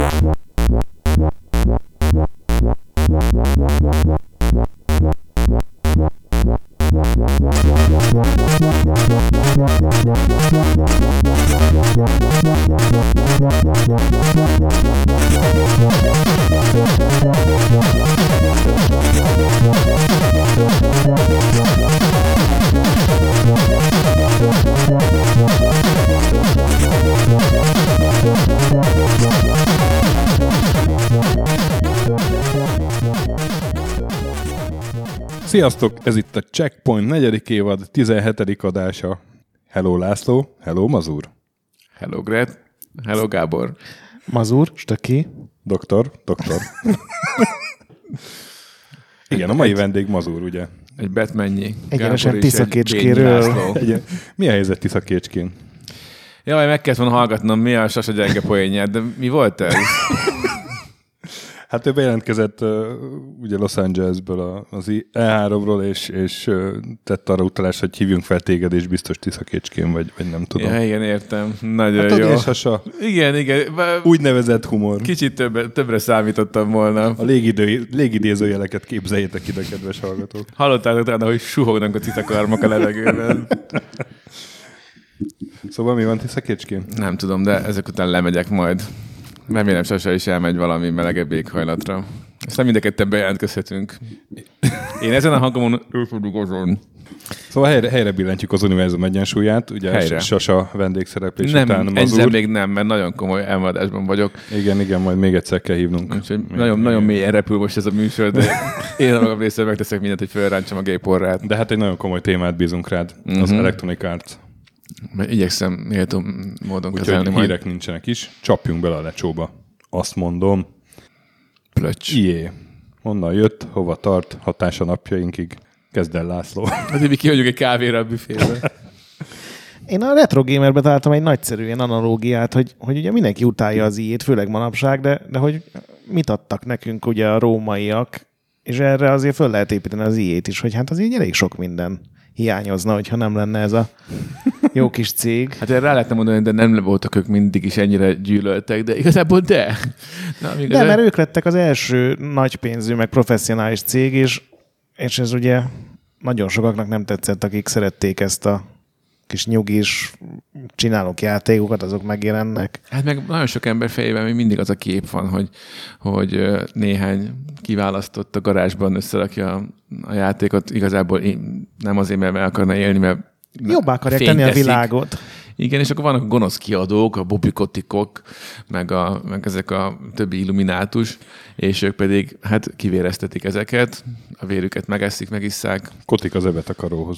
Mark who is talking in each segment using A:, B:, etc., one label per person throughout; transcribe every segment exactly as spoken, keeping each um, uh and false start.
A: Sziasztok! Ez itt a Checkpoint negyedik évad tizenhetedik adása. Hello László, hello Mazur.
B: Hello Gret, hello Gábor.
C: Mazur, Stöki.
A: Doktor, doktor. Igen, a mai vendég Mazur, ugye?
B: Egy Batmannyi.
C: Egyenesen Tiszakécskéről.
A: Mi a helyzet Tiszakécskén?
B: Jaj, meg kellett volna hallgatnom, mi a Sasa gyenge poénját, de mi volt ez?
A: Hát ő bejelentkezett uh, ugye Los Angelesből az E háromról, és, és uh, tett arra utalás, hogy hívjunk fel téged, és biztos Tiszakécskén vagy, vagy nem tudom.
B: Ja, igen, értem. Nagyon
A: hát
B: jó.
A: Hát Sasa.
B: Igen, igen.
A: Úgynevezett humor.
B: Kicsit többre, többre számítottam volna.
A: A légidő, légidézőjeleket képzeljétek ide, kedves hallgatók.
B: Hallottátok talán, hogy suhognak a tiszakarmok a levegőben.
A: Szóval mi van Tiszakécskén?
B: Nem tudom, de ezek után lemegyek majd. Remélem Sasa is elmegy valami melegebb éghajlatra. Aztán mind a ketten bejelentkezhetünk. Én ezen a hangomon ő pedig azon.
A: Szóval helyre, helyre billentjük az univerzum egyensúlyát, ugye helyre. Sasa vendégszereplés
B: nem,
A: után Mazur.
B: Ezzel még nem, mert nagyon komoly elmaradásban vagyok.
A: Igen, igen, majd még egyszer kell hívnunk.
B: Úgyhogy nagyon, nagyon mélyen repül most ez a műsor, de én a magam részéről megteszek mindent, hogy felrántsam a géporrát.
A: De hát egy nagyon komoly témát bízunk rád, mm-hmm. az Electronic Arts.
B: Mert igyekszem méltó módon kezelni
A: majd.
B: Úgyhogy
A: hírek nincsenek is, csapjunk bele a lecsóba. Azt mondom.
B: Plöcs.
A: Jé. Honnan jött, hova tart, hatása napjainkig. Kezd el, László.
B: Azért mi kihagyjuk egy kávéra a büfébe.
C: Én a Retro Gamerbe találtam egy nagyszerű ilyen analógiát, hogy, hogy ugye mindenki utálja az i-ét, főleg manapság, de, de hogy mit adtak nekünk ugye a rómaiak, és erre azért föl lehet építeni az i-ét is, hogy hát azért elég sok minden hiányozna, hogyha nem lenne ez a jó kis cég.
B: Hát erre rá lehetne mondani, de nem voltak ők mindig is ennyire gyűlöltek, de igazából de.
C: Na, de, ez... mert ők lettek az első nagypénzű, meg professzionális cég, és, és ez ugye nagyon sokaknak nem tetszett, akik szerették ezt a kis nyugis, csinálunk játékokat, azok megjelennek.
B: Hát meg nagyon sok ember fejében még mindig az a kép van, hogy, hogy néhány kiválasztott a garázsban összerakja a, a játékot. Igazából nem azért, mert meg akarna élni, mert
C: jobbá akarják tenni a világot.
B: Igen, és akkor vannak a gonosz kiadók, a bobikotikok, meg, a, meg ezek a többi illuminátus, és ők pedig hát kivéreztetik ezeket, a vérüket megeszik, megisszák.
A: Kotik az ebet a karóhoz.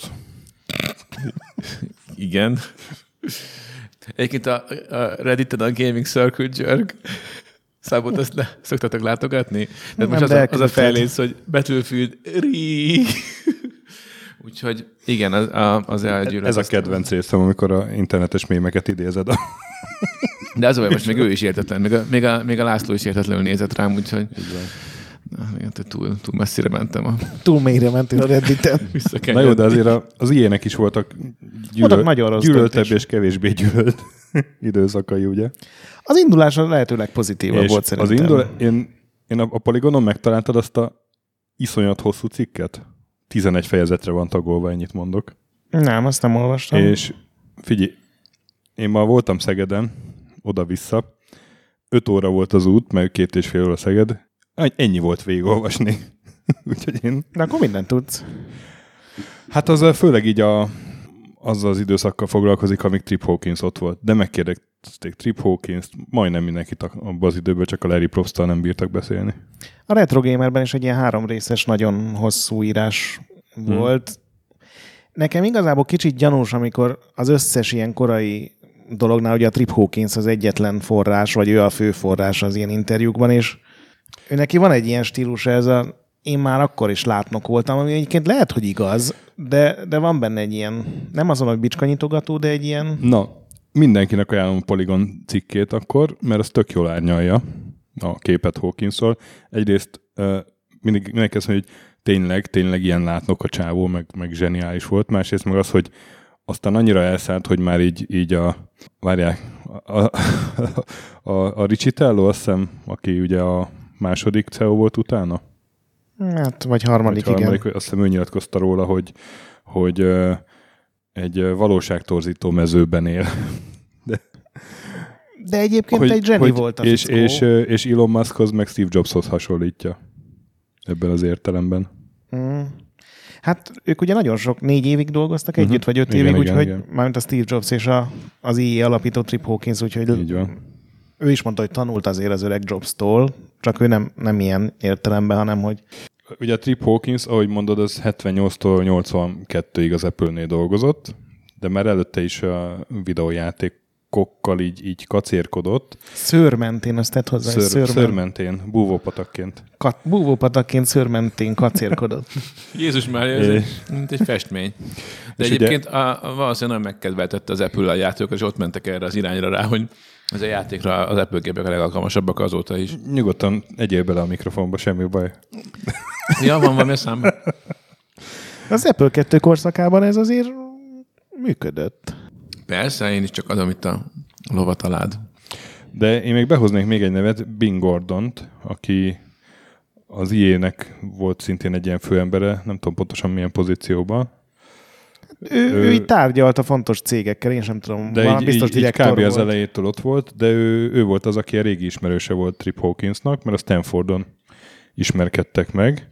B: Igen. Egyébként a, a Redditen a Gaming Circle Jerk számot azt le szoktatok látogatni? Tehát most az a, az a fejlész, hogy Battlefield rí. Úgyhogy igen, az, az elgyűlölt.
A: Ez a kedvenc részem, amikor a internetes mémeket idézed. A...
B: De az a baj, most még ő is értetlen, még a, még a, még a László is értetlenül nézett rám, úgyhogy na, túl, túl messzire mentem. A...
C: Túl mélyre mentél a Redditen.
A: Na jó, de azért a, az ilyenek is voltak gyűlöl, gyűlöltebb és kevésbé gyűlölt időszakai, ugye?
C: Az indulása lehetőleg pozitívabb és volt szerintem.
A: Az indul, én, én a, a Polygonon megtaláltad azt a iszonyat hosszú cikket? tizenegy fejezetre van tagolva, ennyit mondok.
C: Nem, azt nem olvastam.
A: És figyelj, én ma voltam Szegeden, oda-vissza. Öt óra volt az út, meg két és fél óra Szeged. Ennyi volt végigolvasni. Úgyhogy én...
C: De akkor mindent tudsz.
A: Hát az főleg így a, azzal az időszakkal foglalkozik, amíg Trip Hawkins ott volt. De megkérdezték Trip Hawkins-t, majdnem mindenkit abban az időben, csak a Larry Probst-tal nem bírtak beszélni.
C: A Retro Gamerben is egy ilyen három részes, nagyon hosszú írás hmm. volt. Nekem igazából kicsit gyanús, amikor az összes ilyen korai dolognál, ugye a Trip Hawkins az egyetlen forrás, vagy ő a fő forrás az ilyen interjúkban, és ő neki van egy ilyen stílus, ez a én már akkor is látnok voltam, ami egyébként lehet, hogy igaz, de, de van benne egy ilyen, nem azon, hogy bicskanyitogató, de egy ilyen...
A: Na, mindenkinek ajánlom a Polygon cikkét akkor, mert az tök jól árnyalja a képet Hawkinszól. Egyrészt uh, mindig mindenki azt mondja, hogy tényleg, tényleg ilyen látnok a csávó, meg, meg zseniális volt. Másrészt meg az, hogy aztán annyira elszállt, hogy már így, így a, várják, a, a, a, a Richitello, azt hiszem, aki ugye a második cé e o volt utána?
C: Hát, vagy harmadik, vagy harmadik igen.
A: Azt hiszem ő nyilatkozta róla, hogy, hogy uh, egy valóságtorzító mezőben él. De,
C: De egyébként hogy, egy zseni hogy, volt a
A: és, és, és Elon Muskhoz meg Steve Jobshoz hasonlítja ebben az értelemben.
C: Mm. Hát ők ugye nagyon sok, négy évig dolgoztak együtt, uh-huh. vagy öt igen, évig, úgyhogy mármint a Steve Jobs és a, az i á alapító Trip Hawkins, úgyhogy ő is mondta, hogy tanult azért az öreg Jobs-tól, csak ő nem, nem ilyen értelemben, hanem hogy...
A: Ugye a Trip Hawkins, ahogy mondod, az hetvennyolctól nyolcvankettőig az Apple-nél dolgozott, de már előtte is a videójátékokkal így, így kacérkodott.
C: Szőrmentén, azt tett hozzá.
A: Szőr, szőrmentén, búvópatakként.
C: Ka- búvópatakként szőrmentén kacérkodott.
B: Jézus már, ez egy, mint egy festmény. De és egyébként ugye... a, a, valószínűleg nem megkedveltette az Apple a játékokat, és ott mentek erre az irányra rá, hogy ez a játékra az Apple gépek a legalkalmasabbak azóta is.
A: Nyugodtan egyél bele a mikrofonba, semmi baj.
B: Ja, van valami számban.
C: Az Apple kettő korszakában ez azért működött.
B: Persze, én is csak adom itt a lovatalád.
A: De én még behoznék még egy nevet, Bing Gordont, aki az i á-nek volt szintén egy ilyen főembere, nem tudom pontosan milyen pozícióban.
C: Ő, ő, ő így tárgyalt a fontos cégekkel, én sem tudom.
A: De így, biztos így, így kb. Az elejétől ott volt, de ő, ő volt az, aki a régi ismerőse volt Trip Hawkinsnak, mert a Stanfordon ismerkedtek meg,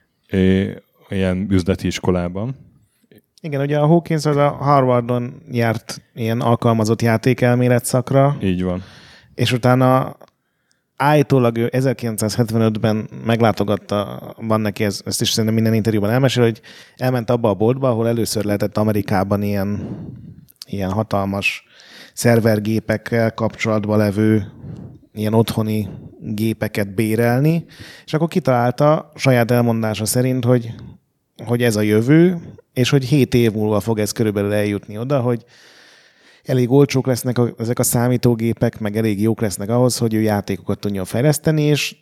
A: é, ilyen üzleti iskolában.
C: Igen, ugye a Hawkins az a Harvardon járt ilyen alkalmazott játékelmélet szakra.
A: Így van.
C: És utána állítólag ő ezerkilencszázhetvenötben meglátogatta, van neki, ez, ezt is szerintem minden interjúban elmesél, hogy elment abba a boltba, ahol először lehetett Amerikában ilyen, ilyen hatalmas szervergépekkel kapcsolatban levő ilyen otthoni gépeket bérelni, és akkor kitalálta saját elmondása szerint, hogy, hogy ez a jövő, és hogy hét év múlva fog ez körülbelül eljutni oda, hogy elég olcsók lesznek a, ezek a számítógépek, meg elég jók lesznek ahhoz, hogy ő játékokat tudjon fejleszteni, és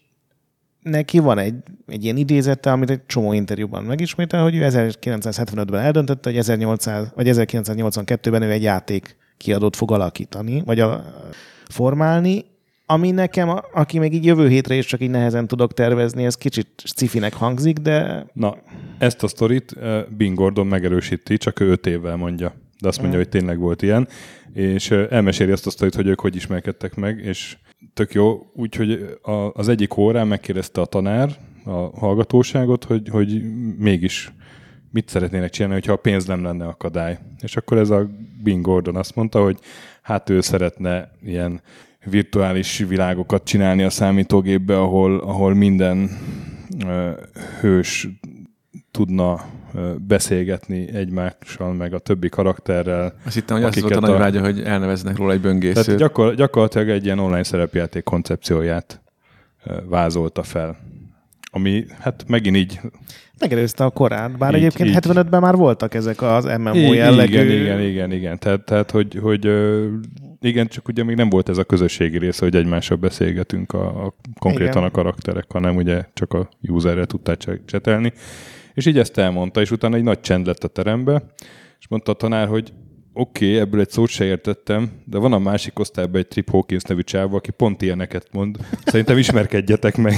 C: neki van egy, egy ilyen idézete, amit egy csomó interjúban megismétel, hogy ő ezerkilencszázhetvenötben eldöntötte, hogy ezernyolcszáz, vagy ezerkilencszáznyolcvankettőben ő egy játék kiadót fog alakítani, vagy a, formálni, ami nekem, aki még így jövő hétre is csak így nehezen tudok tervezni, ez kicsit sci-finek hangzik, de...
A: Na, ezt a sztorit Bing Gordon megerősíti, csak ő öt évvel mondja. De azt mondja, mm. hogy tényleg volt ilyen. És elmeséli azt a sztorit, hogy ők hogy ismerkedtek meg, és tök jó. Úgyhogy az egyik órán megkérdezte a tanár, a hallgatóságot, hogy, hogy mégis mit szeretnének csinálni, hogyha a pénz nem lenne akadály. És akkor ez a Bing Gordon azt mondta, hogy hát ő szeretne ilyen virtuális világokat csinálni a számítógépbe, ahol, ahol minden uh, hős tudna uh, beszélgetni egymással, meg a többi karakterrel.
B: Azt hittem, hogy azt volt a nagy vágya, hogy elneveznek róla egy böngészőt.
A: Tehát gyakor, gyakorlatilag egy ilyen online szerepjáték koncepcióját uh, vázolta fel. Ami hát megint így...
C: Megelőzte a korán, bár így, egyébként így. hetvenötben már voltak ezek az em em o jellegű...
A: Igen, igen, igen, igen. Tehát, tehát hogy, hogy igen, csak ugye még nem volt ez a közösségi része, hogy egymással beszélgetünk a, a konkrétan igen. a karakterek, hanem ugye csak a userrel tudtál csetelni. És így ezt elmondta, és utána egy nagy csend lett a terembe, és mondta a tanár, hogy oké, okay, ebből egy szót se értettem, de van a másik osztályban egy Trip Hawkins nevű csáva, aki pont ilyeneket mond. Szerintem ismerkedjetek meg.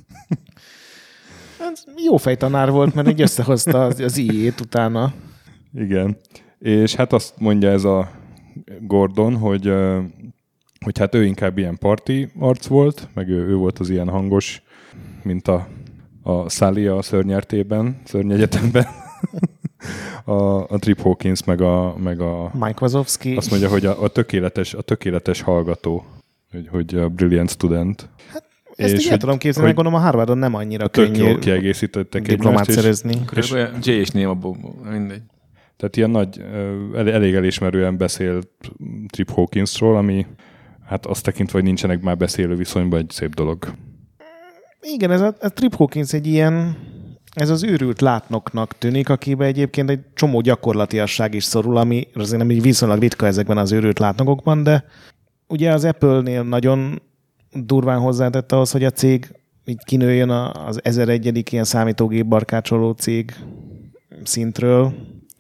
C: Jó fejtanár volt, mert így összehozta az, az i á-t utána.
A: Igen. És hát azt mondja ez a Gordon, hogy, hogy hát ő inkább ilyen parti arc volt, meg ő, ő volt az ilyen hangos, mint a, a Sully a Szörnyertében, Szörnyegyetemben. a, a Trip Hawkins, meg a, meg a
C: Mike Wazowski.
A: Azt mondja, hogy a, a, tökéletes, a tökéletes hallgató, hogy, hogy a brilliant student.
C: Hát ezt így el tudom képzelni, meg gondolom a Harvardon nem annyira könnyű
A: tök jól kiegészítettek
C: diplomát szerezni.
B: És J és név abból, mindegy.
A: Tehát ilyen nagy, elég elismerően beszél Trip Hawkinsról, ami hát azt tekintve, hogy nincsenek már beszélő viszonyban, egy szép dolog.
C: Igen, ez a, a Trip Hawkins egy ilyen, ez az őrült látnoknak tűnik, akiben egyébként egy csomó gyakorlatiasság is szorul, ami azért nem így viszonylag ritka ezekben az őrült látnokokban, de ugye az Apple-nél nagyon durván hozzátett ahhoz, hogy a cég így kinőjön az ezredegyedik ilyen számítógép barkácsoló cég szintről,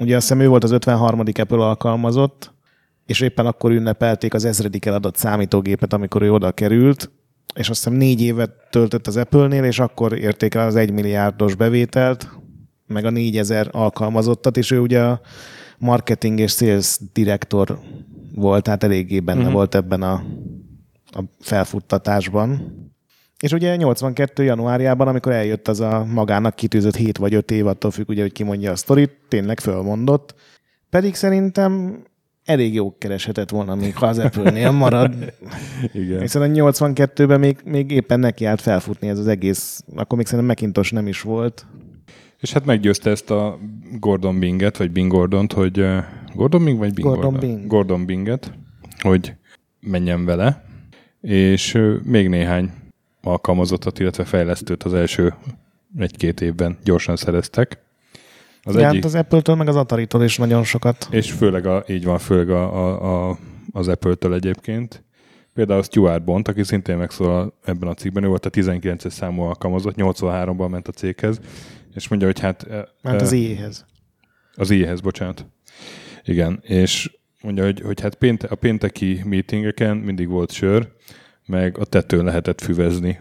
C: ugye azt hiszem ő volt az ötvenharmadik Apple alkalmazott, és éppen akkor ünnepelték az ezredik eladott számítógépet, amikor ő oda került, és azt hiszem négy évet töltött az Apple-nél, és akkor érték el az egymilliárdos bevételt, meg a négyezer alkalmazottat, és ő ugye a marketing és sales direktor volt, tehát eléggé benne uh-huh. volt ebben a, a felfuttatásban. És ugye nyolcvankettő januárjában, amikor eljött az a magának kitűzött hét vagy öt év, attól függ, ugye, hogy ki mondja a sztorit, tényleg fölmondott. Pedig szerintem elég jó kereshetett volna, még ha az Apple-nél marad.
A: Igen.
C: Hiszen a nyolcvankettőben még, még éppen neki állt felfutni ez az egész, akkor még szerintem Macintosh nem is volt.
A: És hát meggyőzte ezt a Gordon Binget, vagy Bing Gordont, hogy uh, Gordon Bing, vagy Bing
C: Gordon
A: Gordon?
C: Bing.
A: Gordon Binget, hogy menjen vele, és uh, még néhány alkalmazottat, illetve fejlesztőt az első egy-két évben gyorsan szereztek.
C: Az ja, egyik... az Apple-től, meg az Atari-tól is nagyon sokat.
A: És főleg, a, így van, főleg a, a, a, az Apple-től egyébként. Például Stuart Bond, aki szintén megszólal ebben a cikkben, ő volt a tizenkilences számú alkalmazott, nyolcvanháromban ment a céghez, és mondja, hogy hát...
C: Ment az i é-hez.
A: Az i é-hez, bocsánat. Igen, és mondja, hogy, hogy hát pénte, a pénteki meetingeken mindig volt sör, meg a tetőn lehetett füvezni.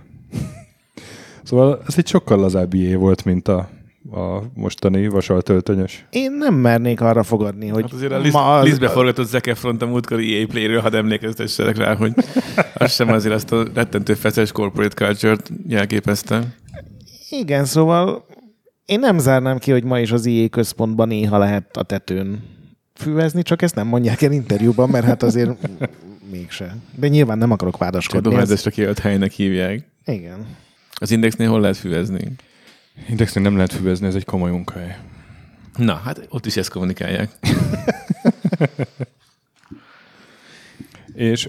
A: Szóval ez egy sokkal lazább i é volt, mint a, a mostani vasaltöltönyös.
C: Én nem mernék arra fogadni, hogy...
B: Hát azért a Liz, az... Lizbe forgatott Zac Efront a múltkori i á Play-ről, hadd emlékeztessenek rá, hogy az sem azért azt a rettentő feszes corporate culture-t jelképezte.
C: Igen, szóval én nem zárnám ki, hogy ma is az i á központban néha lehet a tetőn füvezni, csak ezt nem mondják el interjúban, mert hát azért mégse. De nyilván nem akarok vádaskodni.
B: Csak dohányzásra kiölt helynek hívják.
C: Igen.
B: Az Indexnél hol lehet füvezni?
A: Indexnél nem lehet füvezni, ez egy komoly munkahely.
B: Na, hát ott is ezt kommunikálják.
A: És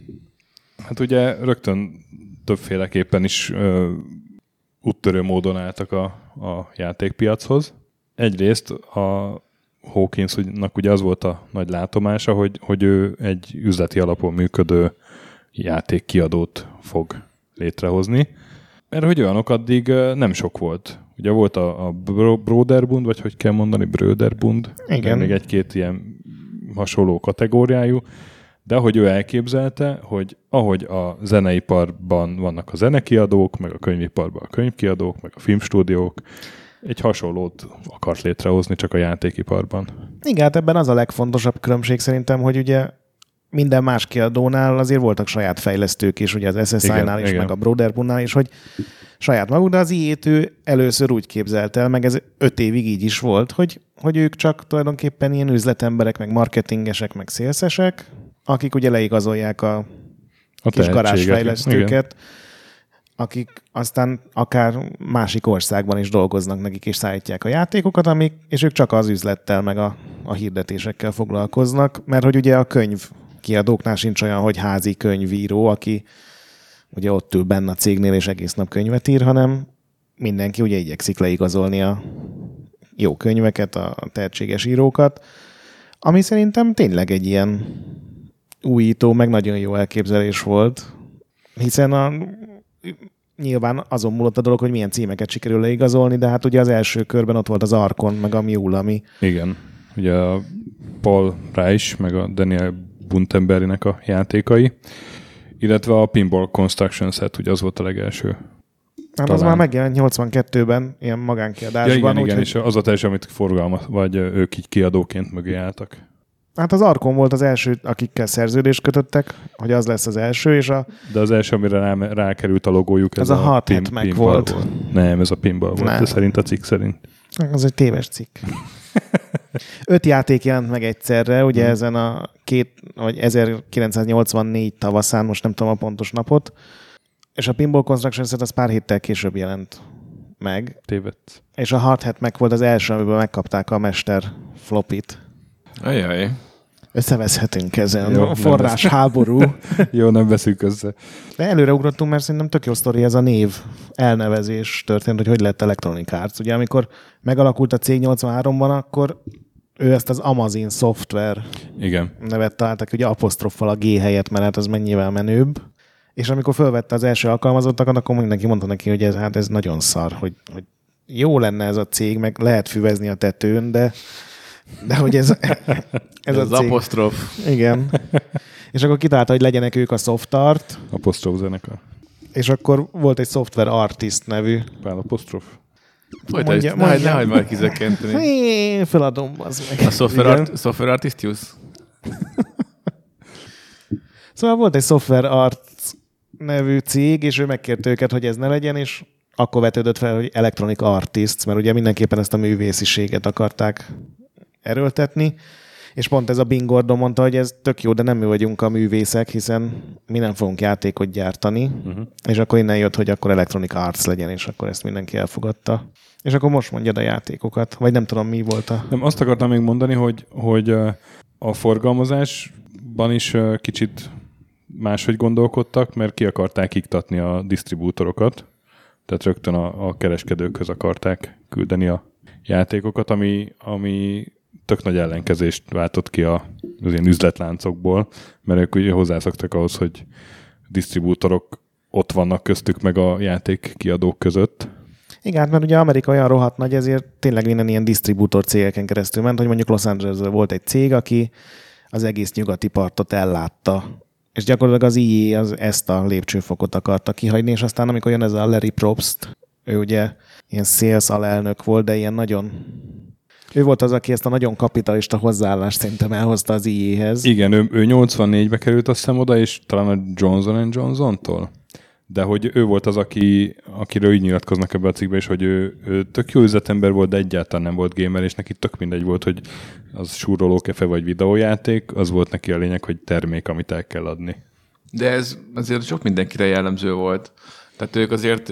A: hát ugye rögtön többféleképpen is ö, úttörő módon álltak a, a játékpiachoz. Egyrészt a Hawkinsnak ugye az volt a nagy látomása, hogy, hogy ő egy üzleti alapon működő játékkiadót fog létrehozni. Mert hogy olyanok addig nem sok volt. Ugye volt a, a Broderbund, vagy hogy kell mondani, Bröderbund.
C: Igen.
A: Még egy-két ilyen hasonló kategóriájú. De ahogy ő elképzelte, hogy ahogy a zeneiparban vannak a zenekiadók, meg a könyviparban a könyvkiadók, meg a filmstúdiók, egy hasonlót akart létrehozni csak a játékiparban.
C: Igen, hát ebben az a legfontosabb különbség szerintem, hogy ugye minden más kiadónál azért voltak saját fejlesztők is, ugye az es es i-nál is, igen. Meg a Broderbundnál is, hogy saját maguk, de az i á-t ő először úgy képzelt el, meg ez öt évig így is volt, hogy, hogy ők csak tulajdonképpen ilyen üzletemberek, meg marketingesek, meg szélszesek, akik ugye leigazolják a, a kis garázsfejlesztőket, akik aztán akár másik országban is dolgoznak nekik, és szállítják a játékokat, amik, és ők csak az üzlettel, meg a, a hirdetésekkel foglalkoznak, mert hogy ugye a könyv kiadóknál sincs olyan, hogy házi könyvíró, aki ugye ott ül benne a cégnél, és egész nap könyvet ír, hanem mindenki ugye igyekszik leigazolni a jó könyveket, a tehetséges írókat, ami szerintem tényleg egy ilyen újító, meg nagyon jó elképzelés volt, hiszen a, nyilván azon múlott a dolog, hogy milyen címeket sikerül leigazolni, de hát ugye az első körben ott volt az Arkon, meg a Mule, ami...
A: Igen, ugye a Paul Reich, meg a Daniel Buntenberrynek a játékai, illetve a Pinball Construction Set, ugye az volt a legelső.
C: Hát talán. Az már megjelent nyolcvankettőben, ilyen magánkiadásban.
A: Ja, igen,
C: úgy,
A: igen,
C: hogy...
A: és az a első, amit forgalmaz, vagy ők így kiadóként mögé álltak.
C: Hát az Arkon volt az első, akikkel szerződést kötöttek, hogy az lesz az első, és a...
A: De az első, amire rá, rákerült a logójuk, ez,
C: ez a, a hat pin, meg volt.
A: volt. Nem, ez a Pinball volt,
C: Nem.
A: de szerint a cikk szerint.
C: Az egy téves cikk. Öt játék jelent meg egyszerre, ugye hmm. ezen a két, vagy ezerkilencszáznyolcvannégy tavaszán, most nem tudom a pontos napot, és a Pinball Construction Set az pár héttel később jelent meg.
A: Tévedsz.
C: És a Hard Hat meg volt az első, amiből megkapták a Mester flopit.
B: Ajaj.
C: Összevezhetünk ezen. Jó, forrás háború.
A: Jó, nem veszünk össze.
C: De előre ugrottunk, mert szerintem tök jó sztori ez a név elnevezés történt, hogy hogy lett Electronic Arts. Ugye amikor megalakult a cég nyolcvanháromban, akkor ő ezt az Amazon Software
A: Igen.
C: nevet találtak, ugye apostroffal a G helyett, mert hát az mennyivel menőbb. És amikor fölvette az első alkalmazottakat, akkor mindenki mondta neki, hogy ez, hát ez nagyon szar, hogy, hogy jó lenne ez a cég, meg lehet füvezni a tetőn, de De hogy ez, ez,
B: ez
C: a
B: az
C: cég.
B: apostrof.
C: Igen. És akkor kitalálta, hogy legyenek ők a Softart.
A: Apostrof zenekar.
C: És akkor volt egy Software Artist nevű.
A: Pál apostrof.
B: Folytasd, ne, ne, ne hagyd már kizökkenteni.
C: Én feladom, az meg.
B: A Software, art, software Artistius?
C: Szóval volt egy Software Art nevű cég, és ő megkérte őket, hogy ez ne legyen, és akkor vetődött fel, hogy Electronic Artists, mert ugye mindenképpen ezt a művésziséget akarták erőltetni, és pont ez a Bing Gordon mondta, hogy ez tök jó, de nem mi vagyunk a művészek, hiszen mi nem fogunk játékot gyártani, uh-huh. és akkor innen jött, hogy akkor Electronic Arts legyen, és akkor ezt mindenki elfogadta. És akkor most mondjad a játékokat, vagy nem tudom, mi volt a...
A: Nem, azt akartam még mondani, hogy, hogy a forgalmazásban is kicsit máshogy gondolkodtak, mert ki akarták iktatni a disztribútorokat, tehát rögtön a, a kereskedőkhöz akarták küldeni a játékokat, ami, ami tök nagy ellenkezést váltott ki a, az ilyen üzletláncokból, mert ők ugye hozzászoktak ahhoz, hogy disztribútorok ott vannak köztük meg a játékkiadók között.
C: Igen, mert ugye Amerika olyan rohadt nagy, ezért tényleg minden ilyen disztribútor cégeken keresztül ment, hogy mondjuk Los Angelesben volt egy cég, aki az egész nyugati partot ellátta. És gyakorlatilag az í á az ezt a lépcsőfokot akarta kihagyni, és aztán amikor jön ez a Larry Probst, ő ugye ilyen sales alelnök volt, de ilyen nagyon... Ő volt az, aki ezt a nagyon kapitalista hozzáállást szerintem elhozta az í á-hez.
A: Igen, ő, ő nyolcvannégybe került azt hiszem oda, és talán a Johnson and Johnson-tól. De hogy ő volt az, aki, akiről így nyilatkoznak ebbe a cikkbe is, hogy ő, ő tök jó üzletember volt, de egyáltalán nem volt gamer, és neki tök mindegy volt, hogy az súrolókefe vagy videójáték, az volt neki a lényeg, hogy termék, amit el kell adni.
B: De ez azért sok mindenkire jellemző volt. Tehát ők azért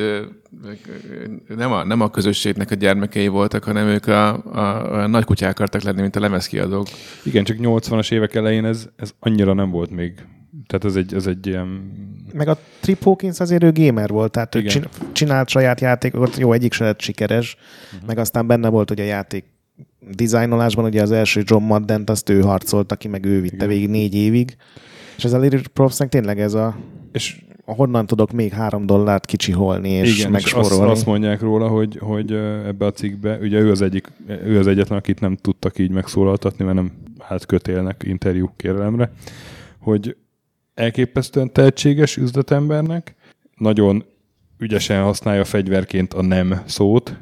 B: nem a, nem a közösségnek a gyermekei voltak, hanem ők a, a, a nagy kutyák akartak lenni, mint a lemezkiadók.
A: Igen, csak nyolcvanas évek elején ez, ez annyira nem volt még. Tehát ez egy, ez egy ilyen...
C: Meg a Trip Hawkins azért ő gamer volt, tehát ő csinált saját játékokat, jó, egyik se lett sikeres, uh-huh. meg aztán benne volt, hogy a játék dizájnolásban ugye az első John Maddent azt ő harcolta ki, meg ő vitte igen. végig négy évig. És ez a Larry Probstnak tényleg ez a... És honnan tudok még három dollárt kicsiholni és
A: igen,
C: megsporolni.
A: És azt, azt mondják róla, hogy, hogy ebbe a cikkbe, ugye ő az, egyik, ő az egyetlen, akit nem tudtak így megszólaltatni, mert nem hát kötélnek interjú kérelemre, hogy elképesztően tehetséges üzletembernek, nagyon ügyesen használja fegyverként a nem szót,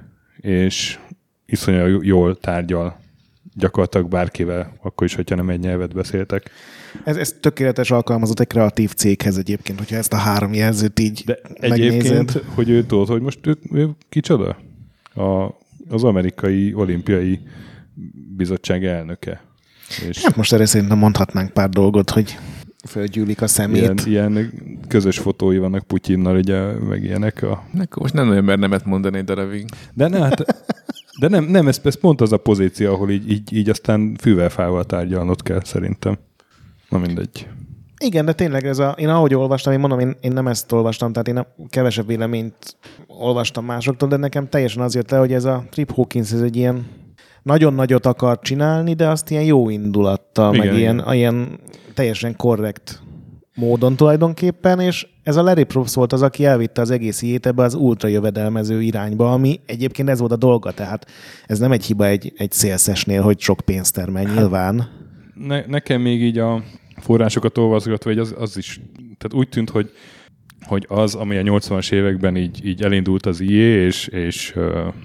A: és iszonyatosan jól tárgyal gyakorlatilag bárkivel, akkor is, hogyha nem egy nyelvet beszéltek.
C: Ez, ez tökéletes alkalmazott egy kreatív céghez egyébként, hogyha ezt a három jelzőt így
A: de
C: megnézed.
A: Egyébként, hogy ő tudod, hogy most ő, ő kicsoda? A, az amerikai olimpiai bizottság elnöke. És
C: hát most erre szerintem mondhatnánk pár dolgot, hogy fölgyűlik a szemét.
A: Ilyen, ilyen közös fotói vannak Putyinnal, ugye, meg ilyenek. A...
B: Nekor most nem nagyon mer nemet mondani egy darabig.
A: De, ne, hát, de nem, nem ez, ez pont az a pozíció, ahol így, így, így aztán fűvel fával tárgyalnod kell szerintem. Na mindegy.
C: Igen, de tényleg ez a, én ahogy olvastam, én mondom, én, én nem ezt olvastam, tehát én a kevesebb véleményt olvastam másoktól, de nekem teljesen az jött le, hogy ez a Trip Hawkins, ez egy ilyen nagyon nagyot akar csinálni, de azt ilyen jó indulattal, igen, meg igen. Ilyen, ilyen teljesen korrekt módon tulajdonképpen, és ez a Larry Probst volt az, aki elvitte az egész í á-t ebbe az ultra jövedelmező irányba, ami egyébként ez volt a dolga, tehát ez nem egy hiba egy, egy szélszesnél, hogy sok pénzt termel nyilván.
A: Ne, nekem még így a forrásokat olvasgatva, hogy az, az is, tehát úgy tűnt, hogy, hogy az, ami a nyolcvanas években így, így elindult az í á, és, és,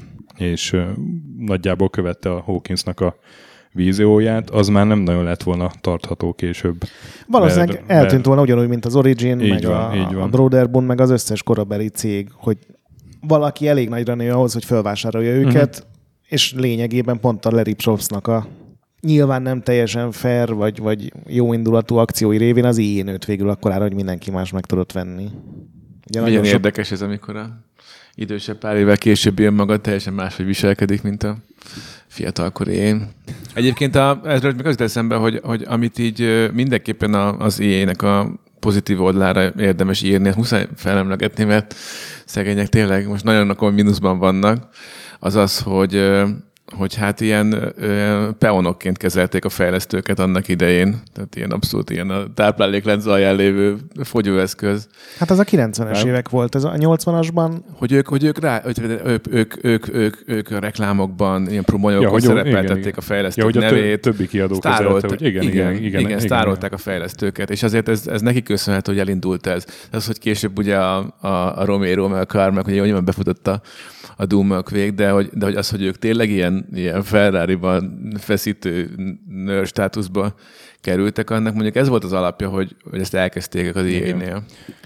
A: és nagyjából követte a Hawkinsnak a vízióját, az már nem nagyon lett volna tartható később.
C: Valószínűleg mert, eltűnt mert... volna ugyanúgy, mint az Origin, meg
A: van,
C: a, a Broderbund, meg az összes korabeli cég, hogy valaki elég nagyra nő ahhoz, hogy felvásárolja őket, uh-huh. és lényegében pont a Larry Probstnak a nyilván nem teljesen fair, vagy, vagy jó indulatú akciói révén az í á nőtt végül akkorára, hogy mindenki más meg tudott venni.
B: Ugye milyen sok... érdekes ez, amikor a idősebb pár évvel később jön maga, teljesen máshogy viselkedik, mint a fiatalkori én. Egyébként a, ezről még az jut eszembe, hogy, hogy amit így mindenképpen a, az í á-nek a pozitív oldalára érdemes írni, ezt muszáj felemlegetni, mert szegények tényleg most nagyon akkor mínuszban vannak, az az, hogy hogy hát ilyen ö, peonokként kezelték a fejlesztőket annak idején. Tehát ilyen abszolút ilyen a tápláléklánc alján lévő fogyóeszköz.
C: Hát az a kilencvenes nem? évek volt, ez a nyolcvanasban.
B: Hogy ők, hogy ők, rá, hogy ők, ők, ők, ők, ők a reklámokban, ilyen promóanyagokon ja, szerepeltették igen, a fejlesztők ja, nevét.
A: A többi kiadó
B: sztárolt,
A: kezelte, hogy igen, igen, igen, igen,
B: igen, igen sztárolták a fejlesztőket, és azért ez, ez neki köszönhető, hogy elindult ez. Ez, hogy később ugye a, a, a Romero, meg a Carmack, ugye nyilván befutott a, a Doom vég, de hogy, de hogy az, hogy ők tényleg ilyen, ilyen Ferrari-ban feszítő nőr státuszba kerültek, annak mondjuk ez volt az alapja, hogy, hogy ezt elkezdték az í á-nél.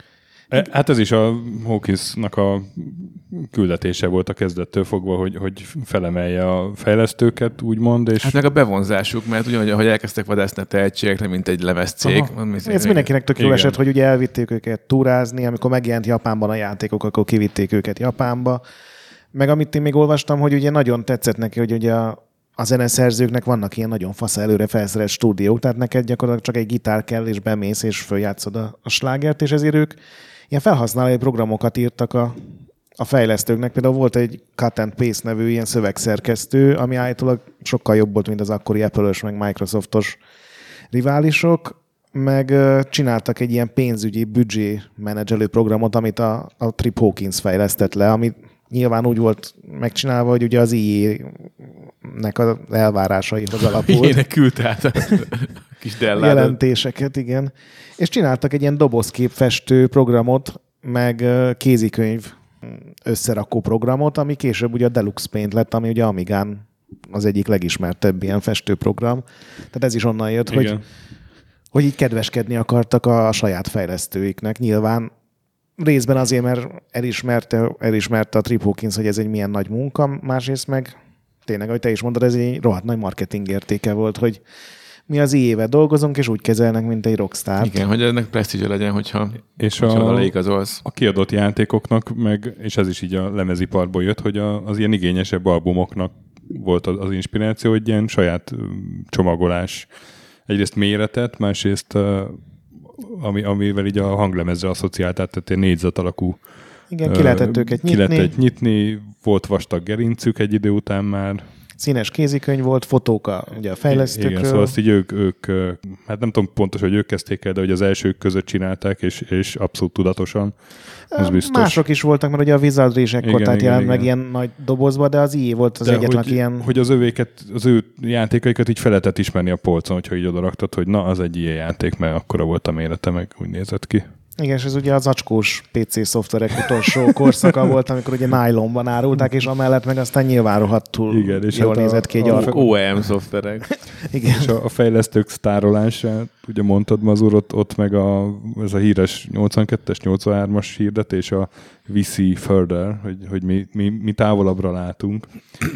A: Hát ez is a Hawkinsnak a küldetése volt a kezdettől fogva, hogy, hogy felemelje a fejlesztőket, úgymond. És...
B: Hát meg a bevonzásuk, mert ugyanúgy, ahogy elkezdtek vadászni a tehetségekre, mint egy lemezcég.
C: Ez mindenkinek tök jól esett, hogy ugye elvitték őket túrázni, amikor megjelent Japánban a játékok, akkor kivitték őket Japánba. Meg amit én még olvastam, hogy ugye nagyon tetszett neki, hogy ugye a, a zeneszerzőknek vannak ilyen nagyon fasz előre felszerelt stúdiók, tehát neked gyakorlatilag csak egy gitár kell, és bemész, és följátszod a, a slágert, és ezért ők ilyen felhasználói programokat írtak a, a fejlesztőknek. Például volt egy Cut and Paste nevű ilyen szövegszerkesztő, ami állítólag sokkal jobb volt, mint az akkori Apple-ös, meg Microsoftos riválisok, meg csináltak egy ilyen pénzügyi büdzsé menedzselő programot, amit a, a Trip Hawkins fejlesztett le, ami nyilván úgy volt megcsinálva, hogy ugye az í á-nek az elvárásaihoz alapult.
B: í á-nek küldte át a kis delládat.
C: Jelentéseket, igen. És csináltak egy ilyen dobozképfestő programot, meg kézikönyv összerakó programot, ami később ugye a Deluxe Paint lett, ami ugye Amigán az egyik legismertebb ilyen festőprogram. Tehát ez is onnan jött, hogy, hogy így kedveskedni akartak a saját fejlesztőiknek. Nyilván részben azért, mert elismerte, elismerte a Trip Hawkins, hogy ez egy milyen nagy munka, másrészt meg tényleg, ahogy te is mondod, ez egy rohadt nagy marketing értéke volt, hogy mi az í á-vel dolgozunk, és úgy kezelnek, mint egy rockstar.
B: Igen, hogy ennek presztízse legyen, hogyha,
A: és
B: hogyha a, leigazolsz.
A: A kiadott játékoknak, meg, és ez is így a lemeziparból jött, hogy a, az ilyen igényesebb albumoknak volt az, az inspiráció, hogy ilyen saját csomagolás egyrészt méretet, másrészt ami, amivel így a hanglemezre asszociáltál, tehát egy négyzet alakú.
C: Igen, ki lehetett őket nyitni.
A: Ki lehetett nyitni, volt vastag gerincük egy idő után már.
C: Színes kézikönyv volt, fotók a, ugye a fejlesztőkről.
A: Igen, szóval azt így ők, ők, hát nem tudom pontosan, hogy ők kezdték el, de hogy az elsők között csinálták, és, és abszolút tudatosan. Az biztos.
C: Mások is voltak, mert ugye a Wizardry is ekkor, tehát jelent meg ilyen nagy dobozba, de az í á volt az de egyetlen,
A: hogy,
C: ilyen...
A: hogy az övéket, az ő játékaikat így fel lehetett ismerni a polcon, hogyha így odaraktad, hogy na, az egy í á játék, mert akkora volt a mérete, meg úgy nézett ki. Igen,
C: és ez ugye az acskós pé cé szoftverek utolsó korszaka volt, amikor ugye nylonban árulták, és amellett meg aztán nyilván rohadtul igen, és jól hát nézett ki egy
B: ark. o em szoftverek.
A: Igen. És a, a fejlesztők sztárolását, ugye mondtad, Mazur, ott, ott meg a, ez a híres nyolcvankettes, nyolcvanhármas hirdetés, a We See Further, hogy, hogy mi, mi, mi távolabbra látunk,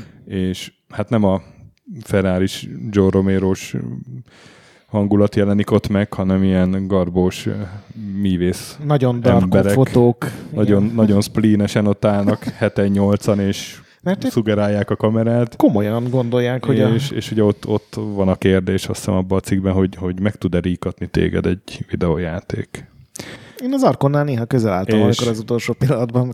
A: és hát nem a Ferraris, Joe Romero-s hangulat jelenik ott meg, hanem ilyen garbós művész
C: nagyon dark fotók.
A: Nagyon, nagyon spleenesen ott állnak heten nyolcan, és szugerálják a kamerát.
C: Komolyan gondolják, hogy
A: és, a... és ugye ott, ott van a kérdés, azt hiszem abban a cikkben, hogy, hogy meg tud-e ríkatni téged egy videójáték.
C: Én az Arkonnál néha közel álltam, és... amikor az utolsó pillanatban.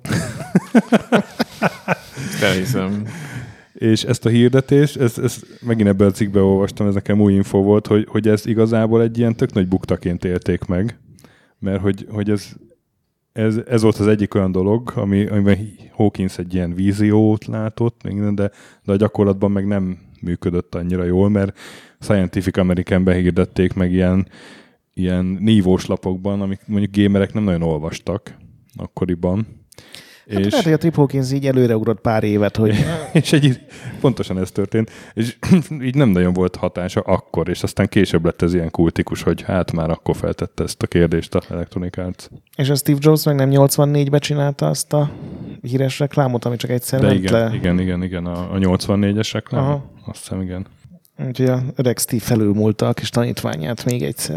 B: Elhiszem.
A: És ezt a hirdetést, ezt, ezt megint ebben a cikkben olvastam, ez nekem új info volt, hogy, hogy ez igazából egy ilyen tök nagy buktaként élték meg, mert hogy, hogy ez, ez, ez volt az egyik olyan dolog, ami, amiben Hawkins egy ilyen víziót látott, de, de a gyakorlatban meg nem működött annyira jól, mert Scientific Americanben hirdették meg ilyen, ilyen nívós lapokban, amik mondjuk gamerek nem nagyon olvastak akkoriban.
C: Hát és lehet, hogy a Trip Hawkins így előreugrott pár évet, hogy...
A: és egy, pontosan ez történt, és így nem nagyon volt hatása akkor, és aztán később lett ez ilyen kultikus, hogy hát már akkor feltette ezt a kérdést a Electronic Arts.
C: És a Steve Jobs meg nem nyolcvannégyben csinálta azt a híres reklámot, ami csak egyszer
A: De
C: ment
A: igen,
C: le?
A: igen, igen, igen, a, a nyolcvannégyes reklám, aha. Azt hiszem, igen.
C: Úgyhogy a öreg Steve felülmúlta a kis tanítványát még egyszer.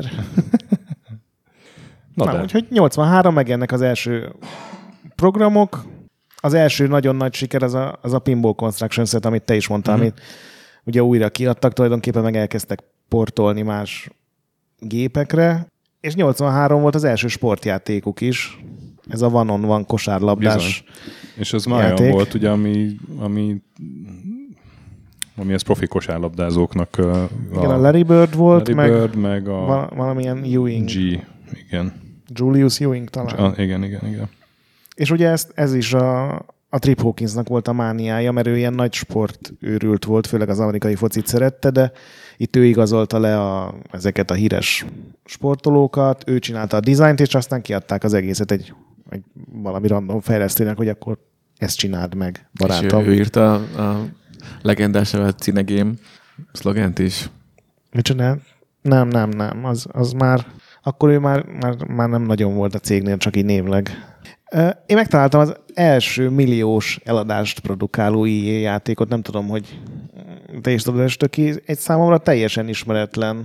C: Na, Na úgyhogy nyolcvanhárom megjelennek az első programok. Az első nagyon nagy siker az a, az a Pinball Construction Set, amit te is mondtál, uh-huh. amit ugye újra kiadtak, tulajdonképpen meg elkezdtek portolni más gépekre, és nyolcvanhárom volt az első sportjátékuk is. Ez a one-on-one kosárlabdás
A: Bizony. És az már olyan volt, ugye, ami, ami ami az profi kosárlabdázóknak.
C: A igen, a Larry Bird volt,
A: Larry
C: meg,
A: Bird, meg a
C: val- valamilyen Ewing.
A: G, igen.
C: Julius Ewing talán.
A: A, igen, igen, igen.
C: És ugye ez, ez is a, a Trip Hawkinsnak volt a mániája, mert ő ilyen nagy sportőrült volt, főleg az amerikai focit szerette, de itt ő igazolta le a, ezeket a híres sportolókat, ő csinálta a dizájnt, és aztán kiadták az egészet egy, egy valami random fejlesztőnek, hogy akkor ezt csináld meg, barátom.
B: És ő, ő írta a legendás a Cinegame szlogent is.
C: Mit csinál? Nem, nem, nem. Az, az már, akkor ő már, már, már nem nagyon volt a cégnél, csak így névleg. Én megtaláltam az első milliós eladást produkáló i á játékot, nem tudom, hogy te is tudod, ki. Egy számomra teljesen ismeretlen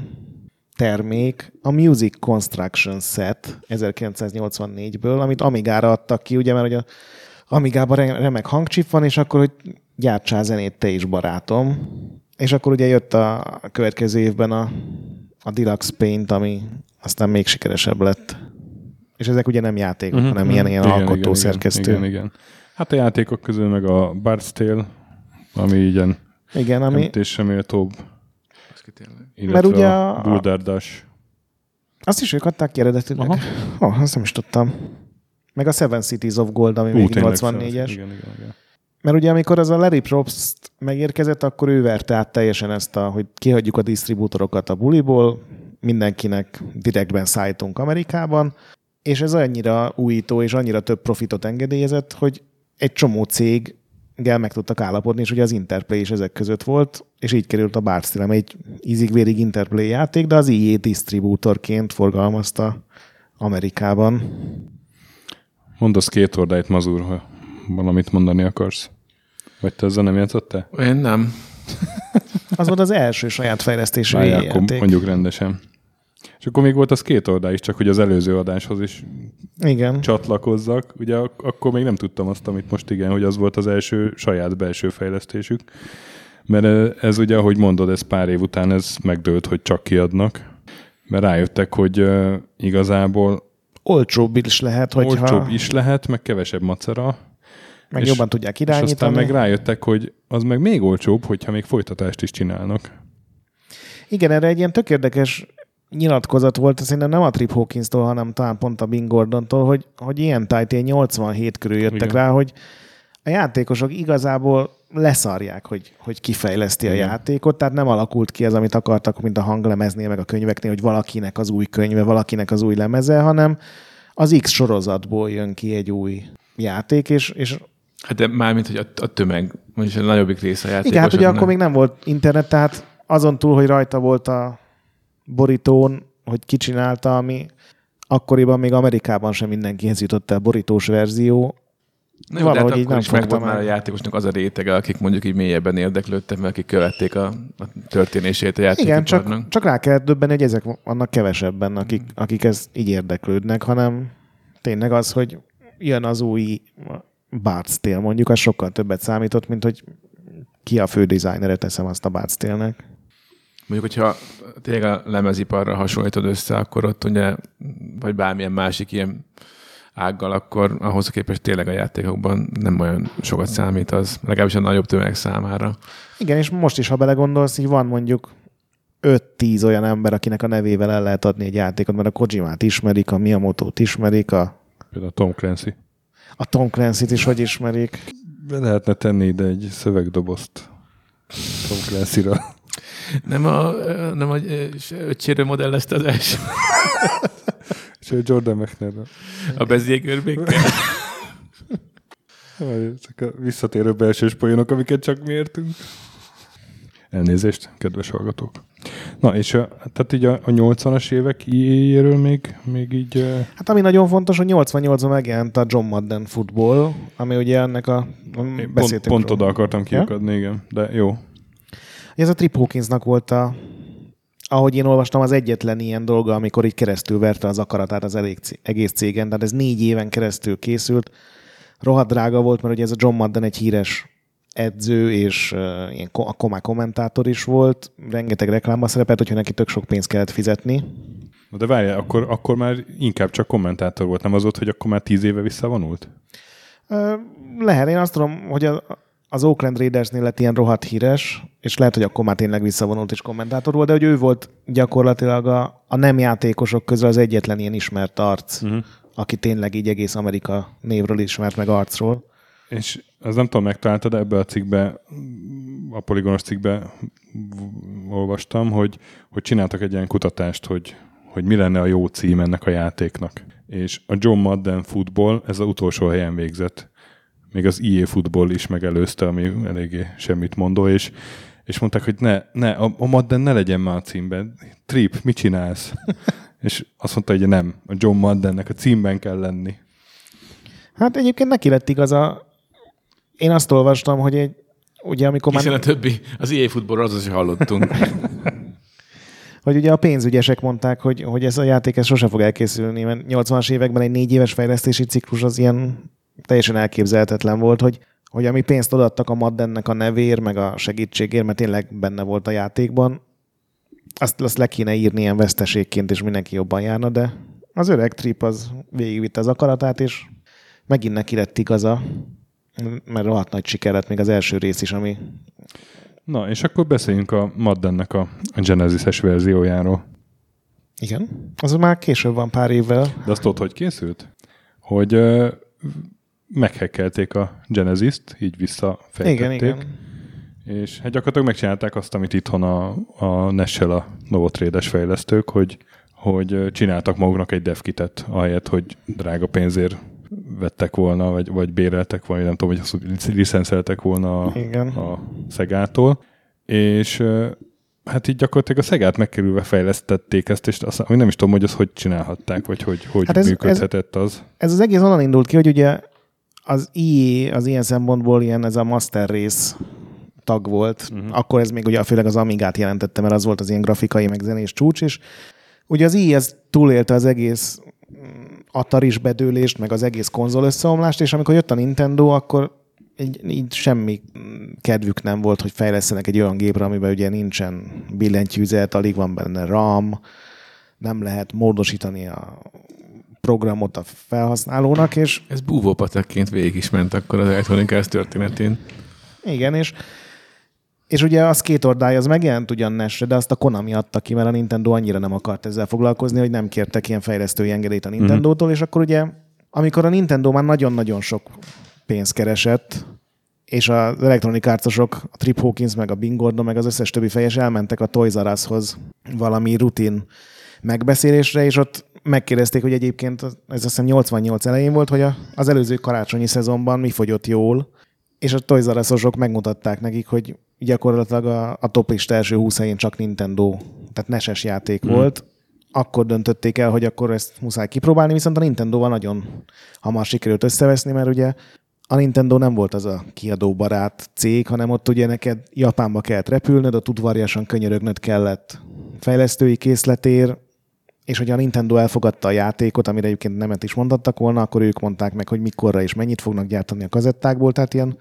C: termék, a Music Construction Set ezerkilencszáznyolcvannégyből, amit Amigára adtak ki, ugye, mert ugye Amigában remek hangcsip van, és akkor, hogy gyártsál zenét te is, barátom. És akkor ugye jött a következő évben a, a Deluxe Paint, ami aztán még sikeresebb lett. És ezek ugye nem játékok, uh-huh, hanem ilyen, ilyen alkotószerkesztő.
A: Igen, igen. Hát a játékok közül meg a Bard's Tale, ami ilyen
C: igen, ami...
A: említésre méltóbb. Illetve
C: mert ugye
A: a, a Boulder Dash.
C: Azt is ők adták ki eredetileg. Aha. Oh, azt nem is tudtam. Meg a Seven Cities of Gold, ami Ú, még nyolcvannégyes.
A: Igen, igen, igen.
C: Mert ugye amikor az a Larry Probst megérkezett, akkor ő verte át teljesen ezt a, hogy kihagyjuk a disztribútorokat a buliból, mindenkinek direktben szállítunk Amerikában, és ez annyira újító és annyira több profitot engedélyezett, hogy egy csomó céggel meg tudtak állapodni, és ugye az Interplay is ezek között volt, és így került a Bard's Tale, egy ízig-vérig Interplay játék, de az i á disztribútorként forgalmazta Amerikában.
A: Mondasz két ordáit, Mazur, ha valamit mondani akarsz. Vagy te ezzel nem játszottál?
B: Én nem.
C: Az volt az első saját fejlesztésű játék.
A: Mondjuk rendesen. És akkor még volt az két oldal is, csak hogy az előző adáshoz is
C: igen.
A: csatlakozzak. Ugye ak- akkor még nem tudtam azt, amit most igen, hogy az volt az első saját belső fejlesztésük. Mert ez ugye, ahogy mondod, ez pár év után ez megdőlt, hogy csak kiadnak. Mert rájöttek, hogy uh, igazából
C: olcsóbb is lehet, hogyha...
A: Olcsóbb is lehet, meg kevesebb macera.
C: Meg és, jobban tudják irányítani.
A: És aztán meg rájöttek, hogy az meg még olcsóbb, hogyha még folytatást is csinálnak.
C: Igen, erre egy ilyen tök érdekes nyilatkozat volt, szerintem nem a Trip Hawkins-tól, hanem talán pont a Bing Gordontól, hogy, hogy ilyen tájtén nyolcvanhét körül jöttek igen. rá, hogy a játékosok igazából leszarják, hogy, hogy kifejleszti igen. a játékot, tehát nem alakult ki ez, amit akartak, mint a hanglemeznél, meg a könyveknél, hogy valakinek az új könyve, valakinek az új lemeze, hanem az X sorozatból jön ki egy új játék, és, és
B: hát de mármint, hogy a, a tömeg, mondjuk a nagyobbik része a játékos.
C: igen, hát ugye akkor még nem volt internet, tehát azon túl, hogy rajta volt a borítón, hogy ki csinálta, ami akkoriban még Amerikában sem mindenkihez jutott el borítós verzió.
B: Na jó, valahogy de hát akkor is megvolt már a játékosnak az a rétege, akik mondjuk így mélyebben érdeklődtek, mert akik követték a, a történését a játékiparnak.
C: Igen, csak, csak rá kellett döbbenni, hogy ezek vannak kevesebben, akik, akik ez így érdeklődnek, hanem tényleg az, hogy jön az új Bard's Tale, mondjuk, az sokkal többet számított, mint hogy ki a fő designere, teszem azt a Bard's Tale-nek.
B: Mondjuk, hogyha tényleg a lemeziparra hasonlítod össze, akkor ott ugye, vagy bármilyen másik ilyen ággal, akkor ahhoz képest tényleg a játékokban nem olyan sokat számít az, legalábbis a nagyobb tömeg számára.
C: Igen, és most is, ha belegondolsz, így van mondjuk öt-tíz olyan ember, akinek a nevével el lehet adni egy játékot, mert a Kojimát ismerik, a Miyamoto-t ismerik, a...
A: Például a Tom Clancy.
C: A Tom Clancy-t is hogy ismerik.
A: Be lehetne tenni ide egy szövegdobozt Tom Clancy-ra.
B: Nem a, nem a öcséről modellezte az első.
A: És ő Jordan McNair-ről.
B: A bezégőrbékkel.
A: Ezek a visszatérő belsős poénok, amiket csak mi értünk. Elnézést, kedves hallgatók. Na, és a, tehát így a, a nyolcvanas évek i á-jéről még, még így...
C: Hát ami nagyon fontos, hogy nyolcvannyolcban megjelent a John Madden Football, ami ugye ennek a...
A: Pont, pont oda akartam kiakadni, ja? Igen, de jó.
C: Ez a Trip Hawkinsnak volt a, ahogy én olvastam, az egyetlen ilyen dolga, amikor így keresztül verte az akaratát az egész cégen. Tehát ez négy éven keresztül készült. Rohadt drága volt, mert ugye ez a John Madden egy híres edző, és uh, ilyen a komá kommentátor is volt. Rengeteg reklámban szerepelt, hogyha neki tök sok pénzt kellett fizetni.
A: De várjál, akkor, akkor már inkább csak kommentátor volt, nem az ott, hogy akkor már tíz éve visszavonult?
C: Uh, lehet, én azt tudom, hogy a az Oakland Raidersnél lett ilyen rohadt híres, és lehet, hogy akkor már tényleg visszavonult és kommentátor volt, de hogy ő volt gyakorlatilag a, a nem játékosok közül az egyetlen ilyen ismert arc, uh-huh. aki tényleg így egész Amerika névről ismert meg arcról.
A: És az nem tudom, megtaláltad, ebbe a cikkbe, a Polygonos cikkbe olvastam, hogy, hogy csináltak egy ilyen kutatást, hogy, hogy mi lenne a jó cím ennek a játéknak. És a John Madden Football, ez az utolsó helyen végzett. Még az í á Football is megelőzte, ami eléggé semmit mondó, és, és mondták, hogy ne, ne a, a Madden ne legyen már a címben. Trip, mit csinálsz? És azt mondta, hogy nem, a John Maddennek a címben kell lenni.
C: Hát egyébként neki lett igaza. Én azt olvastam, hogy egy, ugye amikor
B: Hiszen
C: már...
B: a többi, az í á Footballról az is hallottunk.
C: hogy ugye a pénzügyesek mondták, hogy, hogy ez a játék ez sose fog elkészülni, mert nyolcvanas években egy négy éves fejlesztési ciklus az ilyen teljesen elképzelhetetlen volt, hogy, hogy ami pénzt odaadtak a Maddennek a nevér, meg a segítségért, mert tényleg benne volt a játékban, azt, azt le kéne írni ilyen veszteségként, és mindenki jobban járna, de az öreg Trip az végigvitte az akaratát, és megint neki lett igaza, mert rohadt nagy siker lett még az első rész is, ami...
A: Na, és akkor beszéljünk a Maddennek a Genesis-es verziójáról.
C: Igen, az már később van pár évvel.
A: De azt tudod, hogy készült? Hogy uh, meghekkelték a Genesis-t, így visszafejtették.
C: Igen, igen.
A: És hát gyakorlatilag megcsinálták azt, amit itthon a, a Nessel a Novotrade-es fejlesztők, hogy, hogy csináltak maguknak egy devkitet, ahelyett, hogy drága pénzért vettek volna, vagy, vagy béreltek volna, nem tudom, hogy azt licenszeltek volna a, a Szegától. És hát így gyakorlatilag a Szegát megkerülve fejlesztették ezt, és azt, nem is tudom, hogy azt hogy csinálhatták, vagy hogy, hogy hát ez, működhetett
C: ez,
A: az.
C: Ez az egész onnan indult ki, hogy ugye az í á az ilyen szempontból ilyen ez a Master Race tag volt. Uh-huh. Akkor ez még ugye főleg az Amigát jelentette, mert az volt az ilyen grafikai, meg zenés csúcs, és ugye az í á ez túlélte az egész Ataris bedőlést, meg az egész konzol összeomlást, és amikor jött a Nintendo, akkor így, így semmi kedvük nem volt, hogy fejlesztenek egy olyan gépre, amiben ugye nincsen billentyűzet, alig van benne RAM, nem lehet módosítani a programot a felhasználónak, és...
B: Ez búvópatakként végig is ment akkor az Electronic Arts történetén.
C: Igen, és, és ugye az két ordája, az megjelent ugyan Nesre, de azt a Konami adta ki, mert a Nintendo annyira nem akart ezzel foglalkozni, hogy nem kértek ilyen fejlesztői engedélyt a Nintendótól, mm. és akkor ugye, amikor a Nintendo már nagyon-nagyon sok pénzt keresett, és az Electronic Arts-osok, a Trip Hawkins, meg a Bing Gordon, meg az összes többi fejes elmentek a Toys R Us-hoz valami rutin megbeszélésre, és ott megkérdezték, hogy egyébként ez azt hiszem nyolcvannyolc elején volt, hogy az előző karácsonyi szezonban mi fogyott jól, és a Toys R Us-osok megmutatták nekik, hogy gyakorlatilag a, a top lista első húsz helyén csak Nintendo, tehát neses játék mm. volt. Akkor döntötték el, hogy akkor ezt muszáj kipróbálni, viszont a Nintendo-val nagyon hamar sikerült összeveszni, mert ugye a Nintendo nem volt az a kiadóbarát cég, hanem ott ugye neked Japánba kellett repülnöd, ott udvariasan könyörögnöd kellett fejlesztői készletér, és hogyha a Nintendo elfogadta a játékot, amire egyébként nemet is mondhattak volna, akkor ők mondták meg, hogy mikorra és mennyit fognak gyártani a kazettákból, tehát ilyen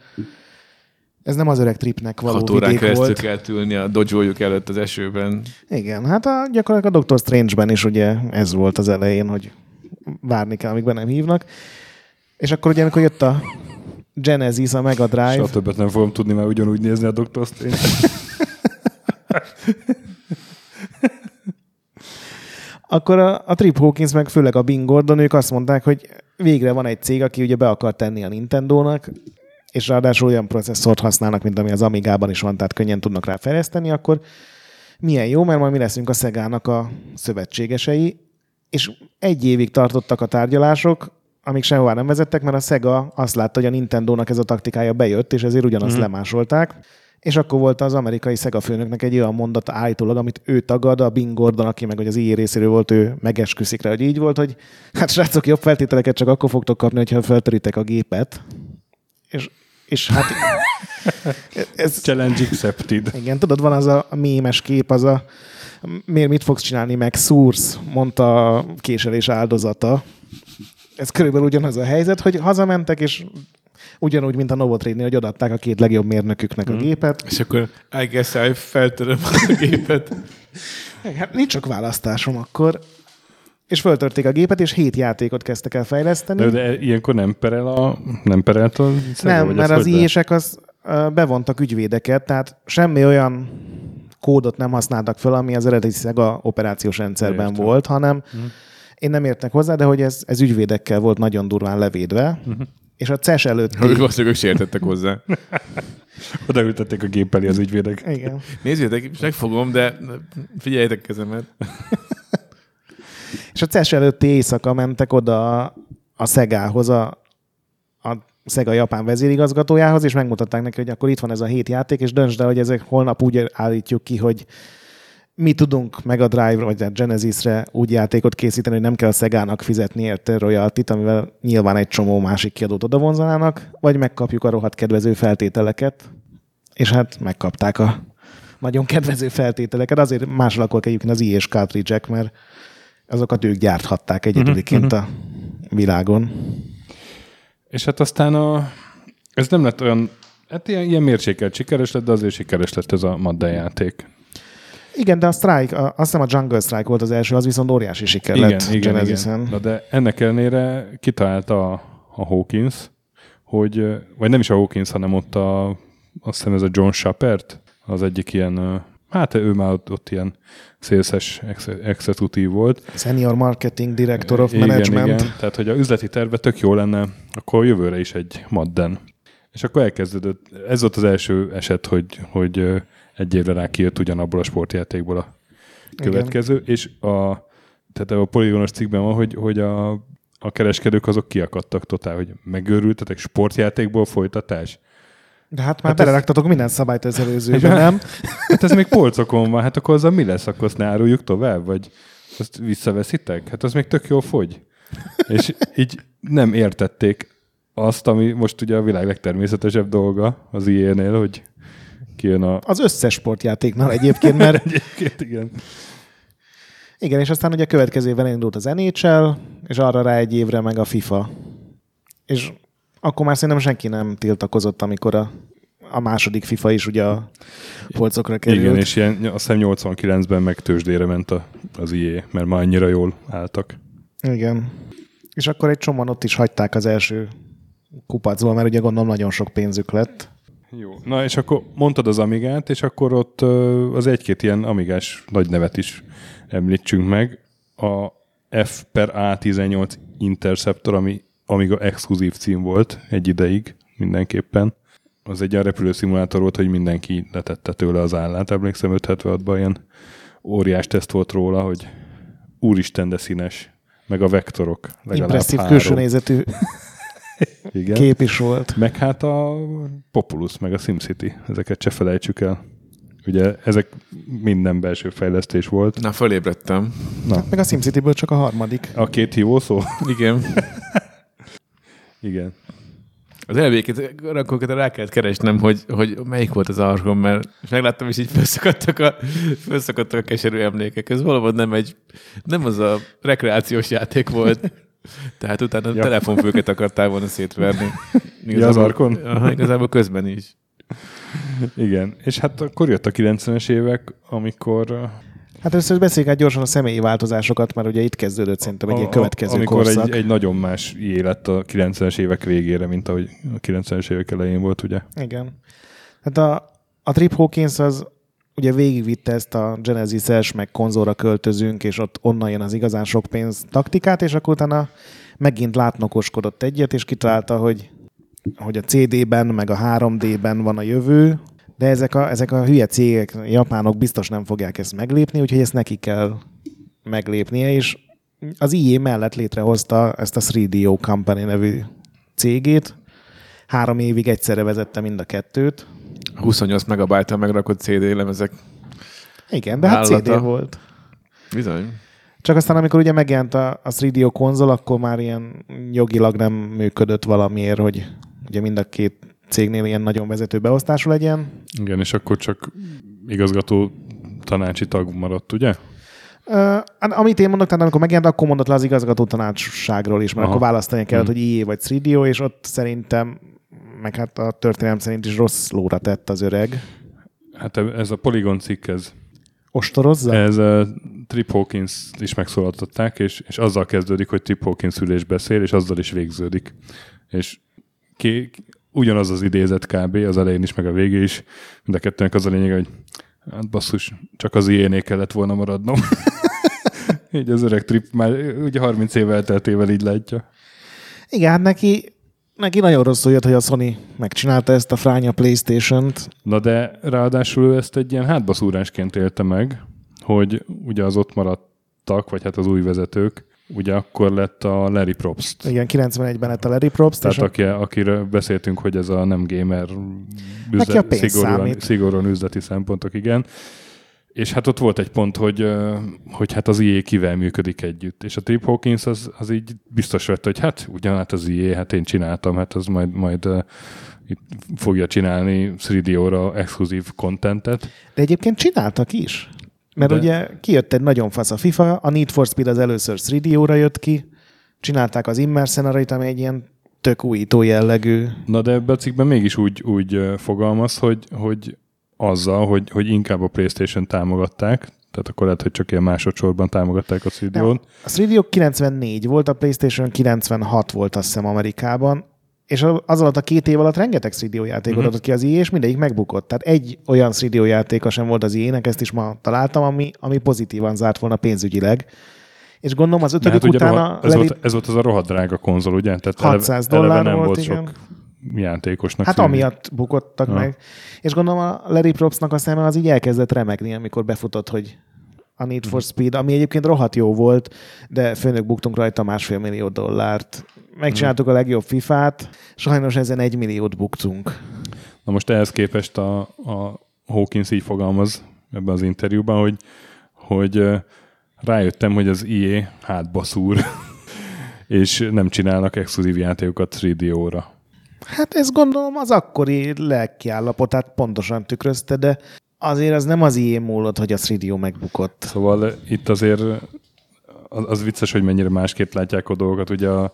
C: ez nem az öreg Tripnek való vidék volt. Hat órán keresztül
B: kellett ülni a dojójuk előtt az esőben.
C: Igen, hát a, gyakorlatilag a Doctor Strange-ben is ugye ez volt az elején, hogy várni kell, amíg be nem hívnak. És akkor ugye, amikor jött a Genesis, a Mega Drive...
A: Soha többet nem fogom tudni már ugyanúgy nézni a Doctor Strange.
C: Akkor a, a Trip Hawkins, meg főleg a Bing Gordon, ők azt mondták, hogy végre van egy cég, aki ugye be akar tenni a Nintendónak, és ráadásul olyan processzort használnak, mint ami az Amigában is van, tehát könnyen tudnak rá fejleszteni, akkor milyen jó, mert majd mi leszünk a Segának a szövetségesei, és egy évig tartottak a tárgyalások, amíg sehová nem vezettek, mert a Sega azt látta, hogy a Nintendónak ez a taktikája bejött, és ezért ugyanazt mm. lemásolták. És akkor volt az amerikai Sega főnöknek egy olyan mondata állítólag, amit ő tagad, a Bing Gordon, aki meg hogy az í á részéről volt, ő megesküszik rá, hogy így volt, hogy hát srácok, jobb feltételeket csak akkor fogtok kapni, hogyha feltörítek a gépet. És, és hát...
A: ez, Challenge accepted.
C: Igen, tudod, van az a mémes kép, az a miért mit fogsz csinálni, meg szúrsz, mondta a késelés áldozata. Ez körülbelül ugyanaz a helyzet, hogy hazamentek, és ugyanúgy, mint a Novotrade-nél, hogy odaadták a két legjobb mérnöküknek hmm. a gépet.
B: És akkor I guess I feltöröm a gépet.
C: Hát nincs csak választásom akkor. És föltörték a gépet, és hét játékot kezdtek el fejleszteni.
A: De, de ilyenkor nem perel a... Nem perelt a Sega,
C: Nem, mert az í á-sek az bevontak ügyvédeket, tehát semmi olyan kódot nem használtak fel, ami az eredeti Sega operációs rendszerben Értem. volt, hanem uh-huh. én nem értek hozzá, de hogy ez, ez ügyvédekkel volt nagyon durván levédve, uh-huh. és a cé e es előtt...
B: Hogy valószínűleg ők sértettek hozzá.
A: Odaültették a gép elé az ügyvédek.
C: Igen.
B: Nézzétek, megfogom, de figyeljetek kezemet.
C: És a cé e es előtti éjszaka mentek oda a Segához, a, a Sega japán vezérigazgatójához, és megmutatták neki, hogy akkor itt van ez a hét játék, és döntsd el, hogy ezek holnap úgy állítjuk ki, hogy mi tudunk Mega Drive-ra, vagy a Genesisre úgy játékot készíteni, hogy nem kell a Segának fizetni érte royaltit, amivel nyilván egy csomó másik kiadót odavonzanának, vagy megkapjuk a rohadt kedvező feltételeket, és hát megkapták a nagyon kedvező feltételeket. Azért másolakok egyébként az i á-s cartridge-ek, mert azokat ők gyárthatták egyedüliként a világon.
A: És hát aztán a, ez nem lett olyan, hát ilyen, ilyen mérsékelt sikeres lett, de azért sikeres lett ez a Madden játék.
C: Igen, de a Strike, a, azt hiszem a Jungle Strike volt az első, az viszont óriási siker
A: igen,
C: lett
A: igen,
C: Genesisen.
A: Igen. De ennek ellenére kitalálta a, a Hawkins, hogy, vagy nem is a Hawkins, hanem ott a, azt hiszem ez a John Shepard, az egyik ilyen, hát ő már ott, ott ilyen szélszes executív volt.
C: Senior Marketing Director of
A: igen,
C: Management.
A: Igen, tehát hogy a üzleti terve tök jó lenne, akkor jövőre is egy Madden. És akkor elkezdődött, ez volt az első eset, hogy, hogy egy évre rá kijött ugyanabból a sportjátékból a következő, igen. És a, tehát a poligonos cikkben van, hogy, hogy a, a kereskedők azok kiakadtak totál, hogy megőrültetek, sportjátékból folytatás.
C: De hát már hát beleraktatok ez... minden szabályt az előzőben, nem?
A: Hát ez még polcokon van, hát akkor azzal mi lesz, akkor azt ne áruljuk tovább, vagy azt visszaveszitek? Hát az még tök jól fogy. És így nem értették azt, ami most ugye a világ legtermészetesebb dolga az i á-nél, hogy kijön a...
C: Az összes sportjátéknál egyébként, mert...
A: egyébként, igen.
C: Igen, és aztán ugye a következő évben indult az en há el, és arra rá egy évre meg a FIFA. És akkor már szerintem senki nem tiltakozott, amikor a, a második FIFA is ugye a polcokra került.
A: Igen, és ilyen, azt hiszem nyolcvankilencben meg tőzsdére ment a, az i á, mert már annyira jól álltak.
C: Igen. És akkor egy csomóan ott is hagyták az első kupacból, mert ugye gondolom nagyon sok pénzük lett.
A: Jó. Na és akkor mondtad az Amigát, és akkor ott az egy-két ilyen amigás nagy nevet is említsünk meg. A F per A tizennyolc Interceptor, ami Amiga exkluzív cím volt egy ideig mindenképpen. Az egy olyan repülőszimulátor volt, hogy mindenki letette tőle az állát. Emlékszem ötszázhetvenhatban ilyen óriás teszt volt róla, hogy úristen, de színes. Meg a vektorok.
C: Impresszív külső nézetű
A: igen.
C: Kép is volt.
A: Meg hát a Populous, meg a SimCity. Ezeket se felejtsük el. Ugye ezek minden belső fejlesztés volt.
B: Na, fölébredtem.
C: Na. Hát meg a SimCity-ből csak a harmadik.
A: A két hívószó?
B: Igen.
A: Igen.
B: Az elvéket akkor rá kellett keresnem, hogy, hogy melyik volt az arkom, mert megláttam, és így felszakadtak a, felszakadtak a keserű emlékek. Ez valóban nem egy, nem az a rekreációs játék volt. Tehát utána ja. telefonfőket akartál volna szétverni.
A: Ja, az arkon?
B: Aha, igazából közben is.
A: Igen. És hát akkor jött a kilencvenes évek, amikor...
C: Hát először beszéljük át gyorsan a személyi változásokat, mert ugye itt kezdődött szerintem egy a, ilyen következő
A: amikor
C: korszak.
A: Amikor egy, egy nagyon más élet a kilencvenes évek végére, mint ahogy a kilencvenes évek elején volt, ugye?
C: Igen. Hát a, a Trip Hawkins az ugye végigvitte ezt a Genesis-es, meg konzolra költözünk, és ott onnan jön az igazán sok pénz taktikát, és akkor utána megint látnokoskodott egyet, és kitalálta, hogy, hogy a cé dében, meg a három dében van a jövő, de ezek a, ezek a hülye cégek, japánok biztos nem fogják ezt meglépni, úgyhogy ezt neki kell meglépnie, és az i á mellett létrehozta ezt a három dé o Company nevű cégét. Három évig egyszerre vezette mind a kettőt.
B: huszonnyolc megabájttal megrakott cé dé lemezek.
C: Igen, de hát cé dé volt.
B: Bizony.
C: Csak aztán, amikor ugye megjelent a, a három dé o konzol, akkor már ilyen jogilag nem működött valamiért, hogy ugye mind a két cégnél ilyen nagyon vezető beosztású legyen.
A: Igen, és akkor csak igazgató tanácsi tag maradt, ugye?
C: Uh, amit én mondok, tehát amikor megjelent, akkor mondott le az igazgató tanácsságról is, mert Aha. akkor választani kellett, hmm. hogy i á vagy három dé o, és ott szerintem, meg hát a történelem szerint is rossz lóra tett az öreg.
A: Hát ez a Polygon cikk, ez
C: ostorozza?
A: Ez a Trip Hawkins is megszólaltatták, és, és azzal kezdődik, hogy Trip Hawkins ül és beszél, és azzal is végződik. És ki, ugyanaz az idézet kb. Az elején is, meg a végén is. Mind a kettőnek az a lényeg, hogy hát basszus, csak az ilyenél kellett volna maradnom. Így az öreg trip már ugye harminc év elteltével így látja.
C: Igen, hát neki, neki nagyon rosszul jött, hogy a Sony megcsinálta ezt a fránya PlayStation-t.
A: Na de ráadásul ő ezt egy ilyen hátbaszúrásként élte meg, hogy ugye az ott maradtak, vagy hát az új vezetők, ugye akkor lett a Larry Probst.
C: Igen, kilencvenegyben lett a Larry Probst.
A: Tehát aki, akiről beszéltünk, hogy ez a nem gamer üzlet, szigorúan, szigorúan üzleti szempontok, igen. És hát ott volt egy pont, hogy, hogy hát az i á kivel működik együtt. És a Trip Hawkins az, az így biztos vett, hogy hát ugyanát az i á, hát én csináltam, hát az majd, majd uh, itt fogja csinálni három dé óra exkluzív contentet.
C: De egyébként csináltak is. Mert de... ugye kijött egy nagyon fasz a FIFA, a Need for Speed az először három dé óra jött ki, csinálták az Immersonarit, ami egy ilyen tök újító jellegű.
A: Na de ebben a cikkben mégis úgy, úgy fogalmaz, hogy, hogy azzal, hogy, hogy inkább a PlayStation támogatták, tehát akkor lehet, hogy csak ilyen másodszorban támogatták a három dé ón.
C: A három dé ó kilencvennégy volt, a PlayStation kilencvenhat volt, azt hiszem, Amerikában, és az alatt a két év alatt rengeteg három dé ó játékot uh-huh. adott ki az i á, és mindegyik megbukott. Tehát egy olyan három dé ó játéka sem volt az i á-nek, ezt is ma találtam, ami, ami pozitívan zárt volna pénzügyileg. És gondolom az ötödik hát utána...
A: Rohad, ez, levi... volt, ez volt az a rohadt drága konzol, ugye? Tehát
C: hatszáz dollár nem volt, volt
A: igen. Sok játékosnak.
C: Hát színű. Amiatt bukottak ha. meg. És gondolom a Larry Probstnak a szeme az így elkezdett remegni, amikor befutott, hogy a Need for Speed, ami egyébként rohadt jó volt, de főnök buktunk rajta másfél millió dollárt. Megcsináltuk a legjobb fifát, sajnos ezen egy milliót buktunk.
A: Na most ehhez képest a, a Hawkins így fogalmaz ebben az interjúban, hogy, hogy rájöttem, hogy az i á hátba szúr, és nem csinálnak exkluzív játékokat három dé óra.
C: Hát ezt gondolom az akkori lelkiállapotát pontosan tükrözte, de azért az nem az i á múlott, hogy a három dé ó megbukott.
A: Szóval itt azért az, az vicces, hogy mennyire másképp látják a dolgokat. Ugye a,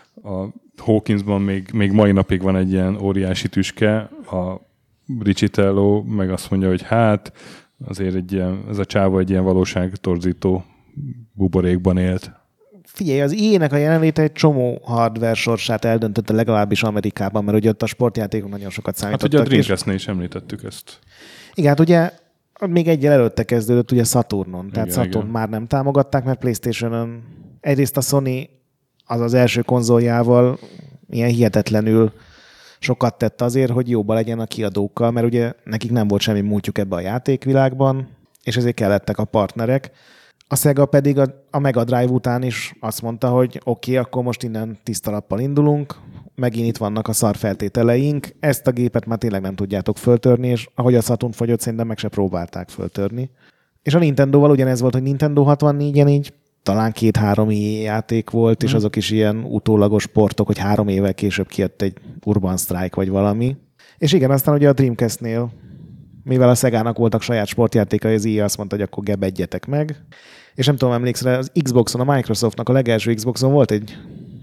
A: a Hawkinsban még, még mai napig van egy ilyen óriási tüske, a Richitello meg azt mondja, hogy hát azért egy ilyen, ez a csáva egy ilyen valóságtorzító buborékban élt.
C: Figyelj, az i á-nek a jelenléte egy csomó hardware sorsát eldöntötte legalábbis Amerikában, mert ugye ott a sportjátékok nagyon sokat számítottak.
A: Hát ugye a Dreamcast-nél is említettük ezt.
C: Igen, hát ugye még egyel előtte kezdődött ugye Saturnon, tehát igen, Saturn igen. már nem támogatták, mert PlayStation-on egyrészt a Sony az az első konzoljával ilyen hihetetlenül sokat tett azért, hogy jóba legyen a kiadókkal, mert ugye nekik nem volt semmi múltjuk ebbe a játékvilágban, és ezért kellettek a partnerek. A Sega pedig a, a Mega Drive után is azt mondta, hogy oké, okay, akkor most innen tiszta lappal indulunk, megint itt vannak a szar feltételeink, ezt a gépet már tényleg nem tudjátok föltörni, és ahogy a Saturn fogyott, szerintem meg se próbálták föltörni. És a Nintendóval ugyanez volt, hogy Nintendo hatvannégyen így talán két-három i á játék volt, mm. és azok is ilyen utólagos portok, hogy három évvel később kijött egy Urban Strike vagy valami. És igen, aztán ugye a Dreamcast-nél, mivel a Segának voltak saját sportjátékai, az i á azt mondta, hogy akkor gebedjetek meg. És nem tudom, emlékszel, az Xboxon, a Microsoftnak a legelső Xboxon volt egy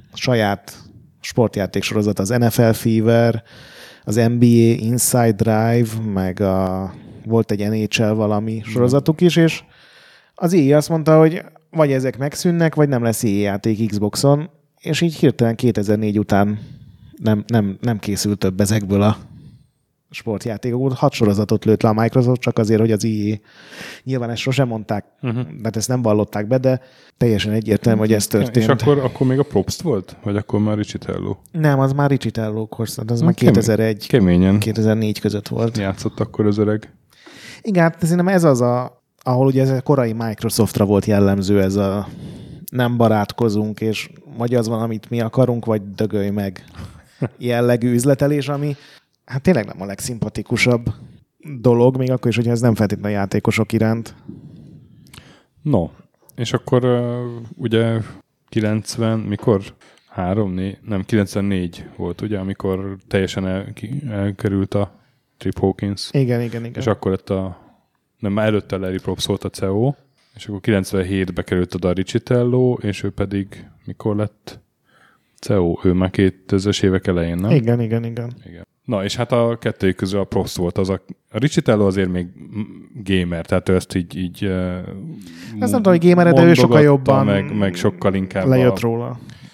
C: saját sportjáték sorozat, az en ef el Fever, az en bé á Inside Drive, meg a, volt egy en há el valami sorozatuk is, és az i á azt mondta, hogy vagy ezek megszűnnek, vagy nem lesz i á játék Xboxon, és így hirtelen kétezer-négy után nem, nem, nem készült több ezekből a sportjátékokból. Hat sorozatot lőtt le a Microsoft, csak azért, hogy az i á. Nyilván ezt sosem mondták, uh-huh. mert ezt nem vallották be, de teljesen egyértelmű, hogy ez történt.
A: És akkor, akkor még a Probst volt? Vagy akkor már Richitello?
C: Nem, az már Richitello korszak, az hmm, már kétezer-egy
A: keményen.
C: kétezer-négy között volt.
A: Játszott akkor az öreg.
C: Igen, hát szerintem ez az a, ahol ugye ez a korai Microsoftra volt jellemző, ez a nem barátkozunk, és vagy az van, amit mi akarunk, vagy dögölj meg jellegű üzletelés, ami hát tényleg nem a legszimpatikusabb dolog, még akkor is, hogyha ez nem feltétlenül a játékosok iránt.
A: No, és akkor uh, ugye kilencven, mikor? Három, négy, nem, kilencvennégy volt, ugye, amikor teljesen el, elkerült a Trip Hawkins.
C: Igen, igen, igen.
A: És akkor lett a, nem, már előtte Larry Probst volt a cé e o, és akkor kilencvenhétbe került a Richitello, és ő pedig mikor lett cé e o? Ő már kétezres évek elején, nem?
C: Igen, igen, igen.
A: igen. Na, és hát a kettőjük közül a Probst volt az a... A Richitello azért még gamer, tehát ő ezt így... így
C: ezt nem tudom, hogy gamer, de ő sokkal jobban
A: meg, meg sokkal inkább
C: lejött róla.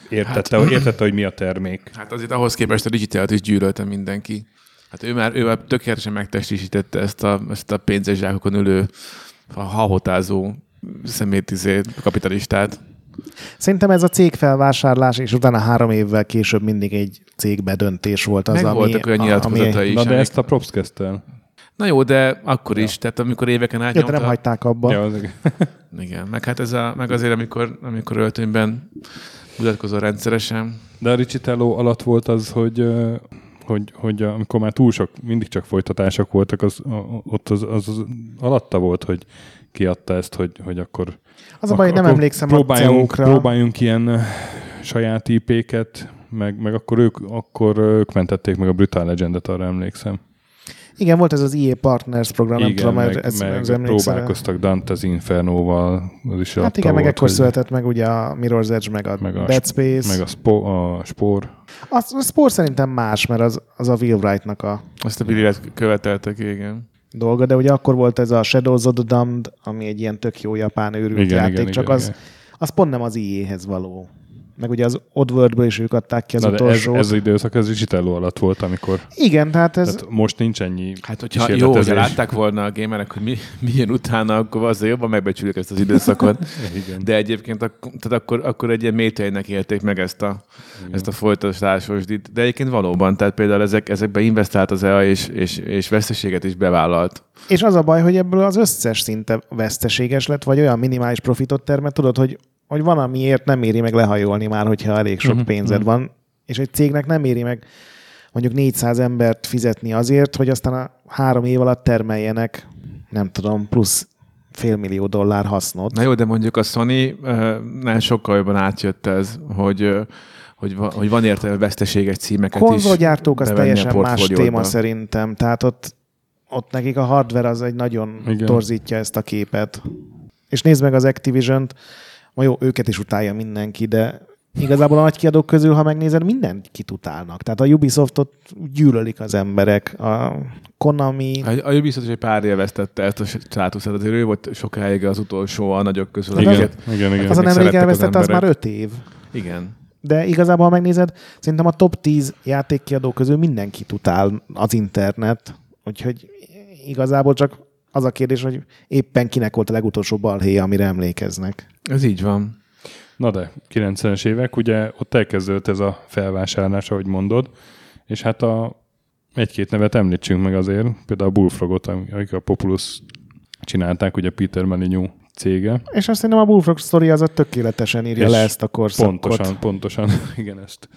A: értette, hát, értette, hogy mi a termék.
B: Hát azért ahhoz képest a digitalt is gyűlölte mindenki. Hát ő már, ő már tökéletesen megtestésítette ezt a, ezt a pénzes zsákokon ülő, a hahotázó szemétizé kapitalistát.
C: Szerintem ez a cégfelvásárlás, és utána három évvel később mindig egy cégbedöntés volt az,
B: Meg
C: ami...
B: voltak olyan nyilatkozatai is.
A: Na de ezt a Props kezdte el.
B: Na jó, de akkor ja. is, tehát amikor éveken át
C: nyomta... nem hagyták abba.
A: Ja, az...
B: Igen, meg hát ez a, meg azért, amikor, amikor öltönyben mutatkozol rendszeresen.
A: De a Riccitello alatt volt az, hogy, hogy, hogy amikor már túl sok, mindig csak folytatások voltak, az, ott az, az, az alatta volt, hogy kiadta ezt, hogy, hogy akkor...
C: Az a baj, nem emlékszem
A: próbáljunk,
C: a cé e ó-kra.
A: Próbáljunk ilyen saját í péket, meg, meg akkor, ők, akkor ők mentették meg a Brutal Legendet, arra emlékszem.
C: Igen, volt ez az í á Partners program,
A: igen,
C: nem tudom,
A: meg,
C: ez,
A: meg
C: ez
A: próbálkoztak Dante's Inferno-val. Az is
C: hát igen, meg
A: volt,
C: ekkor
A: hogy...
C: született meg ugye a Mirror's Edge, meg a,
A: meg a
C: Dead Space.
A: Meg a, spo, a Spore.
C: A, a Spore szerintem más, mert az, az a Will Wright-nak a...
B: Azt a Billyret követeltek, igen.
C: Dolga, de ugye akkor volt ez a Shadows of the Damned, ami egy ilyen tök jó japán őrült
A: igen,
C: játék,
A: igen,
C: csak
A: igen,
C: az,
A: igen.
C: az pont nem az í á-hez való. Meg ugye az Oddworldből is ők adták ki az
A: Na
C: utolsó.
A: Ez, ez az időszak, ez Riccitello alatt volt, amikor...
C: Igen, tehát ez...
A: Tehát most nincs ennyi
B: hát, hogyha jó, hogyha látták volna a gamerek, hogy mi, milyen utána, akkor azért jobban megbecsülik ezt az időszakot.
A: Igen.
B: De egyébként ak- tehát akkor, akkor egy ilyen mélytejnek élték meg ezt a, ezt a folytatásos dit. De egyébként valóban, tehát például ezek, ezekbe investált az é á és, és, és veszteséget is bevállalt.
C: És az a baj, hogy ebből az összes szinte veszteséges lett, vagy olyan minimális profitot termelt, tudod, hogy hogy van, amiért nem éri meg lehajolni már, hogyha elég sok uh-huh, pénzed uh-huh. van, és egy cégnek nem éri meg mondjuk négyszáz embert fizetni azért, hogy aztán a három év alatt termeljenek, nem tudom, plusz félmillió dollár hasznot.
B: Na jó, de mondjuk a Sony-nál sokkal jobban átjött ez, hogy, hogy, hogy van értelme veszteséges címeket is.
C: Konzolgyártók az teljesen más téma szerintem, tehát ott, ott nekik a hardware az egy nagyon igen. torzítja ezt a képet. És nézd meg az Activision-t, ma jó, őket is utálja mindenki, de igazából a nagy kiadók közül, ha megnézed, mindenkit utálnak. Tehát a Ubisoftot gyűlölik az emberek, a Konami...
B: A, a Ubisoft is egy pár év vesztette ezt a státuszát, azért ő volt sokáig az utolsó a nagyok közül.
A: Igen, igen, igen, igen.
C: Az a nemrég elvesztette, az már öt év.
B: Igen.
C: De igazából, ha megnézed, szerintem a top tíz játékkiadó közül mindenkit utál az internet, úgyhogy igazából csak az a kérdés, hogy éppen kinek volt a legutolsó balhéja, amire emlékeznek.
B: Ez így van.
A: Na de, kilencvenes évek, ugye ott elkezdődött ez a felvásárlás, ahogy mondod, és hát a egy-két nevet említsünk meg azért, például a Bullfrogot, akik a Populous csinálták, ugye Peter Molyneux cége.
C: És azt hiszem a Bullfrog sztori az a tökéletesen írja és le ezt a korszakot.
A: Pontosan, pontosan, igen ezt.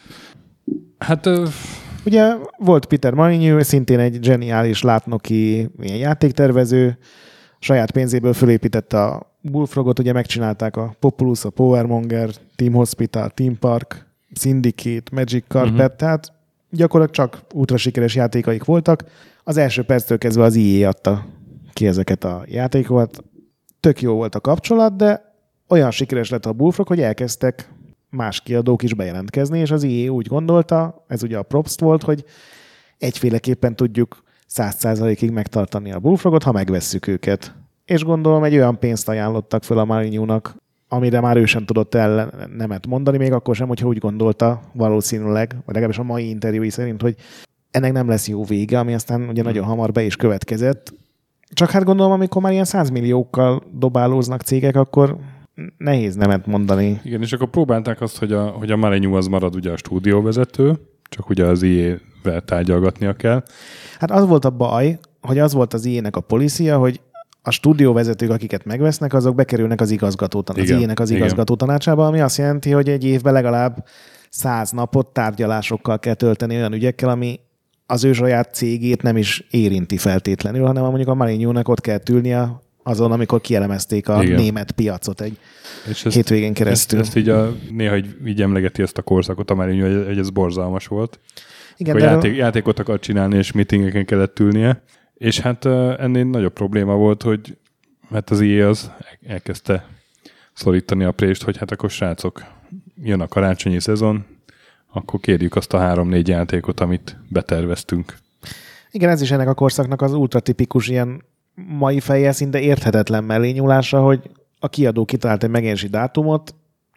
A: Hát...
C: Ugye volt Peter Molyneux, szintén egy zseniális látnoki ilyen játéktervező, saját pénzéből fölépítette a Bullfrogot, ugye megcsinálták a Populous, a Powermonger, Team Hospital, Team Park, Syndicate, Magic Carpet, uh-huh. tehát gyakorlatilag csak ultra sikeres játékaik voltak. Az első perctől kezdve az í á adta ki ezeket a játékokat. Tök jó volt a kapcsolat, de olyan sikeres lett a Bullfrog, hogy elkezdtek más kiadók is bejelentkezni, és az í á úgy gondolta, ez ugye a Props volt, hogy egyféleképpen tudjuk száz százalékig megtartani a Bullfrogot, ha megvesszük őket. És gondolom egy olyan pénzt ajánlottak föl a Molyneux-nak, amire már ő sem tudott el nemet mondani, még akkor sem, hogyha úgy gondolta valószínűleg, vagy legalábbis a mai interjúi szerint, hogy ennek nem lesz jó vége, ami aztán ugye nagyon hamar be is következett. Csak hát gondolom, amikor már ilyen százmilliókkal dobálóznak cégek, akkor nehéz nemet mondani.
A: Igen, és akkor próbálták azt, hogy a, hogy a Molyneux az marad ugye a stúdióvezető, csak ugye az í á-vel tárgyalgatnia kell.
C: Hát az volt a baj, hogy az volt az í á-nek a policia, hogy a stúdióvezetők, akiket megvesznek, azok bekerülnek az igazgató tan- az í á-nek az igazgató tanácsába, ami azt jelenti, hogy egy évben legalább száz napot tárgyalásokkal kell tölteni olyan ügyekkel, ami az ő saját cégét nem is érinti feltétlenül, hanem mondjuk a Molyneux-nek ott kell ülnie azon, amikor kielemezték a igen. német piacot egy és ezt, hétvégén keresztül.
A: Ezt, ezt így a, néha így, így emlegeti ezt a korszakot a Molyneux, hogy ez borzalmas volt.
C: Igen,
A: de játék, játékot akart csinálni, és meetingeken kellett ülnie. És hát ennél nagyobb probléma volt, hogy hát az í á az elkezdte szorítani a prést, hogy hát akkor srácok, jön a karácsonyi szezon, akkor kérjük azt a három-négy játékot, amit beterveztünk.
C: Igen, ez is ennek a korszaknak az ultratipikus ilyen mai fejjel szinte érthetetlen mellényúlása, hogy a kiadó kitalált egy megérési dátumot,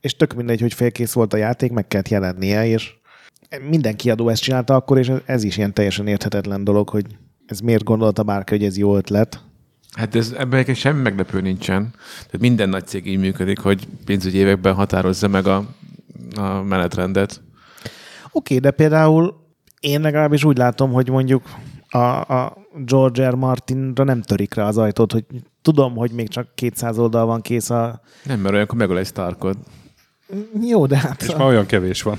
C: és tök mindegy, hogy félkész volt a játék, meg kellett jelennie, és minden kiadó ezt csinálta akkor, és ez is ilyen teljesen érthetetlen dolog, hogy ez miért gondolta bárki, hogy ez jó ötlet.
B: Hát ez, ebben semmi meglepő nincsen. Tehát minden nagy cég így működik, hogy pénzügyi években határozza meg a, a menetrendet.
C: Oké, okay, de például én legalábbis úgy látom, hogy mondjuk a, a George R. Martinra nem törik rá az ajtót, hogy tudom, hogy még csak kétszáz oldal van kész a...
B: Nem, mert olyankor megöl egy Starkot.
C: Jó, de hát...
A: És a... már olyan kevés van.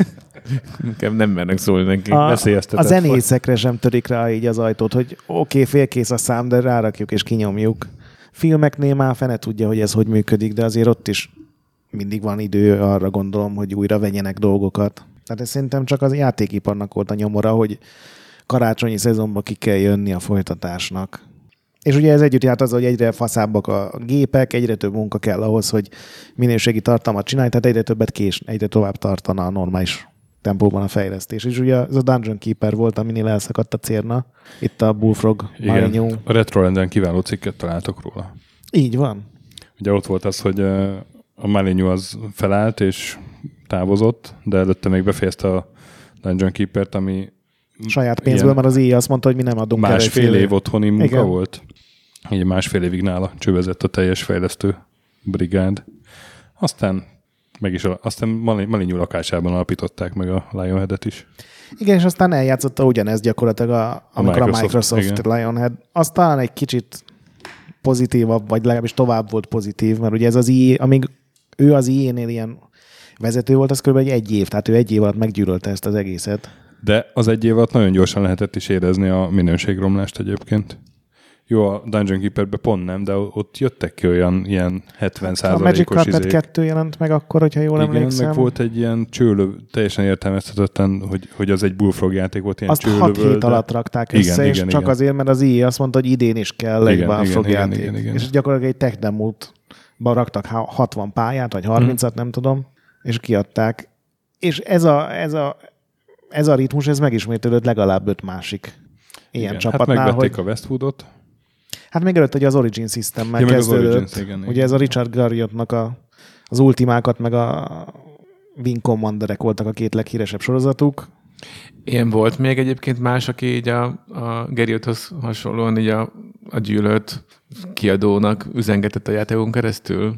B: Nem mernek szólni neki.
C: A, a zenészekre sem törik rá így az ajtót, hogy oké, okay, félkész a szám, de rárakjuk és kinyomjuk. Filmeknél már fene tudja, hogy ez hogy működik, de azért ott is mindig van idő arra, gondolom, hogy újra vegyenek dolgokat. Tehát ez szerintem csak az játékiparnak volt a nyomora, hogy karácsonyi szezonban ki kell jönni a folytatásnak. És ugye ez együtt járt az, hogy egyre faszábbak a gépek, egyre több munka kell ahhoz, hogy minőségi tartalmat csinálj, tehát egyre többet kés, egyre tovább tartana a normális tempóban a fejlesztés. És ugye ez a Dungeon Keeper volt, aminél elszakadt a cérna. Itt a Bullfrog Malignu.
A: A Retrolanden kiváló cikket találtok róla.
C: Így van.
A: Ugye ott volt az, hogy a Malignu az felállt és távozott, de előtte még befejezte a Dungeon Keepert, ami
C: saját pénzből, mert az éj azt mondta, hogy mi nem adunk el.
A: Másfél év otthoni munka igen. volt. Így másfél évig nála csövezett a teljes fejlesztő brigád. Aztán meg is, aztán Malignu lakásában alapították meg a Lionhead-et is.
C: Igen, és aztán eljátszotta ugyanezt gyakorlatilag, a, amikor a Microsoft, a Microsoft Lionhead. Aztán egy kicsit pozitívabb, vagy legalábbis tovább volt pozitív, mert ugye ez az i á, amíg ő az i á-nél ilyen vezető volt, az kb. egy év, tehát ő egy év alatt meggyűlölte ezt az egészet.
A: De az egy év alatt nagyon gyorsan lehetett is érezni a minőségromlást egyébként. Jó, a Dungeon Keeperben pont nem, de ott jöttek ki olyan ilyen hetven százalékos izék.
C: A Magic Carpet kettő jelent meg akkor, hogyha jól
A: igen,
C: emlékszem.
A: meg volt egy ilyen csőlő, teljesen értelmezhetetlen, hogy, hogy az egy Bullfrog játék volt, ilyen
C: azt
A: csőlövöl.
C: Azt hat hét alatt rakták össze, igen, és igen, csak igen. azért, mert az i á azt mondta, hogy idén is kell egy Bullfrog játék. Igen, igen, igen. És gyakorlatilag egy tech demótban raktak hatvan pályát, vagy harmincat, hmm. nem tudom, és kiadták. És ez a, ez a, ez a ritmus, ez megismétlődött legalább öt másik ilyen igen, csapatnál.
A: Hát megvették hogy... a Westwoodot.
C: Hát még előtt, hogy az Origin Systemmel
A: ja,
C: kezdődött.
A: Origins, igen,
C: ugye
A: igen.
C: ez a Richard Garriott-nak a, az ultimákat, meg a Wing Commanderek voltak a két leghíresebb sorozatuk.
B: Ilyen volt még egyébként más, aki így a, a Garriotthoz hasonlóan így a, a gyűlölt kiadónak üzengetett a játékon keresztül?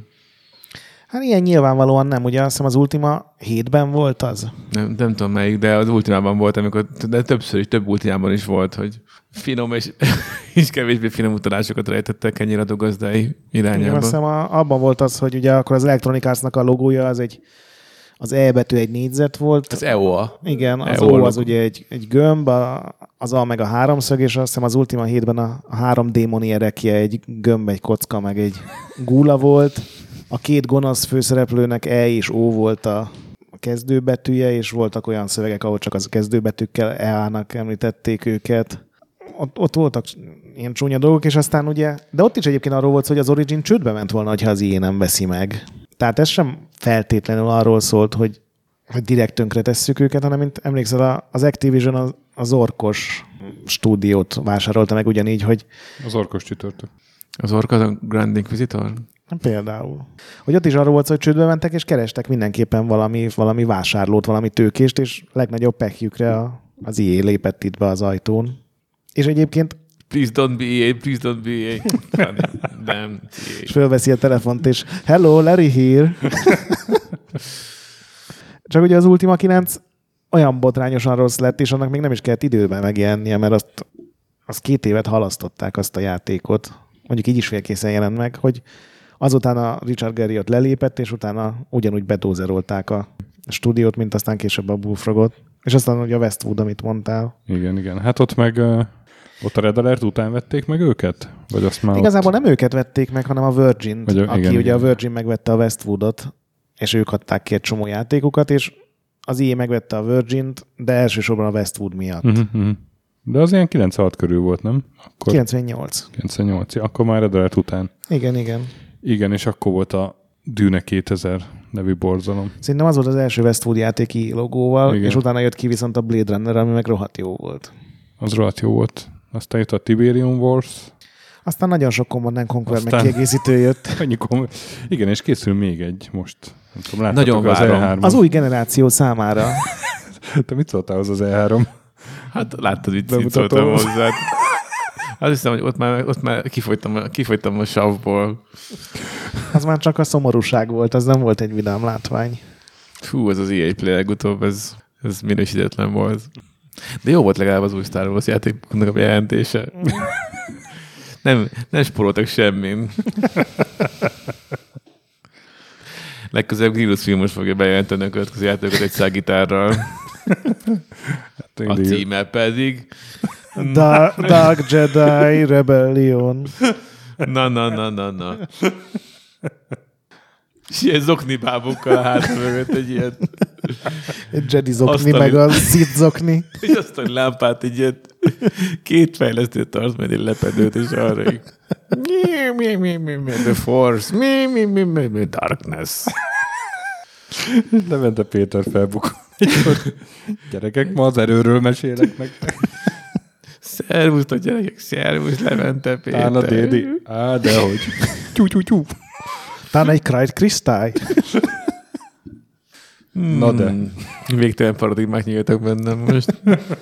C: Hát ilyen nyilvánvalóan nem, ugye azt hiszem az Ultima hétben volt az?
B: Nem, nem tudom melyik, de az Ultimában volt, amikor, de többször is, több Ultimában is volt, hogy finom és, és kevésbé finom utalásokat rejtettek kenyéradó gazdái irányába.
C: Igen, azt hiszem a, abban volt az, hogy ugye akkor az Electronic Arts-nak a logója az egy, az E betű egy négyzet volt.
B: Az E O A.
C: Igen, az E O A az ugye egy, egy gömb, a, az A meg a háromszög, és azt hiszem az Ultima hétben a, a három démoni erekje egy gömb, egy kocka, meg egy gúla volt. A két gonosz főszereplőnek E és O volt a kezdőbetűje, és voltak olyan szövegek, ahol csak az kezdőbetűkkel E A-nak említették őket. Ott, ott voltak ilyen csúnya dolgok, és aztán ugye, de ott is egyébként arról volt, hogy az Origin csődbe ment volna, ha az i á nem veszi meg. Tehát ez sem feltétlenül arról szólt, hogy, hogy direkt tönkre tesszük őket, hanem mint emlékszel, az Activision az, az Orkos stúdiót vásárolta meg ugyanígy, hogy...
A: Az Orkos csütörtök.
B: Az Ork az a Grand Inquisitor?
C: Például. Hogy ott is arról volt, hogy csődbe mentek, és kerestek mindenképpen valami, valami vásárlót, valami tőkést, és legnagyobb pekjükre a, az i á lépett itt be az ajtón. És egyébként...
B: Please don't be i á, please don't be i á. Nem.
C: És fölveszi a telefont, és hello, Larry here. Csak ugye az Ultima kilenc olyan botrányosan rossz lett, és annak még nem is kellett időben megjelennie, mert azt, azt két évet halasztották azt a játékot. Mondjuk így is félkészen jelent meg, hogy azután a Richard Garriott lelépett, és utána ugyanúgy bedózerolták a stúdiót, mint aztán később a Bullfrogot. És aztán ugye a Westwood, amit mondtál.
A: Igen, igen. Hát ott meg uh, ott a Red Alert után vették meg őket? Vagy azt már
C: Igazából
A: ott...
C: nem őket vették meg, hanem a Virgin-t, a, aki igen, ugye igen. a Virgin megvette a Westwoodot, és ők adták ki egy csomó játékokat, és az i á megvette a Virgin-t, de elsősorban a Westwood miatt. Uh-huh, uh-huh.
A: De az ilyen kilencvenhat körül volt, nem?
C: Akkor... kilencvennyolc.
A: kilencvennyolc, akkor már Red Alert után.
C: Igen, igen.
A: Igen, és akkor volt a Dune kétezer nevű borzalom.
C: Szerintem az volt az első Westwood játéki logóval, igen. és utána jött ki viszont a Blade Runner, ami meg rohadt jó volt.
A: Az rohadt jó volt. Aztán jött a Tiberium Wars.
C: Aztán nagyon sok Command and Conquer meg kiegészítő jött.
A: Annyi kom- Igen, és készül még egy most Tudom,
B: nagyon
A: az
B: várom.
A: E három.
C: Az új generáció számára.
A: Te mit szóltál az az E három?
B: Hát láttad, mit így szóltam hozzá. Azt hiszem, hogy ott már, ott már kifogytam, kifogytam a savból.
C: Az már csak a szomorúság volt, az nem volt egy vidám látvány.
B: Fú, ez az E A Play legutóbb, ez, ez minősítetlen volt. De jó volt legalább az új Star Wars játékoknak a bejelentése. nem, nem spóroltak semmin. Legközelebb Grillus Filmos fogja bejelenteni a következő játékokat egy szágitárral. A címe pedig...
C: Dark, Dark Jedi Rebellion.
B: Na, na, na, na, na. És ilyen zokni bábukkal a hátra mögött egy ilyen...
C: Egy Jedi zokni, meg a Sith zokni.
B: És azt a lámpát egy ilyen... Két fejlesztő tart majd egy lepedőt, és arra így... Mi, mi, mi, mi, mi, the Force, mi, mi, mi, mi, mi, darkness.
A: Levente Péter felbukol. Gyerekek, ma az erőről mesélek nektek.
B: Szervusztok, gyerekek, szervusz, Levente Péter.
A: Tán a dédi. Á, dehogy. Tyú, tyú, tyú.
C: Tán egy Krajt kristály.
B: Hmm.
A: Na de.
B: Végtelen paradigmák nyíltak bennem most.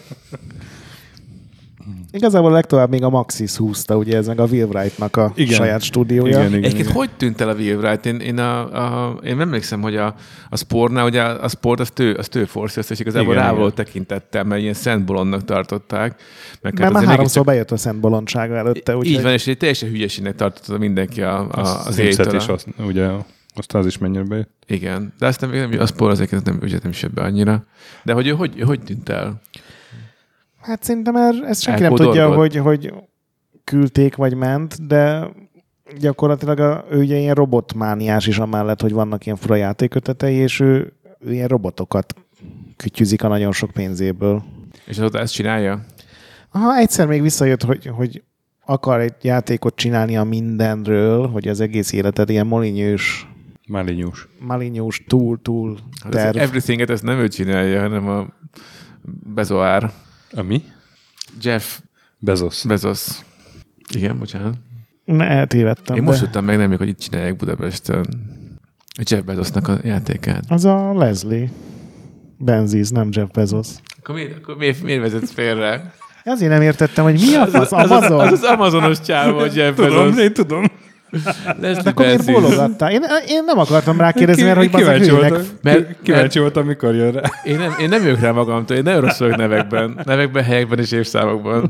C: Igazából legtovább még a Maxis húzta, ugye ez meg a Will Wright-nak a igen. saját stúdiója.
A: Igen, igen,
B: Egyébként
A: igen.
B: hogy tűnt el a Will Wright? Én, én, a, a, én emlékszem, hogy a, a Sportnál, ugye a Sport az tő, az tőforszja, és igazából igen, rá volt tekintettel, mert ilyen Szent Bolondnak tartották.
C: Mert hát már háromszor bejött a Szent Bolondsága előtte.
B: Úgy így van, és egy teljesen hülyeségnek tartotta mindenki a, a, az,
A: az éjtől. És azt, ugye, aztán az is mennyire bejött.
B: Igen, de aztán még a Sport azért nem, ugye nem is jött be annyira. De hogy hogy, hogy tűnt el?
C: Hát szerintem ezt senki nem tudja, hogy, hogy küldték vagy ment, de gyakorlatilag a, ő ugye ilyen robotmániás is amellett, hogy vannak ilyen fura játékötetei, és ő, ő ilyen robotokat kütyüzik a nagyon sok pénzéből.
B: És azóta ezt csinálja?
C: Aha, egyszer még visszajött, hogy, hogy akar egy játékot csinálni a mindenről, hogy az egész életed ilyen molinyős,
A: Malinyús.
C: Malinyús, túl, túl terv.
B: Hát everything-et ezt nem ő csinálja, hanem a Bezoár.
A: A mi?
B: Jeff
A: Bezos.
B: Bezos. Igen, bocsánat.
C: Ne, eltévedtem.
B: Én
C: de...
B: most tudtam meg, nem még, hogy itt csinálják Budapesten Jeff Bezosnak a játékát.
C: Az a Leslie Benzies, nem Jeff Bezos.
B: Akkor miért, akkor miért, miért vezetsz félre?
C: Azért nem értettem, hogy mi a fasz,
B: az,
C: Amazon?
B: Az az, az Amazonos csávó, Jeff Bezos.
A: Tudom, én tudom.
B: Leslie
C: akkor miért bólogattál? Én, én nem akartam rákérdezni, mert hogy
A: kíváncsi
C: voltak
A: voltam, mert, kíváncsi voltam, mikor jön rá.
B: Én nem, én nem jövök rá magamtól, én nagyon rossz vagyok nevekben. Nevekben, helyekben és évszámokban.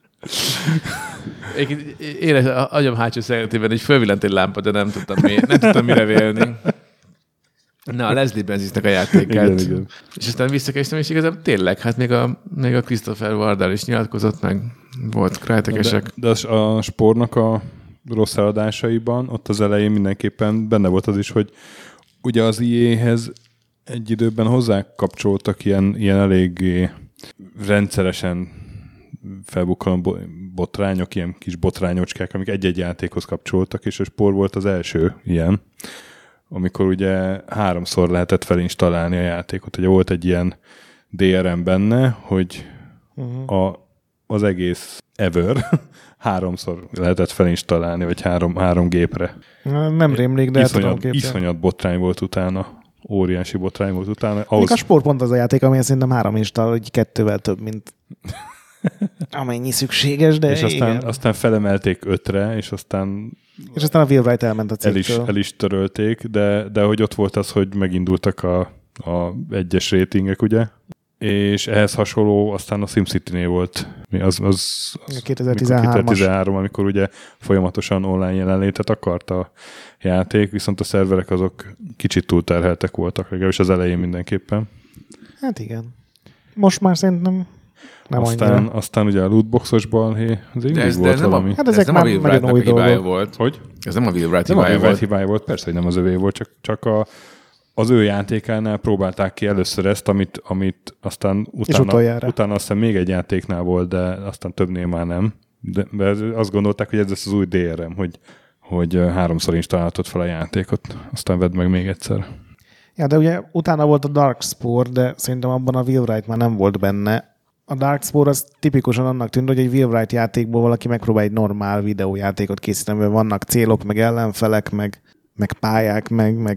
B: Én, én az agyam hátsó szeretében egy fölvillant egy lámpa, de nem tudtam, mi, nem tudtam mire vélni. Na, a Leslie Benzisnek a játékát. Igen, igen. És aztán visszakezdtem, és igazából tényleg, hát még a, még a Christopher Wardell is nyilatkozott, meg volt krájtekesek.
A: De, de a Sportnak a rossz eladásaiban, ott az elején mindenképpen benne volt az is, hogy ugye az i á-hez egy időben hozzá kapcsoltak ilyen, ilyen eléggé rendszeresen felbukkanó botrányok, ilyen kis botrányocskák, amik egy-egy játékhoz kapcsoltak, és a Sport volt az első ilyen, amikor ugye háromszor lehetett felinstallálni a játékot. Ugye volt egy ilyen dé er em benne, hogy uh-huh. a, az egész ever háromszor lehetett felinstallálni, vagy három, három gépre.
C: Nem rémlik, de
A: iszonyat, iszonyat botrány volt utána. Óriási botrány volt utána.
C: Ahhoz... A Sport pont az a játék, amely szerintem három install, hogy kettővel több, mint amennyi szükséges, de
A: és aztán,
C: igen.
A: aztán felemelték ötre, és aztán
C: és aztán a Will Wright elment a cégtől.
A: El is, el is törölték, de, de hogy ott volt az, hogy megindultak a, a egyes ratingek, ugye? És ehhez hasonló aztán a SimCity-nél volt. Az, az, az kétezer-tizenhárom, amikor ugye folyamatosan online jelenlétet akart a játék, viszont a szerverek azok kicsit túlterheltek voltak, legalábbis az elején mindenképpen.
C: Hát igen. Most már szerintem nem
A: aztán,
C: annyira.
A: Aztán ugye a lootboxos balhé, az így
B: ez,
A: volt
B: ez
A: valami.
B: A,
C: hát ezek
B: ez
C: már
B: nem a Will Wright-nak hibája volt.
A: Hogy?
B: Ez nem a Will Wright
A: hibája volt. Nem a Will Wright
B: hibája
A: volt, persze, hogy nem az övé volt, csak, csak a az ő játékánál próbálták ki először ezt, amit, amit aztán utána, utána aztán még egy játéknál volt, de aztán többnél már nem. De, de azt gondolták, hogy ez lesz az új dé er em, hogy, hogy háromszor installáltad fel a játékot, aztán vedd meg még egyszer.
C: Ja, de ugye utána volt a Darkspore, de szerintem abban a Will Wright már nem volt benne. A Darkspore az tipikusan annak tűnt, hogy egy Will Wright játékból valaki megpróbál egy normál videójátékot készíteni, mert vannak célok, meg ellenfelek, meg, meg pályák, meg, meg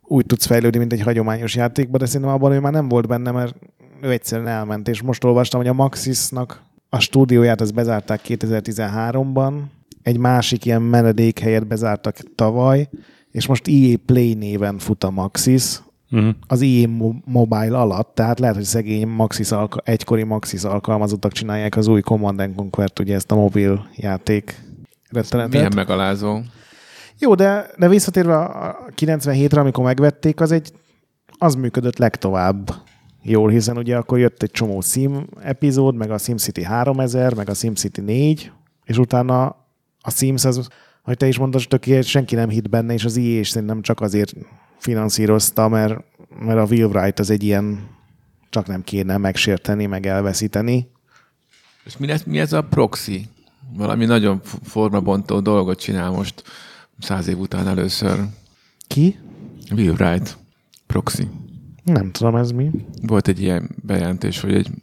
C: úgy tudsz fejlődni, mint egy hagyományos játékban, de szerintem abban ő már nem volt benne, mert ő egyszerűen elment, és most olvastam, hogy a Maxisnak a stúdióját az bezárták kétezer-tizenháromban, egy másik ilyen menedékhelyet bezártak tavaly, és most í á Play néven fut a Maxis, uh-huh. az í á Mobile alatt, tehát lehet, hogy szegény Maxis alka- egykori Maxis alkalmazottak csinálják az új Command and Conquer-t, ugye ezt a mobil játék rettenetet.
B: Milyen megalázó.
C: Jó, de, de visszatérve a kilencvenhétre, amikor megvették, az egy, az működött legtovább jól, hiszen ugye akkor jött egy csomó Sim epizód, meg a SimCity háromezer, meg a SimCity négy, és utána a Sims az, hogy te is mondtad, tökélet, senki nem hitt benne, és az í á is szerintem csak azért finanszírozta, mert, mert a Wheelwright az egy ilyen, csak nem kéne megsérteni, meg elveszíteni.
B: És mi, lesz, mi ez a proxy? Valami nagyon formabontó dolgot csinál most száz év után először.
C: Ki?
B: Wheelwright. Proxy.
C: Nem tudom, ez mi.
B: Volt egy ilyen bejelentés, hogy egy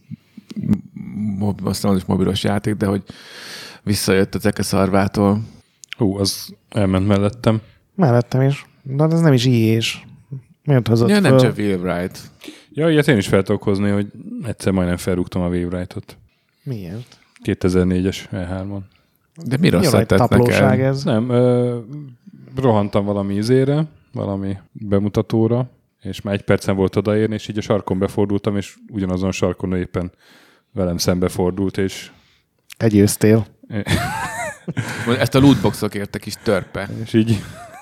B: mob, azt mondom, hogy mobilos játék, de hogy visszajött az ekeszarvától.
A: Hú, az elment mellettem.
C: Mellettem is. De ez nem is í á-s. Miért hozott
B: ja,
C: föl?
B: nem csak Wheelwright.
A: Ja, ilyet én is fel tudok hozni, hogy egyszer majdnem felrúgtam a Wheelwright-ot.
C: Miért?
A: kétezer-négyes E hármon.
B: De mi rosszat tett neked?
C: Ez?
A: Nem, ö, rohantam valami izére, valami bemutatóra, és már egy percen volt odaérni, és így a sarkon befordultam, és ugyanazon a sarkon éppen velem szembe fordult, és...
C: Egyőztél.
B: Ezt a lootboxok értek is törpe.
A: És így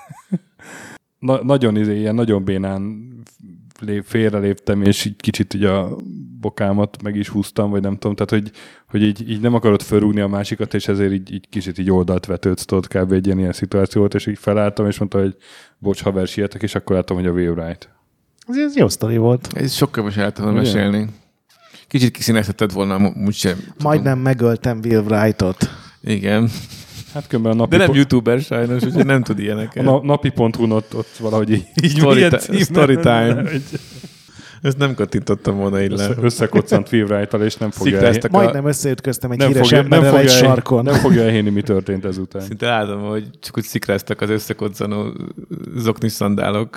A: na, nagyon izé, ilyen nagyon bénán lép, félreléptem, és így kicsit így a bokámat meg is húztam, vagy nem tudom, tehát hogy, hogy így, így nem akarod fölrúgni a másikat, és ezért így, így kicsit így oldalt vetődsz, tudod, kb. Egy ilyen, ilyen szituáció volt, és így felálltam, és mondta, hogy bocs, haver, sietek, és akkor láttam, hogy a Wheelwright.
C: Ez, ez jó sztori volt.
B: Ez sokkal most el tudom mesélni. Kicsit kiszínezheted volna, úgysem.
C: Majdnem megöltem Wheelwrightot.
B: Igen.
A: Hát különben a napi
B: De nem
A: po-
B: youtuber sajnos, úgyhogy nem tud ilyeneket.
A: A na- napi pont hu-n ott, ott valahogy így, így
B: story, t- story time. Ezt nem kattintottam volna így le.
A: Össze, összekoccant Wheelwright-tal, és nem fogja el...
B: A...
C: Majdnem összeütköztem egy
A: nem
C: híres
A: fogja,
C: emberrel
A: nem
C: egy
A: fogja
C: sarkon.
A: Nem fogja elhinni, mi történt ezután.
B: Szinte látom, hogy csak úgy szikráztak az összekoccanó zoknis szandálok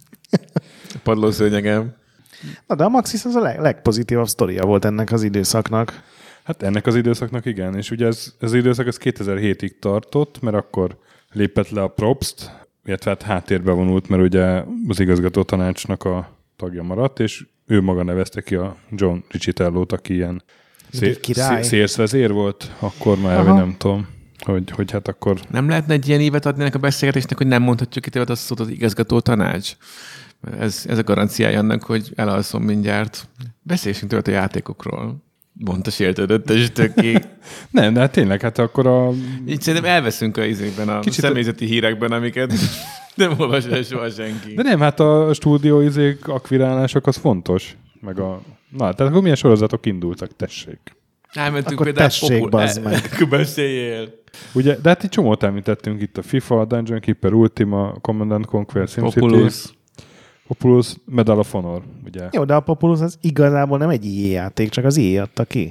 B: a padlószőnyegem.
C: Na de a Maxis az a leg- legpozitívabb sztoria volt ennek az időszaknak.
A: Hát ennek az időszaknak igen, és ugye ez, ez az időszak ez kétezer-hétig tartott, mert akkor lépett le a Probst, illetve hát háttérbe vonult, mert ugye az igazgató tanácsnak a tagja maradt, és ő maga nevezte ki a John Riccitellót, aki ilyen szé- szé- szélszvezér volt, akkor már, vagy nem tudom, hogy, hogy hát akkor...
B: Nem lehetne egy ilyen évet adni ennek a beszélgetésnek, hogy nem mondhatjuk itt azt szót az igazgató tanács? Ez, ez a garanciája annak, hogy elalszom mindjárt. Beszéljünk tőle a játékokról. Mondta sértődött, és tökék.
A: Nem, de hát tényleg, hát akkor a...
B: Így szerintem elveszünk a izékben, a kicsit személyzeti hírekben, amiket nem olvas el soha senki.
A: De nem, hát a stúdió izék, akvirálások az fontos. Meg a... Na, tehát akkor milyen sorozatok indultak, tessék.
B: Elmentünk
C: akkor
B: például...
C: tessék,
B: popul-
C: bazd meg.
B: Akkor beszéljél.
A: Ugye, de hát egy csomót említettünk itt a FIFA, Dungeon Keeper, Ultima, Command and Conquer, SimCity.
B: Populous.
A: Populous, Medal of Honor, ugye.
C: Jó, de a Populous az igazából nem egy í á játék, csak az í á adta ki.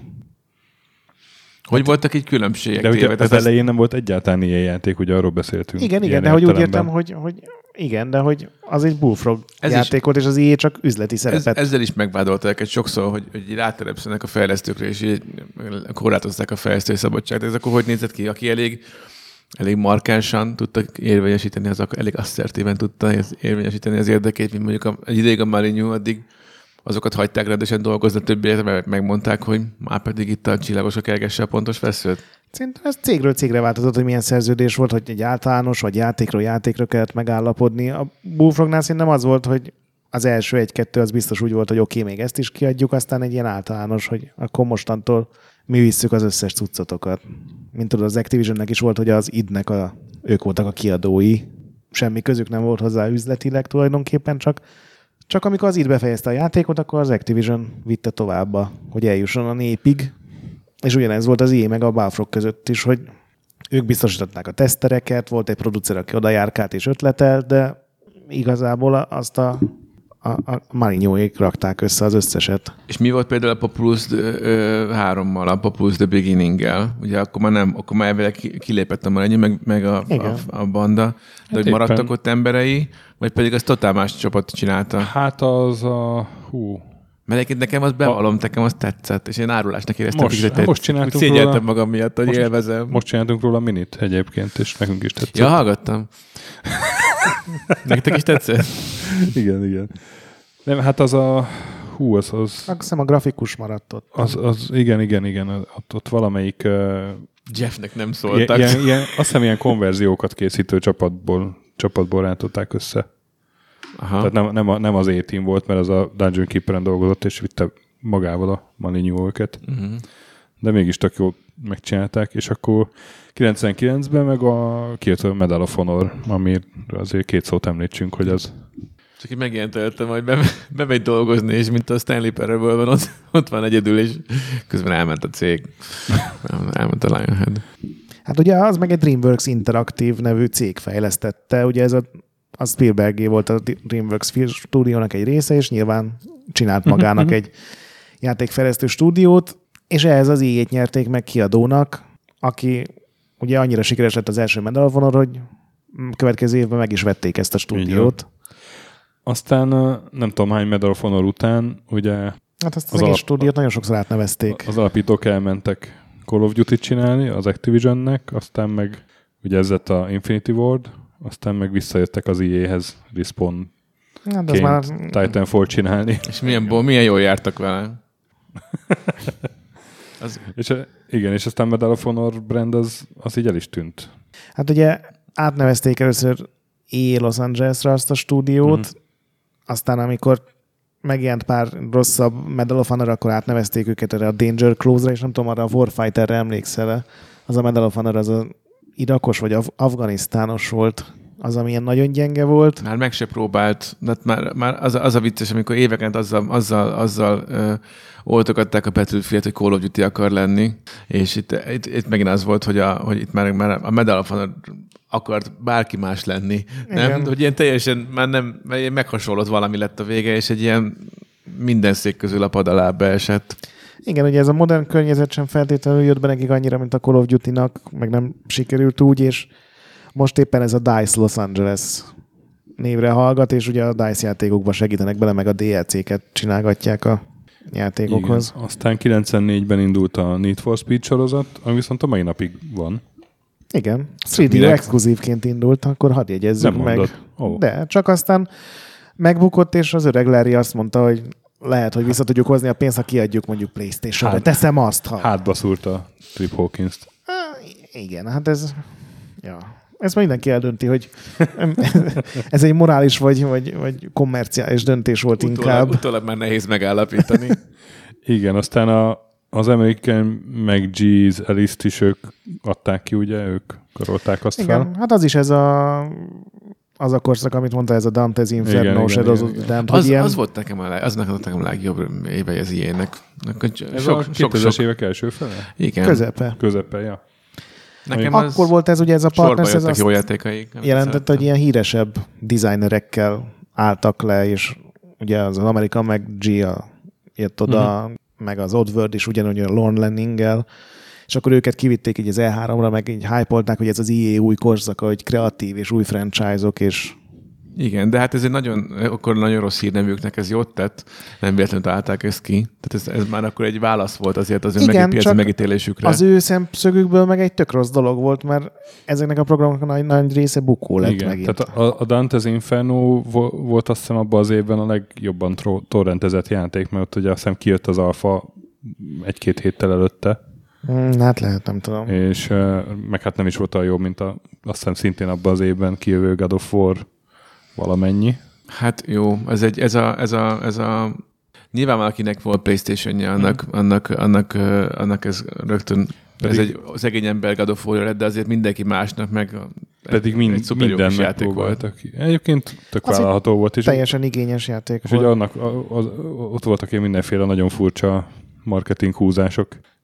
B: Hogy hát, voltak így különbségek?
A: De ugye az
B: az
A: elején nem volt egyáltalán ilyen játék, ugye arról beszéltünk.
C: Igen, igen, de hogy úgy értem, hogy, hogy igen, de hogy az egy Bullfrog ez játék volt, és az í á csak üzleti szerepet.
B: Ez, ezzel is megvádolták egy sokszor, hogy, hogy így ráterepszenek a fejlesztőkre, és így korlátozták a fejlesztői szabadságot. Ez akkor hogy nézett ki? Aki elég, elég markánsan tudta érvényesíteni, az akkor elég asszertíven tudta érvényesíteni az érdekét, mint mondjuk egy ideig a Malignu, addig azokat hagyták rendesen dolgozni, többiek, mert megmondták, hogy már pedig itt a csillagosok elgesse a pontos feszőt.
C: Szerintem ez cégről cégre változott, hogy milyen szerződés volt, hogy egy általános vagy játékról játékra kellett megállapodni. A Bullfrognál szerintem az volt, hogy az első egy-kettő az biztos úgy volt, hogy oké, okay, még ezt is kiadjuk, aztán egy ilyen általános, hogy akkor mostantól mi visszük az összes cuccotokat. Mint tudod, az Activisionnek is volt, hogy az idnek a, ők voltak a kiadói. Semmi közük nem volt hozzá üzletileg tulajdonképpen, csak Csak amikor az id befejezte a játékot, akkor az Activision vitte tovább, hogy eljusson a népig. És ugyanez volt az í á meg a Bullfrog között is, hogy ők biztosították a tesztereket, volt egy producer, aki oda járkált és ötletelt, de igazából azt a, a, a Marignóék rakták össze az összeset.
B: És mi volt például a Populous hárommal, a Populous The Beginning-gel? Ugye akkor már nem, akkor már elvileg kilépett a Marigny, meg, meg a, a, a banda, de hát hogy éppen maradtak ott emberei, vagy pedig az totál más csapat csinálta?
A: Hát az a... hú...
B: Mert egyébként nekem az bevallom, nekem az tetszett, és én árulásnak éreztem,
A: most,
B: hogy tetszett.
A: Most csináltunk
B: szégyeltem
A: róla,
B: magam miatt, hogy
A: most,
B: élvezem.
A: Most csináltunk róla minit egyébként, és nekünk is tetszett.
B: Ja, hallgattam. Nektek is tetszett?
A: Igen, igen. Nem, hát az a... Hú, az... az
C: azt hiszem a grafikus maradt ott.
A: Az, az, igen, igen, igen. Ott, ott valamelyik... Uh,
B: Jeffnek nem szóltak.
A: Ilyen, ilyen, azt hiszem ilyen konverziókat készítő csapatból, csapatból rántották össze. Aha. Tehát nem, nem, a, nem az A-Team volt, mert az a Dungeon Keeperen dolgozott, és vitte magával a Maligno őket. Uh-huh. De mégis tök jól megcsinálták, és akkor kilencvenkilencben meg a kijött a Medal of Honor, amire azért két szót említsünk, hogy az...
B: Csak így megjelent előttem, hogy be, bemegy dolgozni, és mint a Stanley Parable van, ott, ott van egyedül, és közben elment a cég. Elment a Lionhead.
C: Hát ugye az meg egy DreamWorks Interactive nevű cég fejlesztette, ugye ez a a Spielbergé volt a DreamWorks stúdiónak egy része, és nyilván csinált magának egy játékfejlesztő stúdiót, és ehhez az í á-t nyerték meg kiadónak, aki ugye annyira sikeres lett az első Medal of Honor, hogy következő évben meg is vették ezt a stúdiót.
A: Aztán nem tudom hány Medal of Honor után, ugye...
C: Hát azt az, az egész alap... stúdiót nagyon sokszor átnevezték.
A: Az alapítók elmentek Call of Duty-t csinálni az Activisionnek, aztán meg ugye ez lett a Infinity Ward, aztán meg visszajöttek az í á-hez Respawn
C: hát az már...
A: Titanfall csinálni.
B: És milyen, milyen jól jártak vele.
A: az... és, igen, és aztán Medal of Honor brand az, az így el is tűnt.
C: Hát ugye átnevezték először é á Los Angelesre azt a stúdiót, mm-hmm. aztán amikor megjelent pár rosszabb Medal of Honor, akkor átnevezték őket erre a Danger Close-ra, és nem tudom, arra a Warfighterre emlékszel-e. Az a Medal of Honor, az a irakos vagy Af- afganisztános volt, az, amilyen nagyon gyenge volt.
B: Már meg se próbált, már, már az, az a vicces, amikor éveken azzal, azzal, azzal ö, oltogatták a Battlefield, hogy Call of Duty akar lenni, és itt, itt, itt megint az volt, hogy, a, hogy itt már, már a Medal of Honor akart bárki más lenni. Nem? Hogy ilyen teljesen már nem, meghasonlott valami lett a vége, és egy ilyen minden szék közül a pad alá beesett.
C: Igen, ugye ez a modern környezet sem feltétlenül jött be nekik annyira, mint a Call of Duty-nak, meg nem sikerült úgy, és most éppen ez a DICE Los Angeles névre hallgat, és ugye a DICE játékokba segítenek bele, meg a dé el cé-ket csinálgatják a játékokhoz.
A: Igen. Aztán kilencvennégyben indult a Need for Speed sorozat, ami viszont a mai napig van.
C: Igen, három dé exkluzívként indult, akkor hadd jegyezzük meg. Oh. De csak aztán megbukott, és az öreg Larry azt mondta, hogy lehet, hogy vissza tudjuk hozni a pénzt, ha kiadjuk mondjuk PlayStation-ra. Hát, teszem azt, ha...
A: Hátba szúrta Trip Hawkins-t.
C: Igen, hát ez... Ja. Ezt mindenki eldönti, hogy ez egy morális vagy, vagy, vagy kommerciális döntés volt utólag, inkább.
B: Utólag már nehéz megállapítani.
A: Igen, aztán a, az American meg G's Alice-t is ők adták ki, ugye? Ők karolták azt
C: igen,
A: fel.
C: Hát az is ez a... az a korszak, amit mondta, ez a Dante's Inferno, Shadows of the Damned.
B: Az,
C: ilyen...
B: az volt nekem a, leg, az nekem a legjobb éve az ilyenek.
A: Ez sok, a kétezres évek első fele?
C: Igen. Közepe.
A: Közepe, ja.
C: Nekem akkor volt ez ugye ez a Partners, ez azt
B: jó játékaik,
C: jelentette, hogy ilyen híresebb designerekkel álltak le, és ugye az American meg G a, jött oda, uh-huh. meg az Oddworld is ugyanúgy a Lorne Lanninggel, és akkor őket kivitték így az E háromra, meg így hype-olták, hogy ez az í á új korszaka, hogy kreatív és új franchise-ok, és...
B: Igen, de hát ez egy nagyon, akkor nagyon rossz hírnevűknek ez jót tett, nem véletlenül találták ezt ki. Tehát ez, ez már akkor egy válasz volt azért az ő piaci megítélésükre.
C: Az ő szemszögükből meg egy tök rossz dolog volt, mert ezeknek a programoknak nagy, nagy része bukó lett
A: igen,
C: megint.
A: Tehát a, a Dante's Inferno volt azt hiszem abban az évben a legjobban torrentezett játék, mert ott ugye azt hiszem kijött az alfa egy-két héttel előtte.
C: Hmm, hát lehet, nem tudom.
A: És meg hát nem is volt olyan jó, mint a, azt hiszem szintén abban az évben kijövő God of War valamennyi.
B: Hát jó, ez, egy, ez, a, ez, a, ez a... Nyilván valakinek volt PlayStation-ja, annak, hmm. annak, annak, annak ez rögtön... Pedig, ez egy szegény ember God of War lett, de azért mindenki másnak meg
A: pedig mind, egy minden játék volt. Egyébként tök az vállalható volt. És
C: teljesen igényes játék
A: és
C: volt.
A: ugye annak, az, ott voltak ilyen mindenféle nagyon furcsa marketing húzások.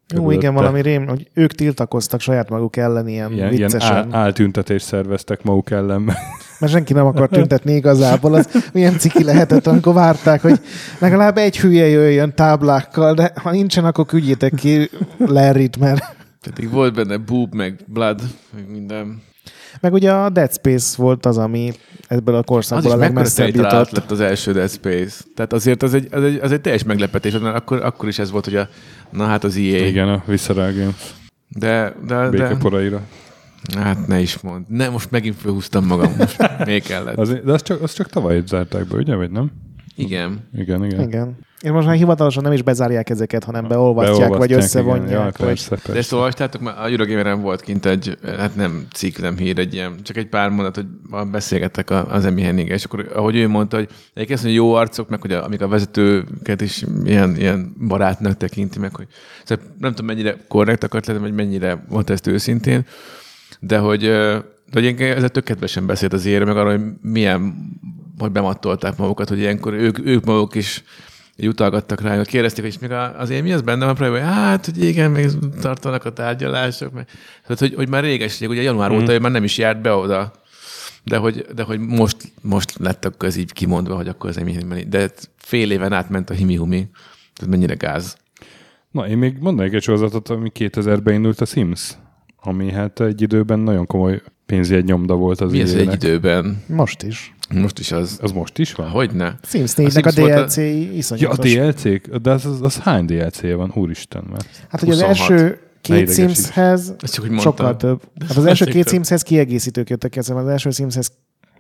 C: Jó, igen, valami rém, hogy ők tiltakoztak saját maguk ellen ilyen, ilyen viccesen.
A: Ilyen áltüntetést szerveztek maguk ellen.
C: Mert senki nem akar tüntetni igazából. Az milyen ciki lehetett, amikor várták, hogy legalább egy hülye jöjjön táblákkal, de ha nincsen, akkor küldjétek ki Larryt, mert...
B: Pedig volt benne boob, meg blood, meg minden.
C: Meg ugye a Dead Space volt az, ami ebből a korszakból a legmesszebb jutott.
B: lett az első Dead Space. Tehát azért az egy, az egy, az egy teljes meglepetés, mert akkor, akkor is ez volt, hogy a, na hát az í á.
A: Igen, a Visceral Games.
B: De, de,
A: Békeporaira.
B: Hát ne is mondd. Ne, most megint felhúztam magam. Most még kellett.
A: Az, de azt csak, az csak tavaly zárták be, ugye? Vagy nem?
B: Igen.
A: Igen, igen.
C: Igen. És most már hivatalosan nem is bezárják ezeket, hanem beolvasztják, vagy összevonják.
A: Ja,
C: vagy...
A: persze, persze.
B: De ezt olvastátok, mert a Eurogameren volt kint egy, hát nem cikk, nem hír, egy ilyen, csak egy pár mondat, hogy beszélgettek az Amy Hennig-el, és akkor ahogy ő mondta, hogy egyébként hogy jó arcok, meg hogy a, amik a vezetőket is ilyen, ilyen barátnak tekinti, meg hogy szóval nem tudom, mennyire korrekt akart lenni, vagy mennyire volt ezt őszintén, de hogy, de hogy ezzel tök kedvesen beszélt az ér, meg arra, hogy milyen, hogy bemattolták magukat, hogy ilyenkor ők, ők maguk is utalgattak rá, hogy kérdezték, hogy még azért mi az benne van, hogy hát, hogy igen, még tartanak a tárgyalások. Meg. Tehát, hogy, hogy már réges, ugye január óta mm. már nem is járt be oda, de hogy, de hogy most, most lett akkor ez így kimondva, hogy akkor azért mi, de fél éven átment a himi-humi. Tehát mennyire gáz.
A: Na, én még mondanék egy sorozatot, ami kétezerben indult, a Sims, ami hát egy időben nagyon komoly pénzjegy nyomda volt az
B: mi ez egy időben?
C: Most is.
B: Most is az.
A: Az most is van?
B: Hogyne?
C: Sims négynek a, a dé el cé iszonyatos.
A: Ja, a dé el cé-k? De az, az, az hány dé el cé van? Úristen, mert...
C: Hát ugye az első két Simshez sokkal több. Hát az első két Simshez kiegészítők jöttek ki, az első Simshez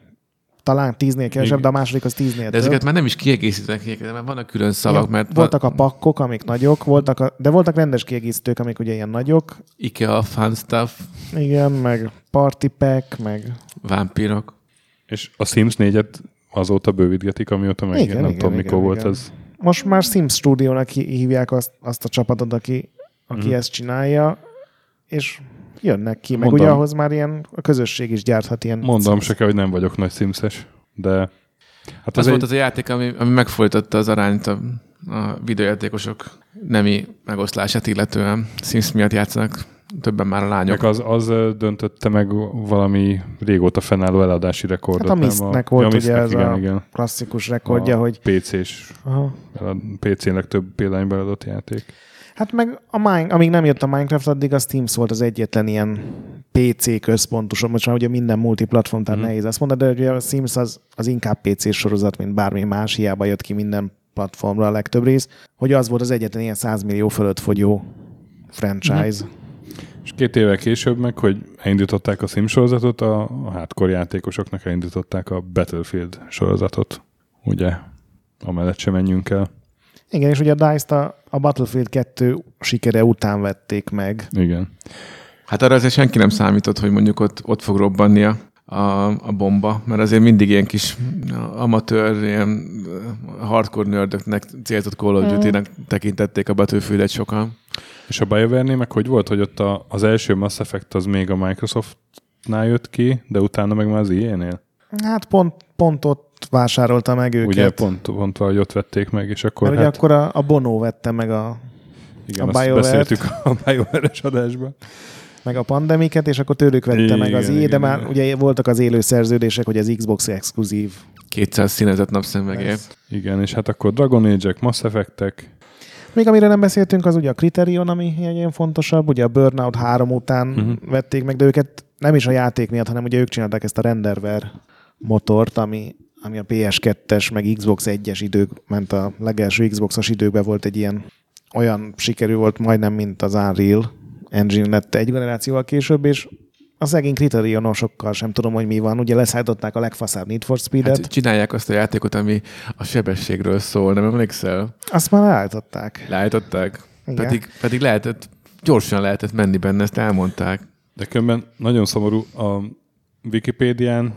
C: talán tíznél kevesebb, de a második az tíznél több.
B: De ezeket már nem is kiegészítenek, mert vannak külön szavak.
C: Ja,
B: mert
C: voltak a pakkok, amik nagyok, voltak a, de voltak rendes kiegészítők, amik ugye ilyen nagyok.
B: IKEA, fun stuff.
C: Igen, meg party pack, meg...
B: Vámpírok.
A: És a Sims négyet azóta bővítgetik, amióta meg
C: igen,
A: nem
C: igen,
A: tudom,
C: igen,
A: mikor
C: igen,
A: volt
C: igen.
A: az.
C: Most már Sims Studio-nak hívják azt, azt a csapatot, aki, aki mm. ezt csinálja, és jönnek ki. Meg mondom, ugye ahhoz már ilyen a közösség is gyárthat ilyen...
A: Mondom se kell, hogy nem vagyok nagy Simses, de...
B: Hát az, az egy... volt az a játék, ami, ami megfolytatta az arányt a, a videójátékosok nemi megoszlását illetően. Sims miatt játszanak többen már a lányok.
A: Meg az, az döntötte meg valami régóta fennálló eladási rekordot.
C: Hát a Mistnek volt ja, ugye ez
A: igen,
C: a
A: igen.
C: klasszikus rekordja,
A: a hogy... pé cés, pé cén legtöbb példányban eladott játék.
C: Hát meg a Mine, amíg nem jött a Minecraft, addig a Steam volt az egyetlen ilyen pé cé központos, most már ugye minden multiplatform, tehát mm. nehéz ezt mondani, de ugye a Sims az, az inkább pé cés sorozat, mint bármi más, hiába jött ki minden platformra a legtöbb rész, hogy az volt az egyetlen ilyen száz millió fölött fogyó franchise. Mm.
A: És két évvel később meg, hogy elindították a Sim sorozatot, a, a hardcore játékosoknak elindították a Battlefield sorozatot, ugye, amellett sem menjünk el.
C: Igen, és ugye a DICE-t a, a Battlefield kettő sikere után vették meg.
A: Igen.
B: Hát arra azért senki nem számított, hogy mondjuk ott, ott fog robbanni a, a, a bomba, mert azért mindig ilyen kis amatőr, ilyen hardcore nördöknek célzott Call of Duty-nek tekintették a Battlefield-et sokan.
A: És a BioWare-nél meg hogy volt, hogy ott a, az első Mass Effect az még a Microsoftnál jött ki, de utána meg már az í á-nél?
C: Hát pont, pont ott vásárolta meg őket.
A: Ugye pont, pont valahogy ott vették meg, és akkor
C: mert
A: hát...
C: ugye akkor a, a Bono vette meg a
A: igen,
C: a
A: BioWare-t. beszéltük a BioWare-es adásban.
C: Meg a Pandemiket, és akkor tőlük vette igen, meg az í á, de már igen. Ugye voltak az élő szerződések, hogy az Xbox exkluzív.
B: kétszáz színezett napszemüvegért.
A: Igen, és hát akkor Dragon Age-ek, Mass Effect-ek.
C: Még amire nem beszéltünk, az ugye a Criterion, ami ilyen fontosabb. Ugye a Burnout három után uh-huh. vették meg, de őket nem is a játék miatt, hanem ugye ők csinálták ezt a Renderware motort, ami, ami a pé es kettes, meg Xbox egyes idők, ment a legelső Xboxos időkben volt egy ilyen olyan sikerű volt majdnem, mint az Unreal Engine lett egy generációval később, és a szegény Criterionosokkal sem tudom, hogy mi van. Ugye leszállították a legfaszább Need for Speed-et.
B: Hát csinálják azt a játékot, ami a sebességről szól, nem emlékszel?
C: Azt már leállították.
B: Leállították? Pedig, pedig lehetett, gyorsan lehetett menni benne, ezt elmondták.
A: De különben nagyon szomorú a Wikipédián,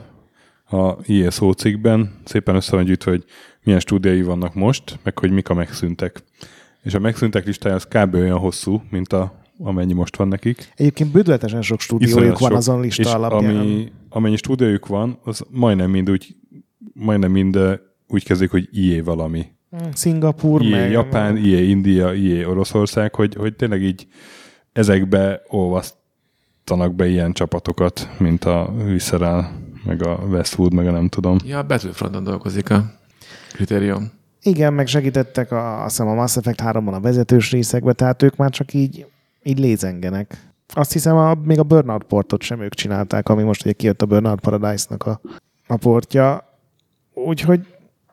A: a i es o cikkben szépen össze van gyűjtve, hogy milyen stúdiói vannak most, meg hogy mik a megszűntek. És a megszűntek listája az kb. Olyan hosszú, mint a amennyi most van nekik.
C: Egyébként bődületesen sok stúdiójuk van sok, azon lista alapján.
A: Ami, amennyi stúdiójuk van, az majdnem mind úgy, majdnem mind úgy kezdik, hogy i á valami.
C: Szingapúr,
A: I A
C: meg...
A: Japán, I A India, I A Oroszország, hogy, hogy tényleg így ezekbe olvasztanak be ilyen csapatokat, mint a Visceral, meg a Westwood, meg a nem tudom.
B: Ja, a Battlefronton dolgozik a Criterion.
C: Igen, meg segítettek a, azt hiszem a Mass Effect háromban a vezetős részekbe, tehát ők már csak így, így lézengenek. Azt hiszem, a, még a Burnout portot sem ők csinálták, ami most ugye kijött a Burnout Paradise-nak a, a portja. Úgyhogy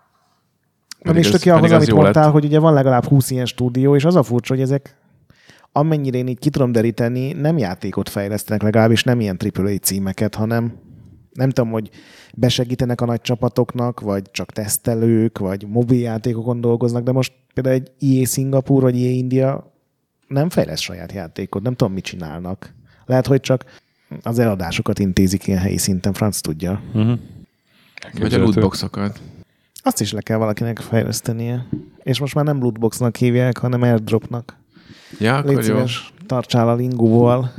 C: nem is tök ki ahhoz, amit mondtál, lett. Hogy ugye van legalább húsz ilyen stúdió, és az a furcsa, hogy ezek amennyire én így ki tudom deríteni, nem játékot fejlesztenek, legalábbis nem ilyen á á á címeket, hanem nem tudom, hogy besegítenek a nagy csapatoknak, vagy csak tesztelők, vagy mobiljátékokon dolgoznak, de most például egy I A Szingapúr, vagy I A India nem fejleszt saját játékot, nem tudom, mit csinálnak. Lehet, hogy csak az eladásokat intézik ilyen helyi szinten, franc tudja.
A: Uh-huh.
B: Vagy a lootboxokat.
C: Azt is le kell valakinek fejlesztenie. És most már nem lootboxnak hívják, hanem airdropnak.
B: Ja, akkor
C: Légy szíves, tartsál a lingúval.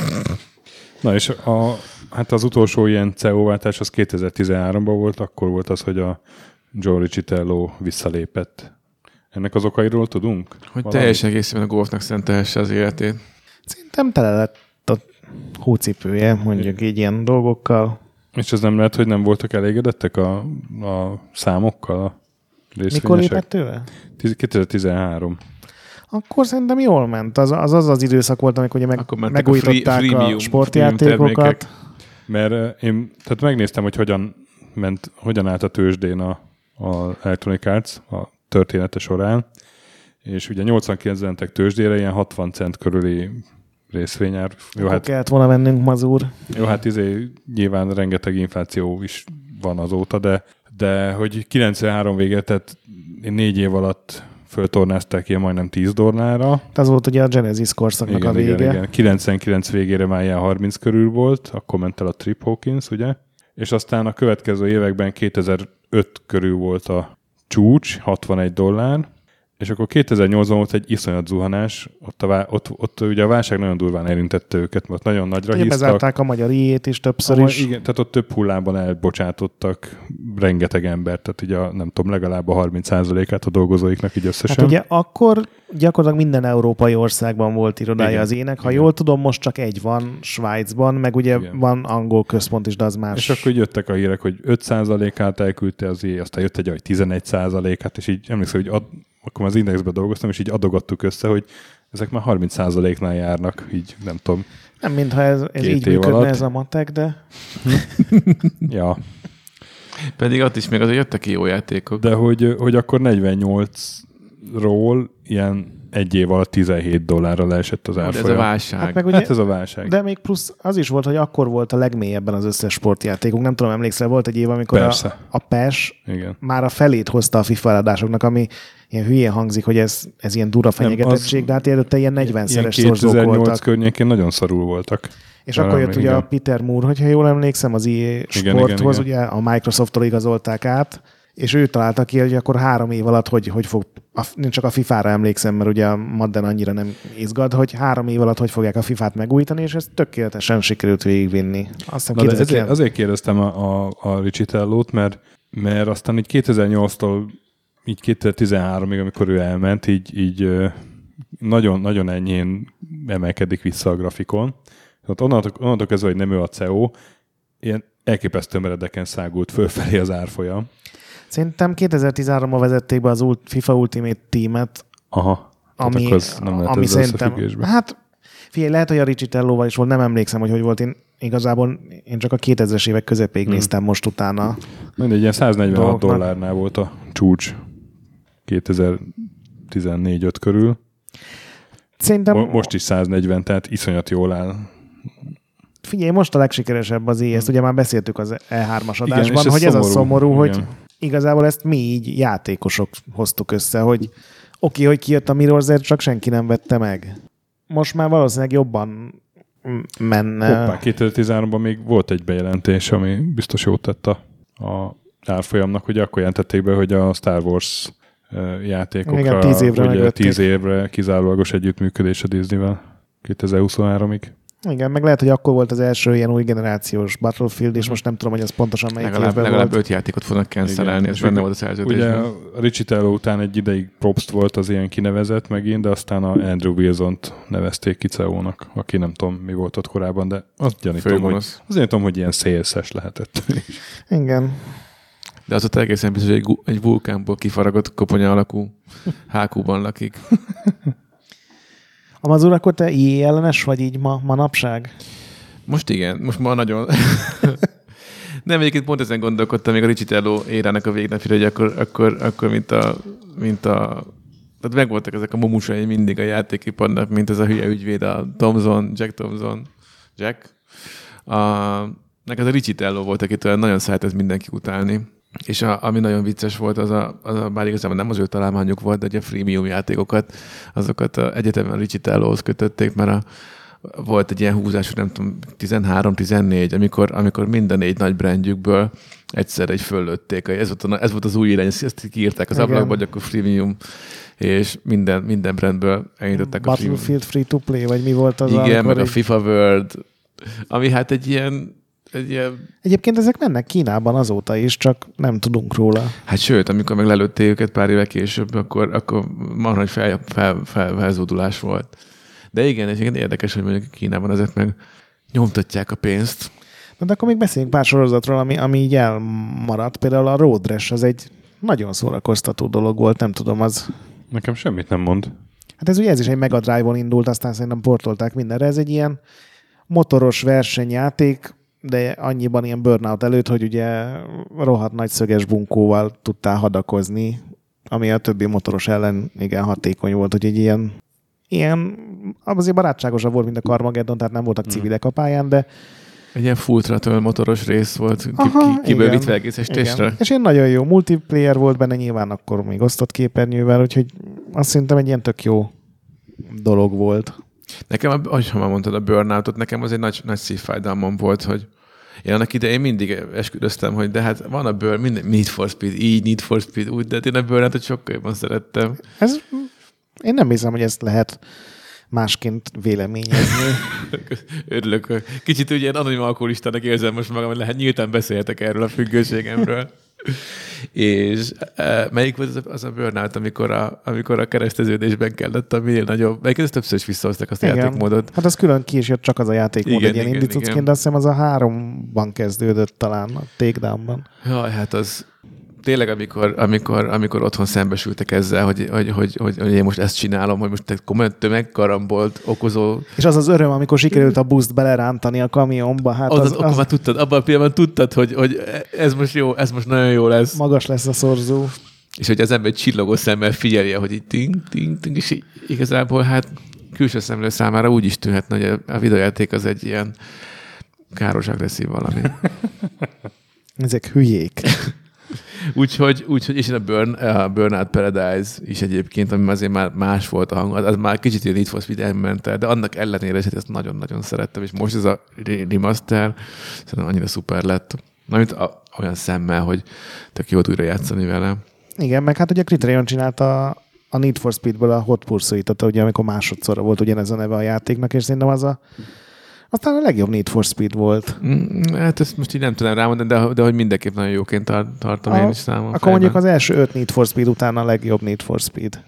A: Na és a, hát az utolsó ilyen C E O-váltás az kétezer-tizenháromban volt, akkor volt az, hogy a Joe Riccitello visszalépett. Ennek az okairól tudunk?
B: Hogy
A: valami?
B: Teljesen egészében a golfnak szentelhesse az életét.
C: Szerintem tele lett a hócipője, mondjuk így ilyen dolgokkal.
A: És ez nem lehet, hogy nem voltak elégedettek a, a számokkal a részvényesek?
C: Mikor lépett tőle?
A: kétezer-tizenhárom.
C: Akkor szerintem jól ment. Az az, az, az időszak volt, amikor ugye meg, megújították a, free, a sportjátékokat.
A: Mert én tehát megnéztem, hogy hogyan, ment, hogyan állt a tőzsdén a, a Electronic Arts a története során, és ugye nyolcvankilencben mentek tőzsdére, ilyen hatvan cent körüli részvényár.
C: Jó, hát, kellett volna vennünk, mazur.
A: Jó, hát izé, nyilván rengeteg infláció is van azóta, de, de hogy kilencvenhárom végén, tehát négy év alatt föltornázták ilyen majdnem tíz dollárra.
C: Ez volt ugye a Genesis korszaknak
A: igen,
C: a vége.
A: Igen, igen. kilencvenkilenc végére már ilyen harminc körül volt, akkor ment el a Trip Hawkins, ugye? És aztán a következő években kétezer-öt körül volt a csúcs, hatvanegy dollár, és akkor kétezer-nyolcban volt egy iszonyat zuhanás, ott, a vá- ott, ott ugye a válság nagyon durván érintette őket, mert nagyon nagyra
C: ugye
A: híztak.
C: Bezárták a magyar I-ét is többször
A: a,
C: is.
A: Igen, tehát ott több hullában elbocsátottak rengeteg embert, tehát ugye a, nem tudom, legalább a harminc százalékát a dolgozóiknak így összesen.
C: Hát ugye akkor gyakorlatilag minden európai országban volt irodája igen, az ének. Ha igen. jól tudom, most csak egy van Svájcban, meg ugye igen. van angol központ is, de az más.
A: És akkor így jöttek a hírek, hogy öt százalékát elküldte az I A, aztán jött egy, hogy tizenegy százalékát, és így emlékszem, hogy ad, akkor az Indexben dolgoztam, és így adogattuk össze, hogy ezek már harminc százaléknál járnak, így nem tudom.
C: Nem, mintha ez, ez így működne alatt. Ez a matek, de...
A: ja.
B: Pedig ott is még azért jöttek jó játékok.
A: De hogy, hogy akkor negyvennyolcról ilyen egy év alatt tizenhét dollárra leesett az árfolyam.
B: Ez a válság.
C: Hát, meg ugye,
A: hát ez a válság.
C: De még plusz az is volt, hogy akkor volt a legmélyebben az összes sportjátékunk. Nem tudom, emlékszel, volt egy év, amikor Persze. a, a pé e es Igen. már a felét hozta a FIFA eladásoknak, ami ilyen hülyén hangzik, hogy ez, ez ilyen dura fenyegetettség, az, de hát előtte ilyen negyvenszeres szorzók voltak.
A: kétezer-nyolc környékén nagyon szarul voltak.
C: És Valami, akkor jött igen. ugye a Peter Moore, hogyha jól emlékszem, az I A Sporthoz, ugye a Microsofttól igazolták át, és ő találta ki, hogy akkor három év alatt hogy, hogy fog, a, nincs csak a fifára emlékszem, mert ugye a Madden annyira nem izgat, hogy három év alatt hogy fogják a fifát megújítani, és ez tökéletesen sikerült végigvinni. Azt
A: Na, ezért, azért kérdeztem a, a, a Riccitellót, mert, mert aztán így kétezer-nyolctól így kétezer-tizenháromig, amikor ő elment, így, így nagyon, nagyon enyhén emelkedik vissza a grafikon. Tehát onnantól, onnantól kezdve, hogy nem ő a C E O, ilyen elképesztő meredeken szágult fölfelé az árfolyam.
C: Szerintem kétezer-tizenháromban vezették be az FIFA Ultimate Team-et,
A: Aha,
C: ami,
A: nem lehet
C: ami szerintem, hát figyelj, lehet, hogy a Riccitellóval is volt, nem emlékszem, hogy hogy volt. Én igazából én csak a kétezres évek közepéig hmm. néztem most utána.
A: Mindegy, ilyen száznegyvenhat dollárnál volt a csúcs kétezer-tizennégy-öt körül.
C: Szerintem...
A: Most is száznegyven, tehát iszonyat jól áll.
C: Figyelj, most a legsikeresebb az I A, ezt ugye már beszéltük az E hármas adásban, igen, hogy ez szomorú. a szomorú, igen. hogy igazából ezt mi így játékosok hoztuk össze, hogy oké, okay, hogy kijött a Mirror's Edge, csak senki nem vette meg. Most már valószínűleg jobban menne.
A: Hoppá, kétezer-tizenháromban még volt egy bejelentés, ami biztos jót tett a, a árfolyamnak, hogy akkor jelentették be, hogy a Star Wars játékokra
C: igen, tíz évre,
A: ugye, tíz évre kizárólagos együttműködés a Disneyvel kétezer-huszonháromig.
C: Igen, meg lehet, hogy akkor volt az első ilyen új generációs Battlefield, és most nem tudom, hogy az pontosan melyik
B: legalább,
C: évben
B: legalább
C: volt.
B: öt játékot fognak cancelelni, ez benne volt a szerződésben.
A: Ugye a Richitello után egy ideig Probst volt az ilyen kinevezett megint, de aztán a Andrew Wilsont nevezték ki cé e ó-nak, aki nem tudom, mi volt ott korábban, de azt gyanítom, hogy, azért tudom, hogy ilyen szélszes lehetett.
C: Igen.
B: De az ott egészen biztos, hogy egy, egy vulkánból kifaragott koponya alakú há kúban lakik.
C: Amazon, akkor te i á ellenes vagy így ma, manapság?
B: Most igen, most ma nagyon. Nem, egyébként pont ezen gondolkodtam még a Richitello érának a végnapira, hogy akkor, akkor, akkor mint a, mint a tehát megvoltak ezek a momusai mindig a játékiparnak, mint ez a hülye ügyvéd, a Thomson, Jack Thomson, Jack. A, neked a Richitello volt, akitől nagyon szeret ez mindenki utálni. És a, ami nagyon vicces volt, az a, az a, bár igazából nem az ő találmányuk volt, de a freemium játékokat, azokat a egyetemen Richitellohoz kötötték, mert a, volt egy ilyen húzás, nem tudom, tizenhárom tizennégy, amikor, amikor minden négy nagy brandjükből egyszerre egy föllőtték. Ez volt, a, ez volt az új irány, ezt kiírták az ablakba, hogy akkor freemium, és minden, minden brandből elindították a freemium.
C: Battlefield free-to-play, vagy mi volt az?
B: Igen, meg a FIFA World, ami hát egy ilyen Egy ilyen...
C: Egyébként ezek mennek Kínában azóta is, csak nem tudunk róla.
B: Hát sőt, amikor meg lelőtték őket pár éve később, akkor, akkor marha, hogy fel, fel, fel, felzódulás volt. De igen, és igen, érdekes, hogy mondjuk Kínában ezek meg nyomtatják a pénzt.
C: Na, de akkor még beszéljünk pár sorozatról, ami, ami így elmaradt. Például a Road Rash, az egy nagyon szórakoztató dolog volt, nem tudom, az...
A: Nekem semmit nem mond.
C: Hát ez ugye ez is egy Mega Drive-on indult, aztán szerintem portolták mindenre. Ez egy ilyen motoros versenyjáték, de annyiban ilyen burnout előtt, hogy ugye rohadt nagy szöges bunkóval tudtál hadakozni, ami a többi motoros ellen igen hatékony volt, hogy egy ilyen, ilyen azért barátságosabb volt, mint a Carmageddon, tehát nem voltak civilek a pályán, de
B: egy ilyen full throttle motoros rész volt, kibővítve egész estésre.
C: És ilyen nagyon jó multiplayer volt benne, nyilván akkor még osztott képernyővel, úgyhogy azt szerintem egy ilyen tök jó dolog volt.
B: Nekem, ahogy már mondtad, a Burnoutot, nekem az egy nagy, nagy szívfájdalmam volt, hogy én annak idején mindig esküdöztem, hogy de hát van a Burn, minden, Need for Speed, így Need for Speed, úgy, de hát én a Burnoutot sokkal jobban szerettem.
C: Ez, én nem hiszem, hogy ezt lehet másként véleményezni.
B: Örülök. Kicsit ugye ilyen anonim alkoholistának érzem most magam, hogy lehet nyíltan beszélhetek erről a függőségemről. És e, melyik volt az a, az a burnout, amikor a, amikor a kereszteződésben kellett a minél nagyobb... Melyik ezt többször is visszahozták azt a játékmódot.
C: Hát az külön ki is jött csak az a játékmód,
B: igen,
C: egy ilyen
B: igen,
C: indítucként,
B: igen.
C: de azt hiszem az a háromban kezdődött talán, a Takedownban.
B: Jaj, hát az... Tényleg, amikor, amikor, amikor otthon szembesültek ezzel, hogy, hogy, hogy, hogy, hogy én most ezt csinálom, hogy most egy komolyan tömegkarambolt okozó...
C: És az az öröm, amikor sikerült a buszt belerántani a kamionba. Hát
B: az,
C: az,
B: az, akkor
C: az...
B: már tudtad, abban a pillanatban tudtad, hogy, hogy ez most jó, ez most nagyon jó lesz.
C: Magas lesz a szorzó.
B: És hogy az ember csillogó szemmel figyelje, hogy így ting, ting, ting, és igazából hát külső szemlélő számára úgy is tűnhetne, hogy a videójáték az egy ilyen káros, agresszív valami.
C: Ezek hülyék.
B: Úgyhogy, úgyhogy, és a, Burn, a Burnout Paradise is egyébként, ami azért már más volt a hang, az már kicsit ilyen Need for Speed elment el, de annak ellenére is ezt nagyon-nagyon szerettem, és most ez a remaster szerintem annyira szuper lett. Amit a, olyan szemmel, hogy tök jót újra játszani vele.
C: Igen, meg hát ugye Criterion csinálta a Need for Speedből a Hot Pursuit-ot, ugye amikor másodszorra volt ugyanez a neve a játéknak, és szerintem az a aztán a legjobb Need for Speed volt.
B: Mm, hát ezt most így nem tudom rámondani, de, de hogy mindenképp nagyon jóként tar- tartom a, én is számom.
C: Akkor fejben. Mondjuk az első öt Need for Speed után a legjobb Need for Speed.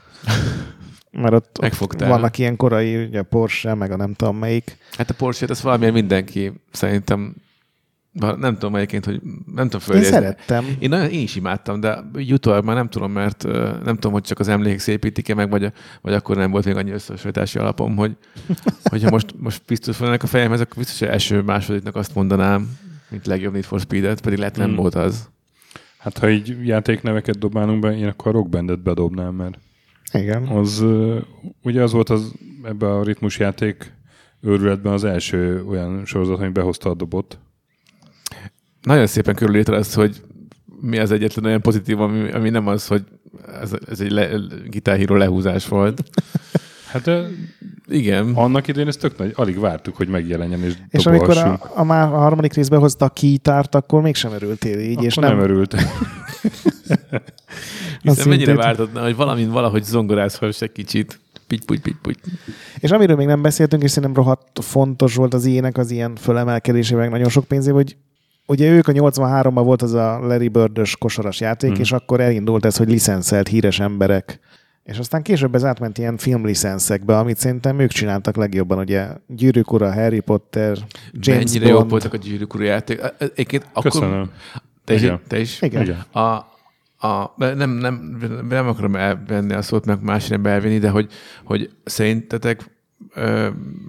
C: Mert ott, ott vannak ilyen korai, ugye a Porsche, meg a nem tudom melyik.
B: Hát a Porsche-t az valamilyen mindenki szerintem, nem tudom melyiként, hogy nem tudom följezni.
C: Én szerettem.
B: Én, nagyon, én is imádtam, de jutólag már nem tudom, mert nem tudom, hogy csak az emlékek szépítik-e meg, vagy, vagy akkor nem volt még annyi összehasonlítási alapom, hogy hogyha most, most biztos vannak a fejemhez, akkor biztos, hogy első másodiknak azt mondanám, mint legjobb Need for Speed-et, pedig lehet nem hmm. volt az.
A: Hát ha így játékneveket dobálunk be, én akkor a Rock Bandet bedobnám, mert
C: igen.
A: Az, ugye az volt az, ebben a ritmusjáték őrületben az első olyan sorozat, ami behozta a dobot.
B: Nagyon szépen körülírta azt, hogy mi az egyetlen olyan pozitív, ami, ami nem az, hogy ez, ez egy le, Guitar Hero lehúzás volt.
A: Hát de
B: igen.
A: Annak idején ezt tök nagy, alig vártuk, hogy megjelenjen és
C: És amikor a, a, már a harmadik részben hozta a kitárt, akkor mégsem örültél így.
A: Akkor
C: és
A: nem, nem örült.
B: Hiszen mennyire vártad, hogy valamin valahogy zongorázhass egy kicsit. Pitty, pitty, pitty, pitty.
C: És amiről még nem beszéltünk, és szerintem rohadt fontos volt az ilyenek az ilyen fölemelkedésében nagyon sok pénzében, hogy ugye ők a nyolcvanháromban volt az a Larry Bird-ös kosaras játék, hmm. és akkor elindult ez, hogy licenszelt híres emberek. És aztán később ez átment ilyen filmlicenszekbe, amit szerintem ők csináltak legjobban, ugye Gyűrűk ura, Harry Potter, James
B: Mennyire
C: Bond.
B: jók voltak a Gyűrűk ura játék. Egyébként akkor...
A: Köszönöm.
B: Te is?
A: Igen.
B: Te is?
C: Igen.
A: Igen.
B: A, a, nem, nem, nem akarom elvenni a szót, meg másra elvenni, de hogy, hogy szerintetek ö,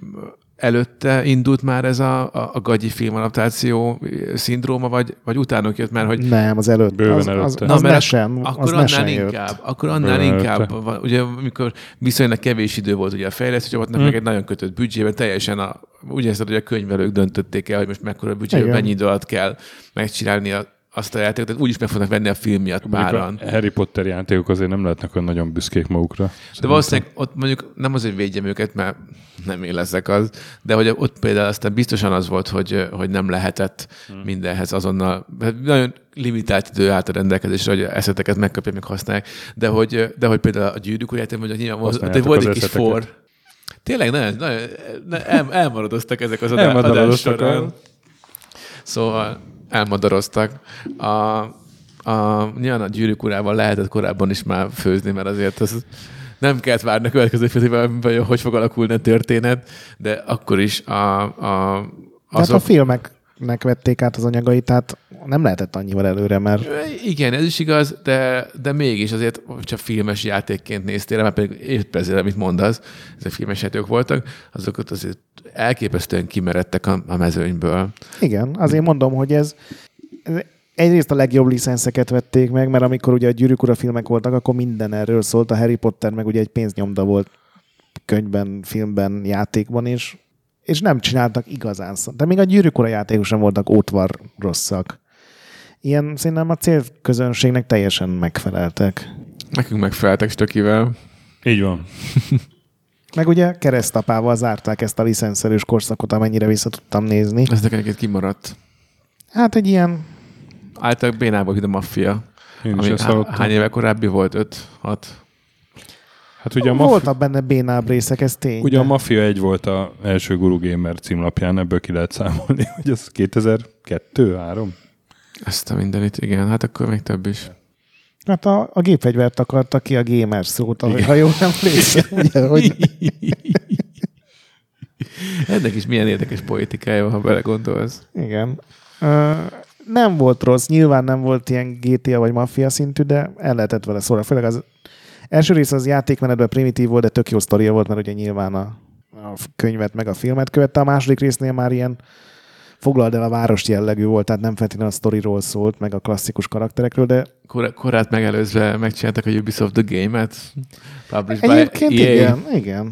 B: előtte indult már ez a, a, a gagyi filmadaptáció szindróma, vagy, vagy utánok jött már, hogy...
C: Nem, az előtt.
A: Bőven
C: az,
A: előtte.
C: Az, az
B: Na,
C: mesen,
B: akkor
C: az
B: annál
C: mesen
B: inkább,
C: jött.
B: akkor annál
A: Bőven
B: inkább,
A: előtte.
B: van, ugye amikor viszonylag kevés idő volt ugye a fejlesztő csapatnak, hmm. meg egy nagyon kötött büdzsében, teljesen a, úgy érzed, hogy a könyvelők döntötték el, hogy most mekkora büdzsében mennyi idő alatt kell megcsinálni a azt a játékot, tehát úgyis meg fognak venni a film miatt páran.
A: A Harry Potter játékok azért nem lehetnek olyan nagyon büszkék magukra.
B: De
A: Szerintem.
B: valószínűleg ott mondjuk nem azért védjem őket, mert nem én leszek az, de hogy ott például aztán biztosan az volt, hogy, hogy nem lehetett hmm. mindenhez azonnal, nagyon limitált idő állt a rendelkezésre, hogy eszeteket megkapják, meg használják, de hogy, de hogy például a Gyűrűk ura játék, hogy nyilván volt, ott volt egy kis for. Tényleg nagyon, nagyon el, elmaradoztak ezek az adás során. Szóval elmadaroztak. A, a, nyilván a Gyűrűk urával lehetett korábban is már főzni, mert azért az nem kellett várni a következő fesztiválban, hogy hogy fog alakulni a történet, de akkor is a, a,
C: azok... Tehát a filmeknek vették át az anyagait, tehát nem lehetett annyival előre, mert...
B: Igen, ez is igaz, de, de mégis azért csak filmes játékként néztél, mert pedig épp ezért, amit mondasz, ezek filmes játékok voltak, azokat azért elképesztően kimeredtek a, a mezőnyből.
C: Igen, azért mondom, hogy ez, ez egyrészt a legjobb licenszeket vették meg, mert amikor ugye a Gyűrűk ura filmek voltak, akkor minden erről szólt, a Harry Potter meg ugye egy pénznyomda volt könyvben, filmben, játékban is, és nem csináltak igazán. De még a Gyűrűk ura játékok sem voltak ótvar rosszak. Ilyen szerintem a célközönségnek teljesen megfeleltek.
B: Nekünk megfeleltek stökivel.
A: Így van.
C: Meg ugye keresztapával zárták ezt a licenszelős korszakot, amennyire vissza tudtam nézni.
B: Ez nekem egyébként kimaradt.
C: Hát egy ilyen...
B: Általában bénából híd a maffia.
A: Én is
B: ami
A: ezt
B: há-
A: hallottam.
B: hány éve korábbi volt? öt hat
A: Hát ugye a Mafia,
C: Voltak benne bénább részek, ez tény.
A: ugye a Mafia egy volt az első Guru Gamer címlapján, ebből ki lehet számolni, hogy az kétezer-kettő három
B: Ezt a mindenit, igen. Hát akkor még több is.
C: Hát a, a gépfegyvert akarta ki a gamer szót, ahogy, ha jól emlékszem. Ugye, hogy...
B: Ennek is milyen érdekes poétikája, ha belegondolsz.
C: Igen. Ö, nem volt rossz, nyilván nem volt ilyen gé té á vagy Mafia szintű, de el lehetett vele szólni. Főleg az első rész az játékmenetben primitív volt, de tök jó sztoria volt, mert ugye nyilván a, a könyvet meg a filmet követte. A második résznél már ilyen foglald el a várost jellegű volt, tehát nem feltétlenül a sztoriról szólt, meg a klasszikus karakterekről, de...
B: Kor- korát megelőzve megcsináltak a Ubisoft The Game-et.
C: Egyébként igen, igen.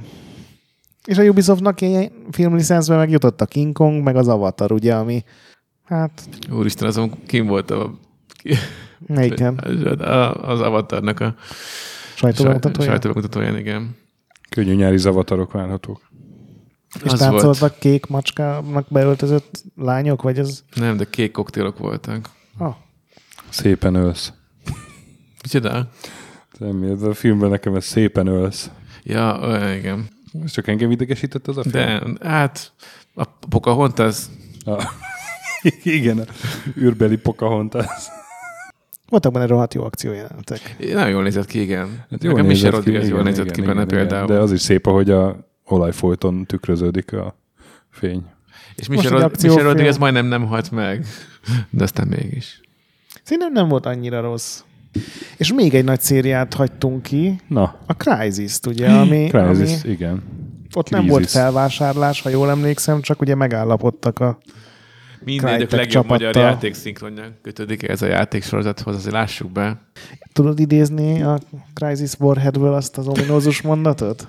C: És a Ubisoftnak ilyen filmlicenszben meg jutott a King Kong, meg az Avatar, ugye, ami hát...
B: Úristen, azon kim volt a...
C: Melyiken?
B: Az Avatarnak a
C: sajtóbemutatója.
B: Sajtóbemutatóján, igen.
A: Könnyű nyári zavatarok várhatók.
C: És
B: Az
C: táncoltak
B: volt.
C: kék macskának beöltözött lányok, vagy az...
B: Nem, de kék koktélok voltak.
C: Ah.
A: Szépen ölsz.
B: Micsoda?
A: Semmi, ez a filmben nekem ez szépen ölsz.
B: Ja, olyan, igen.
A: Ez csak engem idegesített az a film?
B: De hát a Pocahontas.
A: Ah. Igen, a űrbeli Pocahontas.
C: Voltak benne rohadt jó akciójelenetek.
B: Nagyon jól nézett ki, igen.
A: Hát jól
B: Nekem
A: nézett
B: Michelle Rodriguez jól nézett ki benne például.
A: De az is szép, ahogy a olajfolyton tükröződik a fény.
B: És
C: Most
B: Michelle,
C: egy
B: Rod- Michelle
C: akciófilm.
B: Rodriguez majdnem nem halt meg, de aztán mégis.
C: Szerintem nem volt annyira rossz. És még egy nagy szériát hagytunk ki,
A: Na,
C: a Crysis-t, ugye, ami,
A: Crysis,
C: ami
A: igen.
C: ott nem
A: Crysis.
C: volt felvásárlás, ha jól emlékszem, csak ugye megállapodtak a
B: Minden idők
C: Crytek
B: legjobb magyar
C: csapattal.
B: játékszinkronja kötődik ez a játéksorozathoz, azért lássuk be.
C: Tudod idézni a Crysis Warheadből azt az ominózus mondatot?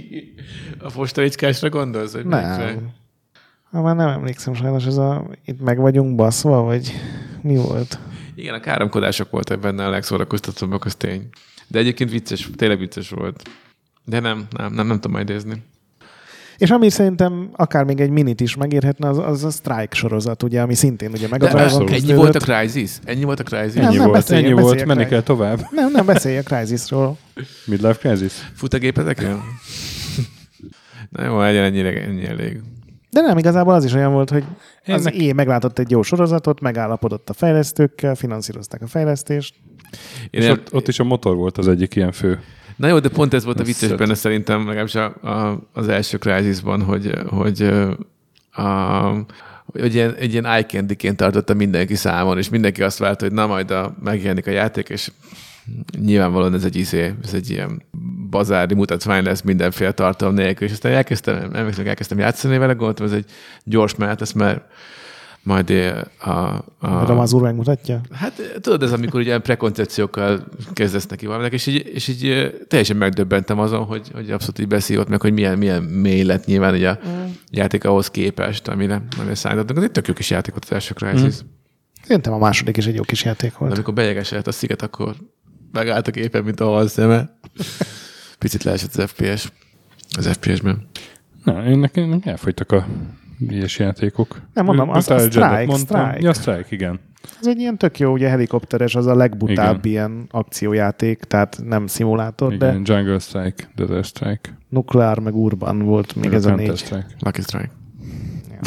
B: A postaricskásra gondolsz? Hogy melyikre?
C: Nem. Ha már nem emlékszem sajnos, ez a itt meg vagyunk baszva, vagy mi volt?
B: Igen, a káromkodások voltak benne a legszórakoztatóbbak, az tény. De egyébként vicces, tényleg vicces volt. De nem, nem, nem, nem tudom majd idézni.
C: És ami szerintem akár még egy minit is megérhetne, az, az a Strike sorozat, ugye, ami szintén ugye meg a
B: De
C: Drive-on
B: ennyi
C: kezdődött.
B: volt a Crysis? Ennyi volt a Crysis?
C: Nem,
A: Ennyi
C: nem,
A: volt,
C: beszéljek,
A: ennyi volt,
C: beszéljek
A: menni
C: rá.
A: kell tovább.
C: Nem, nem beszélj a Crysisról.
A: Midlife Crisis?
B: Fut a gépeteken? Na jó, legyen ennyire, ennyi elég.
C: De nem, igazából az is olyan volt, hogy
A: Én
C: az
A: nek-
C: é meglátott egy jó sorozatot, megállapodott a fejlesztőkkel, finanszírozták a fejlesztést.
B: Én
A: És
B: nem,
A: ott, ott is a motor volt az egyik ilyen fő.
B: Na jó, de pont ez volt a vicces
A: Összet.
B: benne szerintem, legalábbis a, a, az első Crysisban, hogy, hogy, a, hogy ilyen, egy ilyen eye candy-ként tartotta mindenki számon, és mindenki azt várta, hogy na majd a, megjelenik a játék, és nyilvánvalóan ez egy izé, ez egy ilyen bazári mutatvány lesz mindenféle tartalom nélkül, és aztán elkezdtem, emlékszem, elkezdtem játszani vele, gondoltam, ez egy gyors menet lesz, mert majd a... a, a
C: Ramaz úr megmutatja?
B: Hát tudod, ez amikor ugye prekoncepciókkal kezdesz neki valaminek, és így, és így teljesen megdöbbentem azon, hogy, hogy abszolút így beszívott meg, hogy milyen, milyen mély lett nyilván ugye a mm. játék ahhoz képest, amire, amire számítottunk. Ez egy tök jó kis játék volt az első Crysis. Mm.
C: Szerintem a második is egy jó kis játék volt.
B: De amikor bejegesedett a sziget, akkor megállt a képen, mint a szeme. Picit leesett az ef pé es. Az ef pé es-ben.
A: Na, én nekem, nekem elfogytak a ilyes játékok.
C: Nem mondom, az a Strike, Strike.
A: Ja, Strike, igen.
C: Ez egy ilyen tök jó, ugye helikopteres, az a legbutább igen. ilyen akciójáték, tehát nem szimulátor,
A: igen,
C: de...
A: Jungle Strike, Desert Strike.
C: Nukleár meg Urban volt még ez a négy.
A: Strike.
B: Lucky Strike.
C: Ja.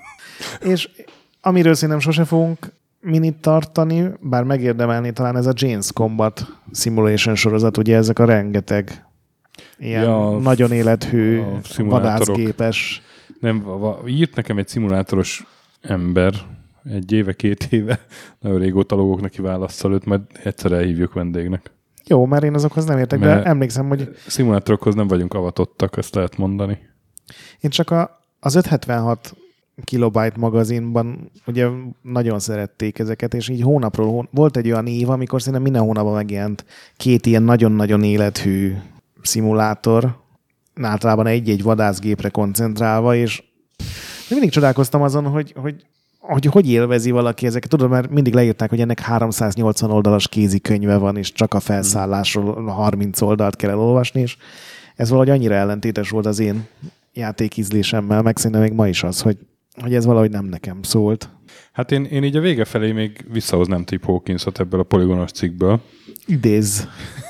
C: És amiről szerintem sose fogunk minit tartani, bár megérdemelni talán ez a Jane's Combat Simulation sorozat, ugye ezek a rengeteg ilyen ja, nagyon élethű, vadászgépes.
A: Nem, írt nekem egy szimulátoros ember egy éve, két éve, nagyon régóta logok neki választ előtt, majd egyszer elhívjuk vendégnek.
C: Jó, mert én azokhoz nem értek, mert de emlékszem, hogy...
A: Szimulátorokhoz nem vagyunk avatottak, ezt lehet mondani.
C: Én csak a, az ötszázhetvenhat kilobyte magazinban ugye nagyon szerették ezeket, és így hónapról hón... volt egy olyan év, amikor szerintem minden hónapban megjelent két ilyen nagyon-nagyon élethű szimulátor, általában egy-egy vadászgépre koncentrálva, és mindig csodálkoztam azon, hogy hogy, hogy hogy élvezi valaki ezeket. Tudod, mert mindig leírták, hogy ennek háromszáznyolcvan oldalas kézikönyve van, és csak a felszállásról harminc oldalt kell elolvasni, és ez valahogy annyira ellentétes volt az én játékízlésemmel, meg szerintem még ma is az, hogy, hogy ez valahogy nem nekem szólt.
A: Hát én, én így a vége felé még visszahoznám Trip Hawkinsot ebből a poligonos cikkből.
C: Idéz.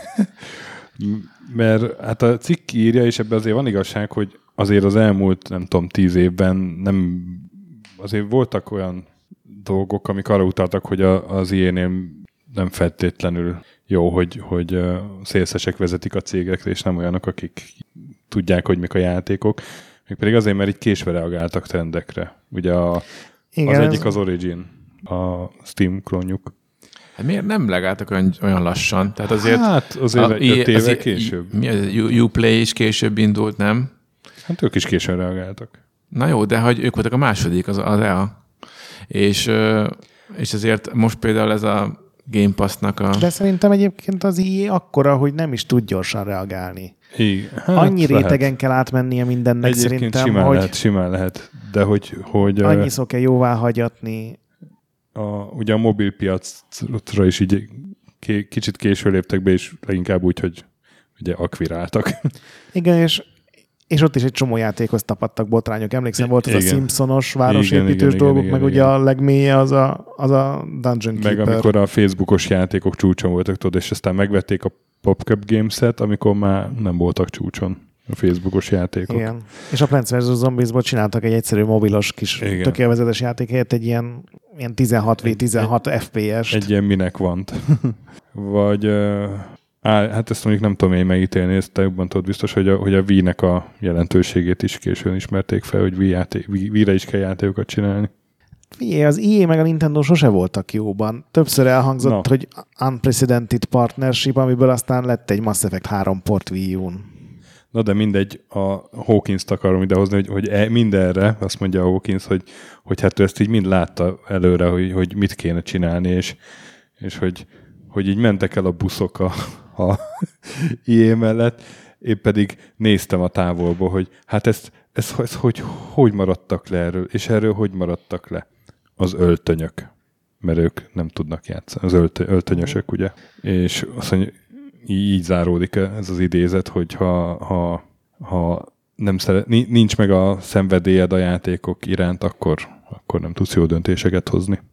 A: Mert hát a cikk írja, és ebben azért van igazság, hogy azért az elmúlt, nem tudom, tíz évben nem, azért voltak olyan dolgok, amik arra utaltak, hogy a, az ilyenél nem feltétlenül jó, hogy, hogy szélszesek vezetik a cégekre, és nem olyanok, akik tudják, hogy mik a játékok. Még pedig azért, mert így késve reagáltak trendekre. Ugye a, igen, az egyik az Origin, a Steam klónjuk.
B: Hát miért nem legáltak olyan, olyan lassan? Tehát azért...
A: Hát azért egy öt éve később.
B: Mi az? Uplay is később indult, nem?
A: Hát ők is későn reagáltak.
B: Na jó, de hogy ők voltak a második, az, az E A. És, és azért most például ez a Game Pass-nak a...
C: De szerintem egyébként az i á akkora, hogy nem is tud gyorsan reagálni.
A: Igen. Hát
C: annyi
A: lehet.
C: Rétegen kell átmennie mindennek
A: egyébként
C: szerintem,
A: simán
C: hogy...
A: lehet, simán lehet, de hogy... hogy
C: annyiszor kell jóvá hagyatni.
A: A, ugye a mobilpiacra is így k- kicsit késő léptek be, és leginkább úgy, hogy ugye akviráltak.
C: Igen, és, és ott is egy csomó játékhoz tapadtak botrányok. Emlékszem, volt az igen. a Simpsonos városépítős dolgok, igen, meg igen, ugye igen. a legmélye az a, az a Dungeon
A: meg
C: Keeper.
A: Meg amikor a Facebookos játékok csúcson voltak, tudod, és aztán megvették a PopCap Games-et, amikor már nem voltak csúcson a Facebookos játékok.
C: Igen. És a Plants versus. Zombiesból csináltak egy egyszerű mobilos kis igen. tökéletes játék helyett egy ilyen, ilyen tizenhat vé tizenhat egy, ef pé es-t.
A: Egy ilyen minek van. Vagy á, hát ezt mondjuk nem tudom én megítélni, ezt te jobban tudod biztos, hogy a, hogy a Wii-nek a jelentőségét is későn ismerték fel, hogy Wii játék, Wii-re is kell játékokat csinálni.
C: Figyelj, az i á meg a Nintendo sose voltak jóban. Többször elhangzott, no. hogy unprecedented partnership, amiből aztán lett egy Mass Effect három port Wii U-n.
A: Na de mindegy, a Hawkins-t akarom idehozni, hogy, hogy mindenre, azt mondja a Hawkins, hogy, hogy hát ő ezt így mind látta előre, hogy, hogy mit kéne csinálni, és, és hogy, hogy így mentek el a buszok a, a i á mellett, én pedig néztem a távolból, hogy hát ezt, ezt, ezt hogy, hogy maradtak le erről, és erről hogy maradtak le az öltönyök, mert ők nem tudnak játszani, az ölt, öltönyösök, ugye, és azt mondja, így záródik ez az idézet, hogy ha, ha, ha nem szeret, nincs meg a szenvedélyed a játékok iránt, akkor, akkor nem tudsz jó döntéseket hozni.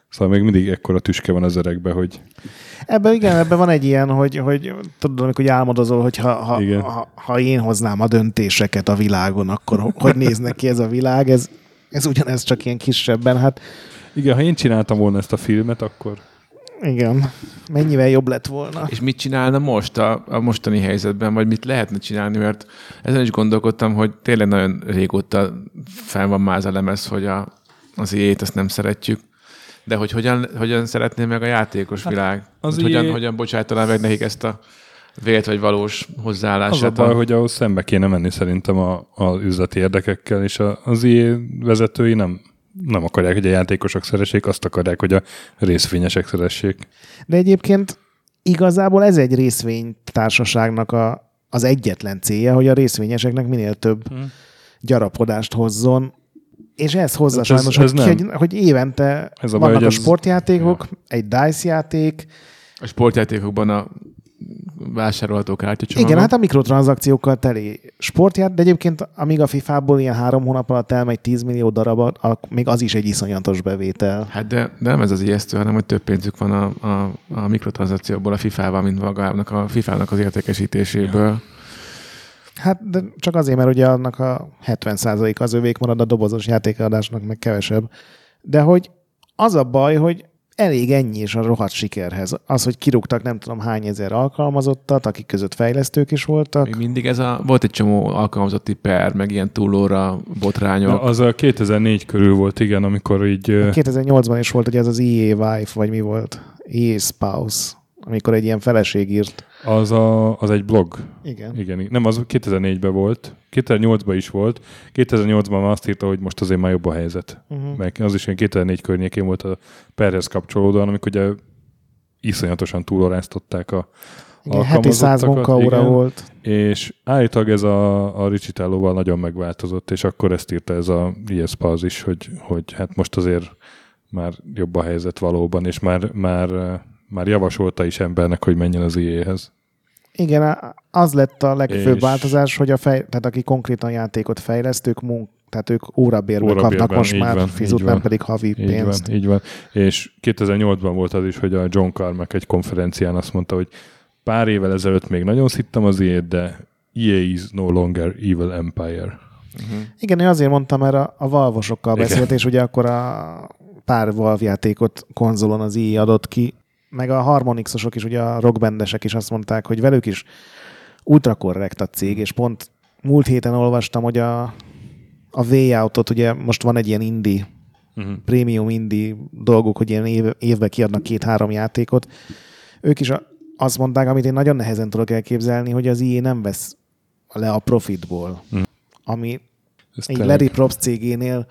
A: Szóval még mindig ekkora tüske van az öregben, hogy...
C: Ebben igen, ebben van egy ilyen, hogy, hogy tudod, amikor álmodozol, hogy ha, ha, ha, ha én hoznám a döntéseket a világon, akkor hogy néznek ki ez a világ? Ez, ez ugyanez csak ilyen kisebben. Hát...
A: Igen, ha én csináltam volna ezt a filmet, akkor...
C: Igen. Mennyivel jobb lett volna.
B: És mit csinálna most a, a mostani helyzetben, vagy mit lehetne csinálni, mert ezen is gondolkodtam, hogy tényleg nagyon régóta fel van máz a lemez, hogy a, az í á-t ezt nem szeretjük. De hogy hogyan, hogyan szeretné meg a játékos hát világ? Az hogy hogyan, hogyan bocsájtaná meg nekik ezt a vélt vagy valós hozzáállását?
A: Az a baj, a... hogy ahhoz szembe kéne menni szerintem a, az üzleti érdekekkel, és a, az í á vezetői nem, nem akarják, hogy a játékosok szeressék, azt akarják, hogy a részvényesek szeressék.
C: De egyébként igazából ez egy részvénytársaságnak a, az egyetlen célja, hogy a részvényeseknek minél több hmm. gyarapodást hozzon, és ez hozza ez, sajnos, ez hogy, hogy, hogy évente ez a vannak baj, a sportjátékok, ja. egy DICE játék.
B: A sportjátékokban a vásárolható kártyacsomagok.
C: Igen, hát a mikrotranszakciókkal teli sportját, de egyébként amíg a fifából ilyen három hónap alatt elmegy tíz millió darab, még az is egy iszonyatos bevétel.
B: Hát de, de nem ez az ijesztő, hanem hogy több pénzük van a, a, a mikrotranszakcióból a fifával, mint magának a fifának az értékesítéséből. Ja.
C: Hát de csak azért, mert ugye annak a hetven százalék az övék marad, a dobozos játékadásnak meg kevesebb. De hogy az a baj, hogy elég ennyi is a rohadt sikerhez. Az, hogy kirúgtak nem tudom hány ezer alkalmazottat, akik között fejlesztők is voltak.
B: Még mindig ez a, volt egy csomó alkalmazotti per, meg ilyen túlóra botrányok.
A: Na, az a kétezer-négy körül volt, igen, amikor így...
C: kétezer-nyolcban is volt, hogy ez az í á Wife, vagy mi volt? í á Spouse, amikor egy ilyen feleség írt.
A: Az, a, az egy blog.
C: Igen.
A: Igen. Nem, az kétezer-négyben volt. kétezer-nyolcban is volt. kétezer-nyolcban azt írta, hogy most azért már jobb a helyzet. Uh-huh. Meg az is ilyen kétezer-négy környékén volt a perhez kapcsolódóan, amikor ugye iszonyatosan túloráztották a
C: igen, heti száz munkaóra volt.
A: És állítólag ez a, a Richitellóval nagyon megváltozott, és akkor ezt írta ez a í es pé á is, hogy, hogy hát most azért már jobb a helyzet valóban, és már, már már javasolta is embernek, hogy menjen az í á-hez.
C: Igen, az lett a legfőbb és változás, hogy a fej, tehát aki konkrétan játékot fejlesztők, munk, tehát ők órabérben kapnak most már van, fizut, nem pedig havi
A: így
C: pénzt.
A: Van, így van. És kétezer-nyolcban volt az is, hogy a John Carmack egy konferencián azt mondta, hogy pár évvel ezelőtt még nagyon szittem az í á-t, de í á is no longer evil empire.
C: Uh-huh. Igen, én azért mondtam, mert a, a Valve-osokkal beszélt, és ugye akkor a pár Valve játékot konzolon az í á adott ki, meg a Harmonixosok is, ugye a rockbandesek is azt mondták, hogy velük is ultrakorrekt a cég, és pont múlt héten olvastam, hogy a, a Way Out-ot, ugye most van egy ilyen indie, uh-huh. prémium indie dolguk, hogy ilyen év, évben kiadnak két-három játékot. Ők is a, azt mondták, amit én nagyon nehezen tudok elképzelni, hogy az í á nem vesz le a profitból, uh-huh. ami Ezt egy Larry Probst cégénél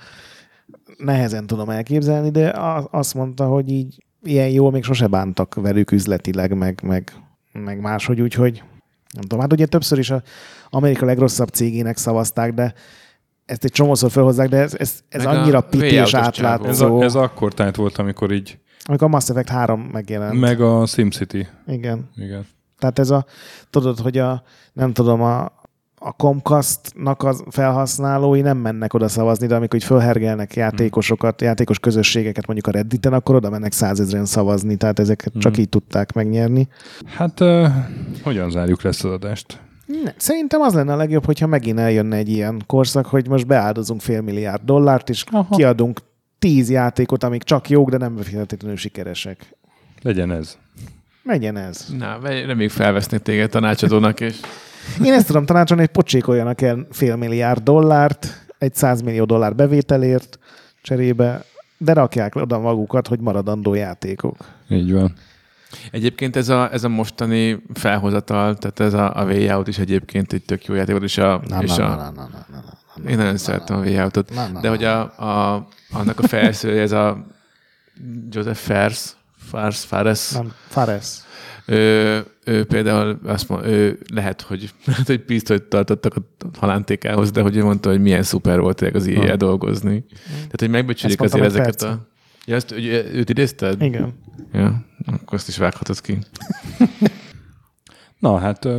C: nehezen tudom elképzelni, de azt mondta, hogy így ilyen jól még sose bántak velük üzletileg, meg, meg, meg máshogy, úgyhogy nem tudom. Hát ugye többször is az Amerika legrosszabb cégének szavazták, de ezt egy csomószor felhozzák, de ez, ez, ez annyira pités átlátszó.
A: Ez, a, ez akkor tehát volt, amikor így...
C: Amikor a Mass Effect három megjelent.
A: Meg a SimCity.
C: Igen.
A: Igen.
C: Tehát ez a, tudod, hogy a, nem tudom, a a Comcast-nak a felhasználói nem mennek oda szavazni, de amikor fölhergelnek játékosokat, játékos közösségeket mondjuk a Redditen, akkor oda mennek százezren szavazni, tehát ezeket hmm. csak így tudták megnyerni.
A: Hát uh, hogyan zárjuk le ezt az adást?
C: Ne, szerintem az lenne a legjobb, hogyha megint eljönne egy ilyen korszak, hogy most beáldozunk fél milliárd dollárt, és Aha. kiadunk tíz játékot, amik csak jók, de nem feltétlenül sikeresek.
A: Legyen ez.
C: Legyen ez.
B: Na, reméljük felvesznek téged tanácsadónak, és...
C: Én ezt tudom tanácsolni, hogy pocsékoljanak el fél milliárd dollárt, egy százmillió dollár bevételért cserébe, de rakják oda magukat, hogy maradandó játékok.
A: Így van.
B: Egyébként ez a, ez a mostani felhozatal, tehát ez a, a Way Out is egyébként egy tök jó játék, és a...
C: Na,
B: és
C: na,
B: a
C: na, na, na, na, na,
B: én nagyon na, szeretem na, a Way Out-ot, na, na, de hogy a, a, annak a felszője, ez a Joseph Fares, Fares, Fares.
C: Nem, Fares.
B: Ő, ő például azt mondja, ő lehet, hogy, lehet, hogy pisztolyt tartottak a halántékához, de hogy ő mondta, hogy milyen szuper volt az í á dolgozni. Hmm. Tehát, hogy megbecsülik azért ezeket percen. a... Ja, azt, hogy őt idézted?
C: Igen.
B: Ja, akkor azt is vághatod ki.
A: Na, hát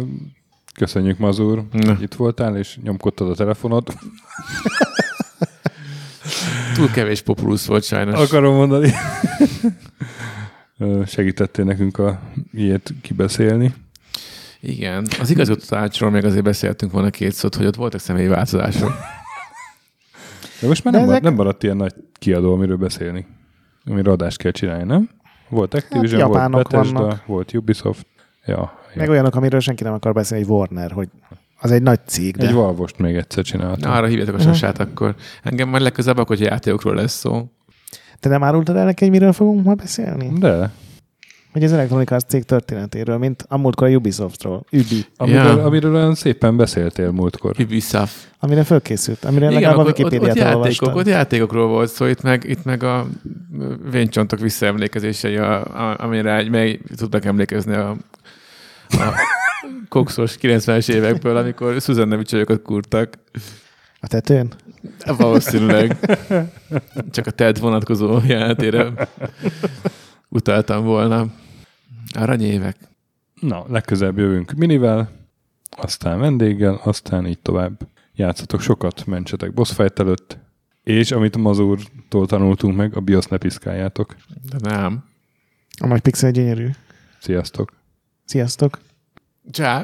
A: köszönjük, Mazur, hogy itt voltál, és nyomkodtad a telefonod.
B: Túl kevés populusz volt sajnos.
A: Akarom mondani. Segítettél nekünk a ilyet kibeszélni.
B: Igen. Az igazgató tanácsról még azért beszéltünk volna két szót, hogy ott voltak személyi változások.
A: De most már De nem, ezek... nem maradt ilyen nagy kiadó, amiről beszélni. Amiről adást kell csinálni, nem? Volt Activision, hát, volt Bethesda, vannak. Volt Ubisoft. Ja,
C: meg ja. olyanok, amiről senki nem akar beszélni, egy Warner, hogy az egy nagy cég. De...
A: Egy Valvost még egyszer csináltam.
B: Na, arra hívjátok a sasát akkor. Engem majd legközelebb akkor, hogy játékokról lesz szó.
C: Te nem árultad el neki, hogy miről fogunk ma beszélni?
A: De.
C: Hogy az Electronic Arts cég történetéről, mint a múltkor a Ubisoftról. Ubi.
A: Amiről, ja. amiről olyan szépen beszéltél múltkor.
B: Ubisoft.
C: Amire fölkészült. Amire
B: Igen,
C: legalább a
B: Wikipédiát olvastad. Ott játékokról volt szó, itt meg, itt meg a véncsontok visszaemlékezései, a, a, amire egy meg tudnak emlékezni a, a kokszos kilencvenes évekből, amikor Susan nevű csajokat kurtak.
C: A tetőn?
B: Valószínűleg. Csak a Ted vonatkozó jelenetére utaltam volna. Aranyévek.
A: Na, legközelebb jövünk minivel, aztán vendéggel, aztán így tovább. Játszatok sokat, mentsetek boss fight előtt, és amit Mazurtól tanultunk meg, a BIOS ne piszkáljátok.
B: De nem.
C: A nagy pixel gyönyörű.
A: Sziasztok.
C: Sziasztok.
B: Csá.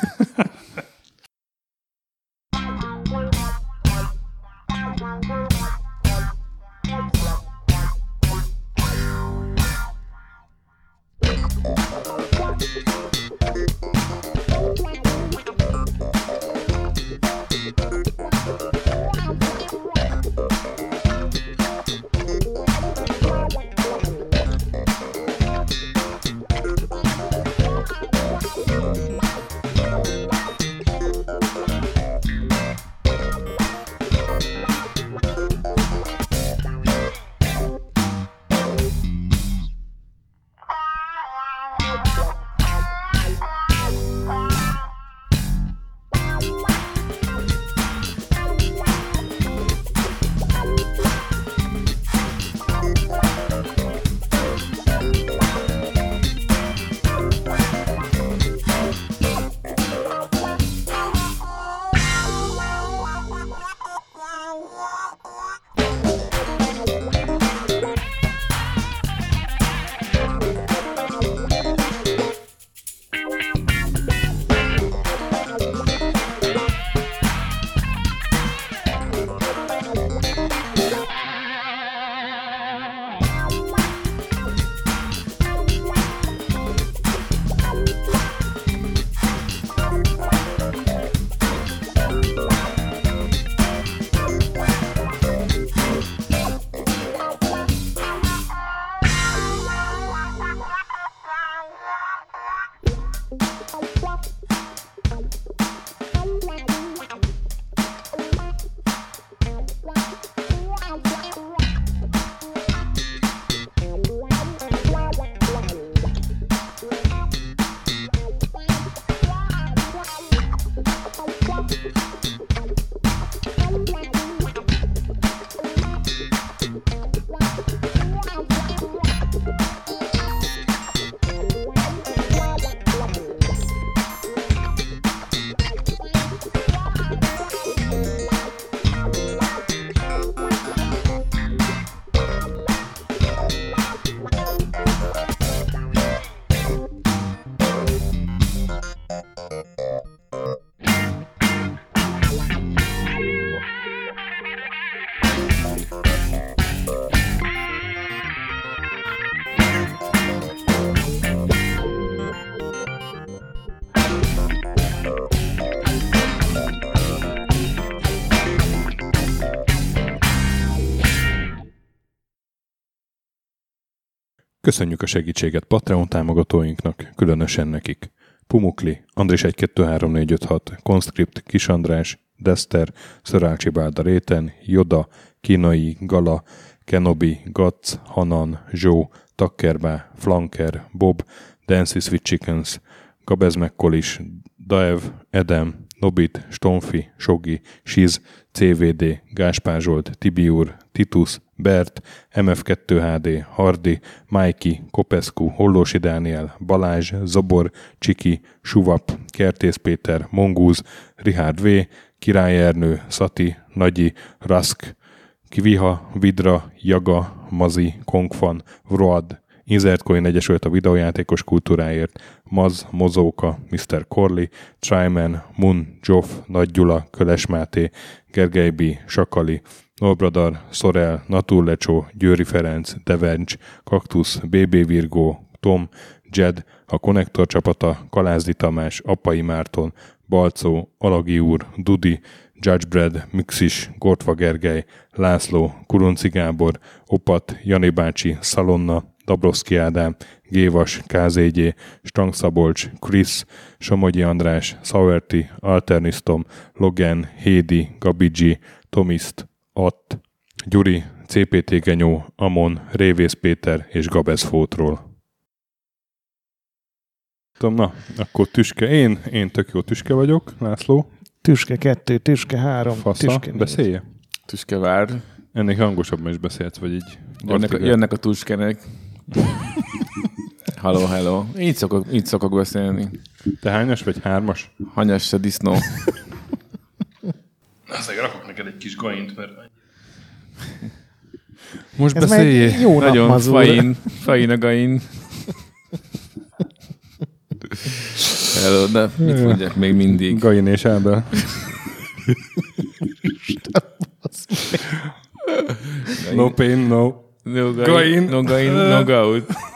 A: Köszönjük a segítséget Patreon támogatóinknak, különösen nekik. Pumukli, Andris egy kettő három négy öt hat, Conscript, Kis András, Dester, Szörácsi Bálda Réten, Joda, Kínai, Gala, Kenobi, Gatz, Hanan, Zsó, Takkerbá, Flanker, Bob, Dancy Sweet Chickens, Gabez Mekkolis, Daev, Edem, Nobit, Stonfi, Sogi, Siz, cé vé dé, Gáspár Zsolt, Tibiur, Titus, Bert, em ef kettő há dé, Hardi, Mikey, Kopescu, Hollósi Dániel, Balázs, Zobor, Csiki, Suvap, Kertész Péter, Mongúz, Richard V, Király Ernő, Szati, Nagyi, Rask, Kviha, Vidra, Jaga, Mazi, Kongfan, Vroad, Insert Coin egyesült a videójátékos kultúráért, Maz, Mozóka, miszter Corley, Tryman, Mun, Joff, Nagy Gyula, Köles Máté, Gergely B., Sakali, Nolbradar, Szorel, Naturlecsó, Győri Ferenc, Devencs, Kaktusz, bé bé Virgó, Tom, Jed, a Konnektor csapata, Kalázdi Tamás, Appai Márton, Balcó, Alagi úr, Dudi, Judgebred, Mixis, Gortva Gergely, László, Kurunci Gábor, Opat, Jani bácsi, Szalonna, Dabrowski Ádám, Gévas, ká zé gyé, Stang Szabolcs, Krisz, Somogyi András, Sauerti, Alternisztom, Logan, Hédi, Gabigi, Tomiszt, Att, Gyuri, cé pé té Genyó, Amon, Révész Péter és Gabez Fótról. Na, akkor tüske. Én, én tök jó tüske vagyok, László.
C: Tüske kettő, tüske három,
A: Fasza,
C: tüske
A: beszélje.
B: Tüske vár.
A: Ennél hangosabban is beszélsz, vagy így.
B: Jönnek a, jönnek a tüskenek. Hello, hello. Így szokok, így szokok beszélni.
A: Te hányas vagy hármas?
B: Hanyas se disznó.
A: Azért rakok neked egy kis gaint, mert... Most
C: ez
A: beszéljé.
C: Jó
B: nagyon fain, fain a gain. Hello, de mit mondják még mindig?
A: Gain és Ábel. No pain, no...
B: No gain,
A: Gain.
B: no gain, no gout.